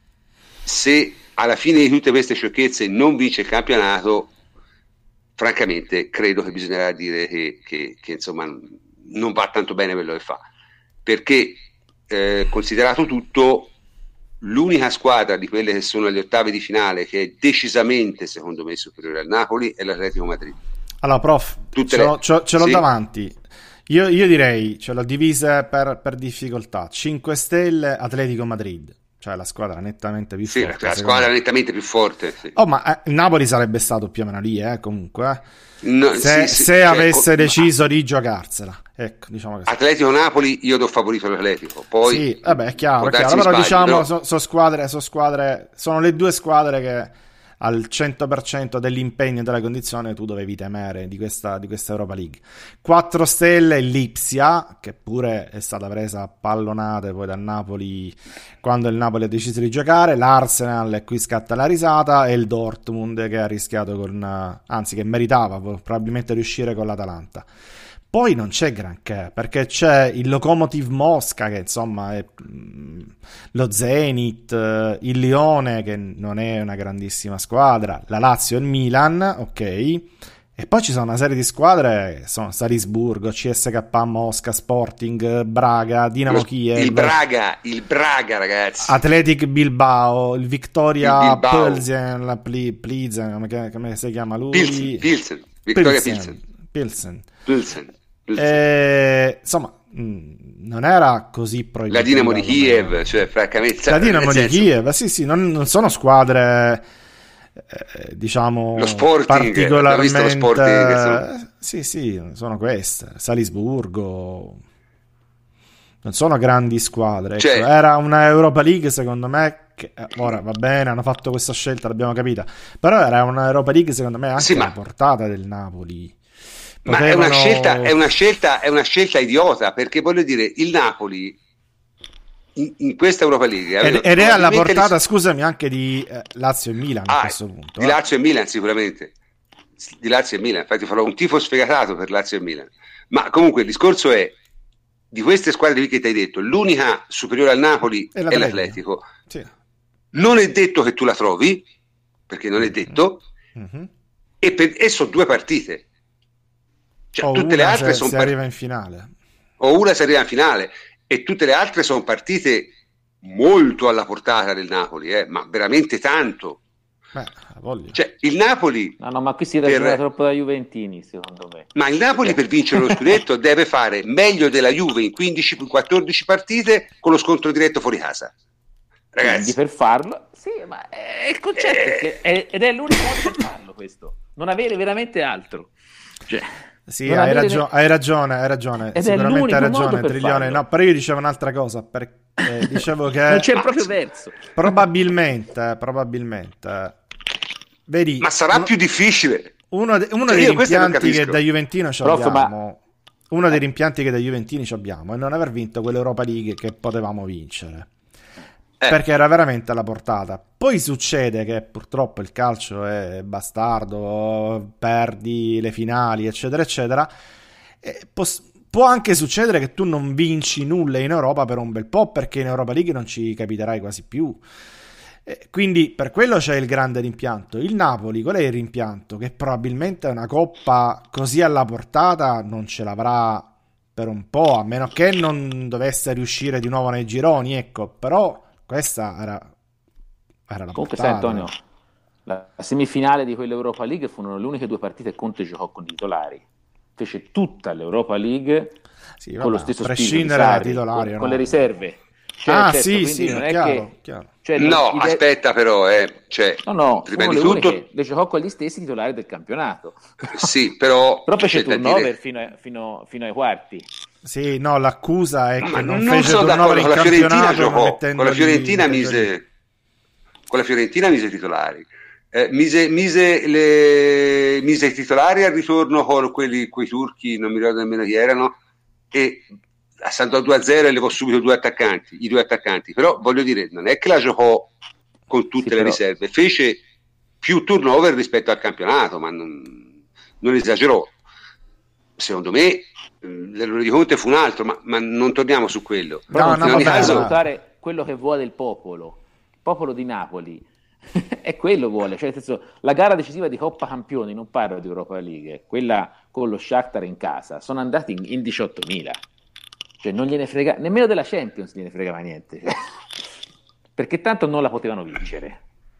se alla fine di tutte queste sciocchezze non vince il campionato, francamente credo che bisognerà dire che insomma non va tanto bene quello che fa, perché considerato tutto, l'unica squadra di quelle che sono alle ottave di finale che è decisamente, secondo me, superiore al Napoli è l'Atletico Madrid. Allora, prof, ce l'ho sì? Davanti. Io direi, ce l'ho divisa per difficoltà. 5 stelle Atletico Madrid, cioè la squadra nettamente più forte. Sì, la squadra nettamente più forte. Sì. Oh, ma il Napoli sarebbe stato più o meno lì, comunque. No, se avesse deciso di giocarsela. Ecco, diciamo così. Atletico-Napoli, io do favorito l'Atletico. Poi, sì, vabbè, è chiaro, però diciamo, sono squadre, sono le due squadre che al 100% dell'impegno e della condizione tu dovevi temere di questa Europa League. 4 stelle l'Ipsia, che pure è stata presa a pallonate poi dal Napoli quando il Napoli ha deciso di giocare, l'Arsenal, e qui scatta la risata, e il Dortmund che ha rischiato che meritava probabilmente riuscire con l'Atalanta. Poi non c'è granché, perché c'è il Lokomotiv Mosca, che insomma è lo Zenit, il Lione, che non è una grandissima squadra, la Lazio e il Milan, ok, e poi ci sono una serie di squadre che sono Salisburgo, CSK Mosca, Sporting, Braga, Dinamo Kiev, il Braga ragazzi, Athletic Bilbao, il Victoria Plzen, come si chiama lui? Pilsen. Insomma, non era così proibito. La Dinamo di Kiev, cioè francamente, la Dinamo di Kiev, sì, non sono squadre diciamo lo Sporting, particolarmente lo Sporting, sì, sono queste. Salisburgo non sono grandi squadre, cioè, ecco. Era una Europa League, secondo me, che ora va bene, hanno fatto questa scelta, l'abbiamo capita, però era una Europa League secondo me anche alla portata del Napoli. Ma è una scelta idiota, perché voglio dire, il Napoli in questa Europa League ed è alla portata, scusami, anche di Lazio e Milan a questo punto. Di Lazio e Milan sicuramente, di Lazio e Milan, infatti farò un tifo sfegatato per Lazio e Milan, ma comunque il discorso è, di queste squadre che ti hai detto, l'unica superiore al Napoli è l'Atletico. Sì. Non è detto che tu la trovi, perché non è detto, e sono 2 partite. Cioè, tutte le altre sono arriva in finale, o una si arriva in finale, e tutte le altre sono partite molto alla portata del Napoli, ma veramente tanto. Cioè, il Napoli, no, ma qui si ragiona troppo da Juventini, secondo me. Ma il Napoli per vincere lo scudetto deve fare meglio della Juve in 15-14 partite con lo scontro diretto fuori casa, ragazzi. Quindi per farlo, sì, ma è il concetto, ed è l'unico modo per farlo, questo, non avere veramente altro, cioè. Sì, hai ragione. Ed sicuramente hai ragione, Triglione. No, però io dicevo un'altra cosa, perché dicevo che non c'è proprio verso. Probabilmente. Vedi, ma sarà più difficile. Uno dei rimpianti che da Juventino abbiamo. Uno dei rimpianti che da Juventini abbiamo è non aver vinto quell'Europa League che potevamo vincere. Perché era veramente alla portata. Poi succede che purtroppo il calcio è bastardo, perdi le finali, eccetera eccetera, e può anche succedere che tu non vinci nulla in Europa per un bel po', perché in Europa League non ci capiterai quasi più. Quindi per quello c'è il grande rimpianto. Il Napoli, qual è il rimpianto? Che probabilmente una coppa così alla portata non ce l'avrà per un po', a meno che non dovesse riuscire di nuovo nei gironi, ecco. Però questa era la Comunque, portata. sai Antonio, la semifinale di quell'Europa League furono le uniche 2 partite che Conte giocò con i titolari. Fece tutta l'Europa League con lo stesso prescindere spirito da di titolari, Sarri, no? con le riserve. Sì, non è chiaro, che, chiaro. Cioè, no, aspetta però, prima di tutto le giocò con gli stessi titolari del campionato. Sì, però fece c'è da turnover dire... fino ai quarti. Sì, no, l'accusa è che non non fece sono turnover d'accordo, in con la Fiorentina campionato, giocò, con la Fiorentina mettendoli- mise titolari. Mise i titolari al ritorno con quei turchi, non mi ricordo nemmeno chi erano, e saltò 2-0 e levò subito i 2 attaccanti. Però voglio dire, non è che la giocò con tutte le riserve, fece più turnover rispetto al campionato, ma non esagerò. Secondo me l'errore di Conte fu un altro, ma non torniamo su quello. Però in ogni caso valutare quello che vuole il popolo di Napoli. E quello vuole, cioè nel senso, la gara decisiva di Coppa Campioni, non parlo di Europa League, quella con lo Shakhtar in casa, sono andati in 18.000, cioè non gliene frega, nemmeno della Champions gliene fregava niente, perché tanto non la potevano vincere.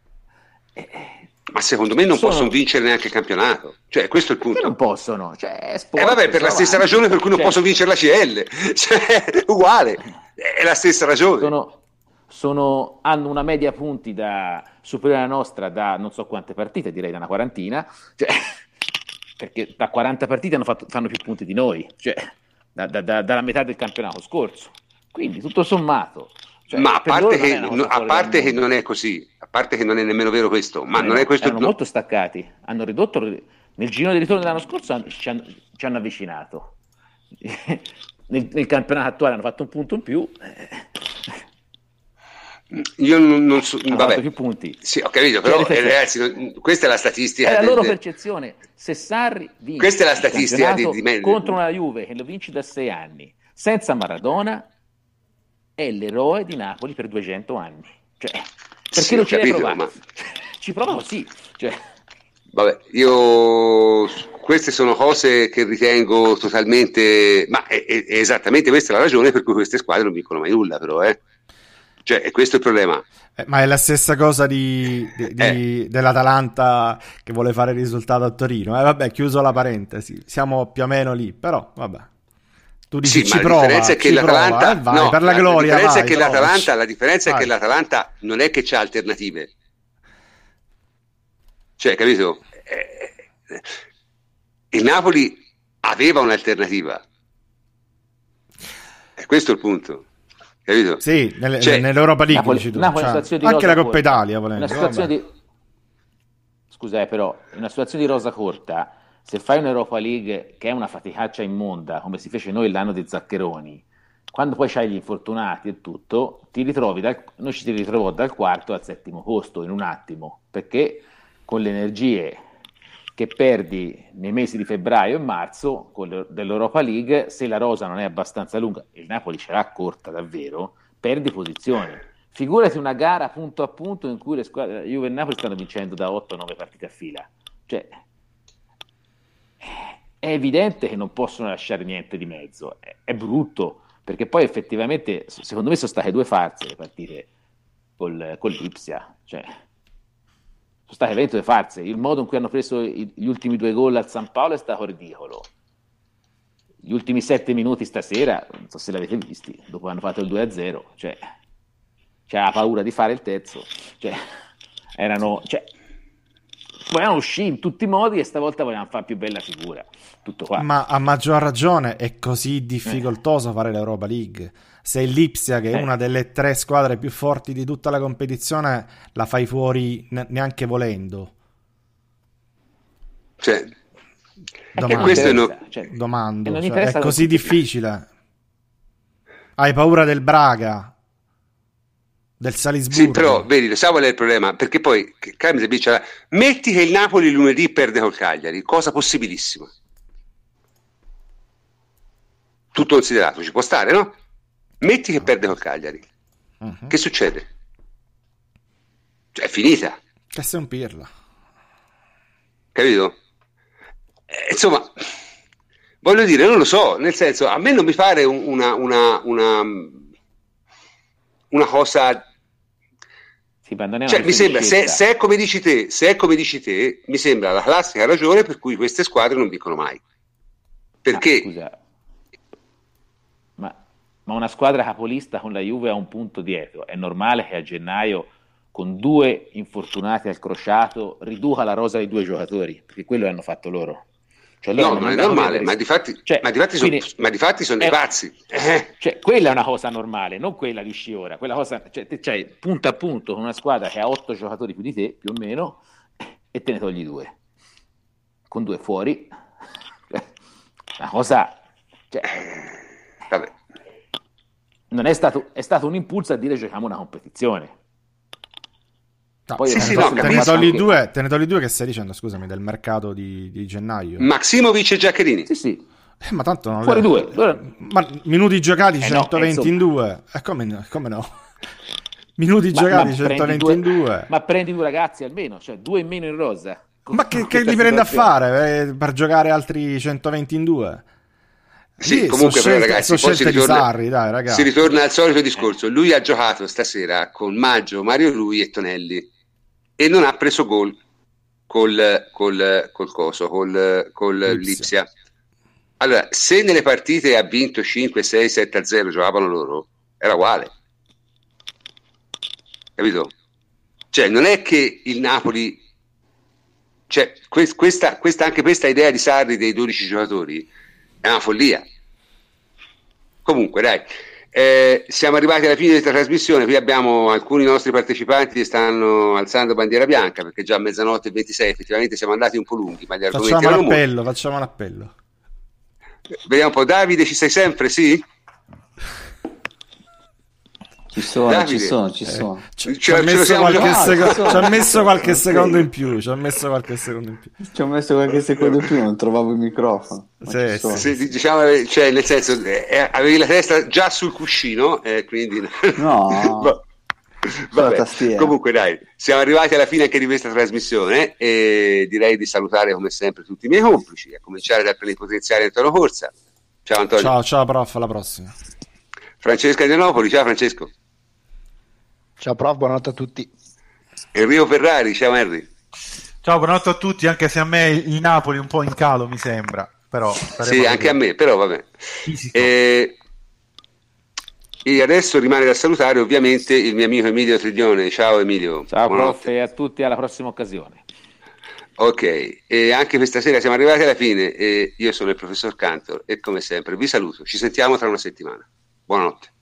Ma secondo me non possono vincere neanche il campionato, cioè questo è il punto. Perché non possono? Cioè, è sport, vabbè, per la stessa ragione per cui non possono vincere la CL, cioè uguale, è la stessa ragione. Hanno una media punti superiore alla nostra da non so quante partite, direi da una quarantina, cioè, perché da 40 partite fanno più punti di noi, cioè, dalla metà del campionato scorso. Quindi tutto sommato, cioè, ma a parte che non è così, a parte che non è nemmeno vero questo, ma non è questo. Erano molto staccati, hanno ridotto nel giro di ritorno dell'anno scorso, ci hanno avvicinato. Nel campionato attuale hanno fatto un punto in più. Io non so, vabbè, più punti. Sì, ho capito, però ragazzi, questa è la statistica. È la loro percezione. Se Sarri vince questa è la statistica contro una Juve che lo vince da 6 anni, senza Maradona, è l'eroe di Napoli per 200 anni. Cioè, perché sì, non ci hai provato? Ma... Ci provo così. Cioè... Vabbè, queste sono cose che ritengo totalmente... Ma è esattamente questa la ragione per cui queste squadre non vincono mai nulla, però, Cioè, è questo il problema. Ma è la stessa cosa dell'Atalanta che vuole fare il risultato a Torino. Vabbè, chiuso la parentesi. Siamo più o meno lì, però, vabbè. Tu dici sì, ma la differenza è che l'Atalanta... vai, per la gloria, la differenza vai, è che l'Atalanta non è che c'ha alternative. Cioè, capito? Il Napoli aveva un'alternativa. E questo è il punto. Capito? Sì, nell'Europa League dici tu. Anche la Coppa Italia, volendo. Scusa, però, in una situazione di rosa corta, se fai un'Europa League che è una faticaccia immonda, come si fece noi l'anno di Zaccheroni, quando poi c'hai gli infortunati e tutto, noi ci si ritrovò dal 4° al 7° posto in un attimo, perché con le energie che perdi nei mesi di febbraio e marzo dell'Europa League, se la rosa non è abbastanza lunga, il Napoli ce l'ha corta davvero, perdi posizioni. Figurati una gara punto a punto in cui le squadre Juve e Napoli stanno vincendo da 8-9 partite a fila. Cioè, è evidente che non possono lasciare niente di mezzo. È brutto, perché poi effettivamente, secondo me, sono state 2 farse le partite con l'Ipsia. Cioè, sono state veramente 2 farse. Il modo in cui hanno preso gli ultimi 2 gol al San Paolo è stato ridicolo. Gli ultimi 7 minuti stasera, non so se l'avete visti, dopo hanno fatto il 2-0, cioè c'era la paura di fare il terzo, volevano uscire in tutti i modi e stavolta volevano fare più bella figura, tutto qua. Ma a maggior ragione è così difficoltoso fare l'Europa League. Se l'Ipsia, che è una delle 3 squadre più forti di tutta la competizione, la fai fuori neanche volendo. Domando, è così difficile. Hai paura del Braga, del Salisburgo? Sì, però vedi, sai qual è il problema? Perché poi metti che il Napoli lunedì perde col Cagliari, cosa possibilissima, tutto considerato, ci può stare, no? Metti che perde col Cagliari, che succede? Cioè, è finita. Che sei un pirla. Capito? Insomma, voglio dire, non lo so, nel senso, a me non mi pare una cosa... Sì, cioè, mi sembra, se è come dici te, mi sembra la classica ragione per cui queste squadre non vincono mai. Perché? Scusa, ma una squadra capolista con la Juve a un punto dietro, è normale che a gennaio, con 2 infortunati al crociato, riduca la rosa di 2 giocatori, perché quello hanno fatto loro. Cioè, no, non è normale, ma difatti sono dei pazzi. Cioè, quella è una cosa normale, non quella di Sciora. Quella cosa, cioè, punto a punto con una squadra che ha 8 giocatori più di te, più o meno, e te ne togli 2. Con 2 fuori. Una cosa... Cioè, vabbè. Non è stato un impulso a dire giochiamo una competizione. No, poi te ne togli due che stai dicendo, scusami, del mercato di gennaio. Maximovic e Giaccherini. Sì. Ma tanto non fuori 2. Ma minuti giocati 120 in 2. Come no? Minuti giocati 120 in 2. Ma prendi 2 ragazzi almeno, cioè 2 in meno in rosa. Ma che li prende a fare per giocare altri 120 in 2? Sì, comunque però ragazzi, poi si ritorna al solito discorso. Lui ha giocato stasera con Maggio, Mario Rui e Tonelli e non ha preso gol col Lipsia. Allora, se nelle partite ha vinto 5, 6, 7-0 giocavano loro, era uguale, capito? Cioè non è che il Napoli, cioè anche questa idea di Sarri dei 12 giocatori è una follia. Comunque dai, siamo arrivati alla fine di questa trasmissione. Qui abbiamo alcuni nostri partecipanti che stanno alzando bandiera bianca, perché già a mezzanotte e 26 effettivamente siamo andati un po' lunghi, ma gli argomenti facciamo l'appello. Vediamo un po'. Davide, ci sei sempre? Sì? Ci sono. Ci ha messo qualche secondo in più. Non trovavo il microfono. Sì, diciamo, cioè, nel senso, avevi la testa già sul cuscino, quindi no. Vabbè. Comunque dai, siamo arrivati alla fine anche di questa trasmissione e direi di salutare come sempre tutti i miei complici, a cominciare dal plenipotenziario Antonio Corsa. Ciao Antonio. Ciao prof, alla prossima. Francesco Angianopoli, ciao Francesco. Ciao prof, buonanotte a tutti. Enrico Ferrari, ciao Henry. Ciao, buonanotte a tutti, anche se a me il Napoli un po' in calo mi sembra, però sì, anche a me, però vabbè. E adesso rimane da salutare ovviamente il mio amico Emilio Triglione. Ciao Emilio. Ciao prof e a tutti, alla prossima occasione. Ok, e anche questa sera siamo arrivati alla fine e io sono il professor Cantor e come sempre vi saluto, ci sentiamo tra una settimana. Buonanotte.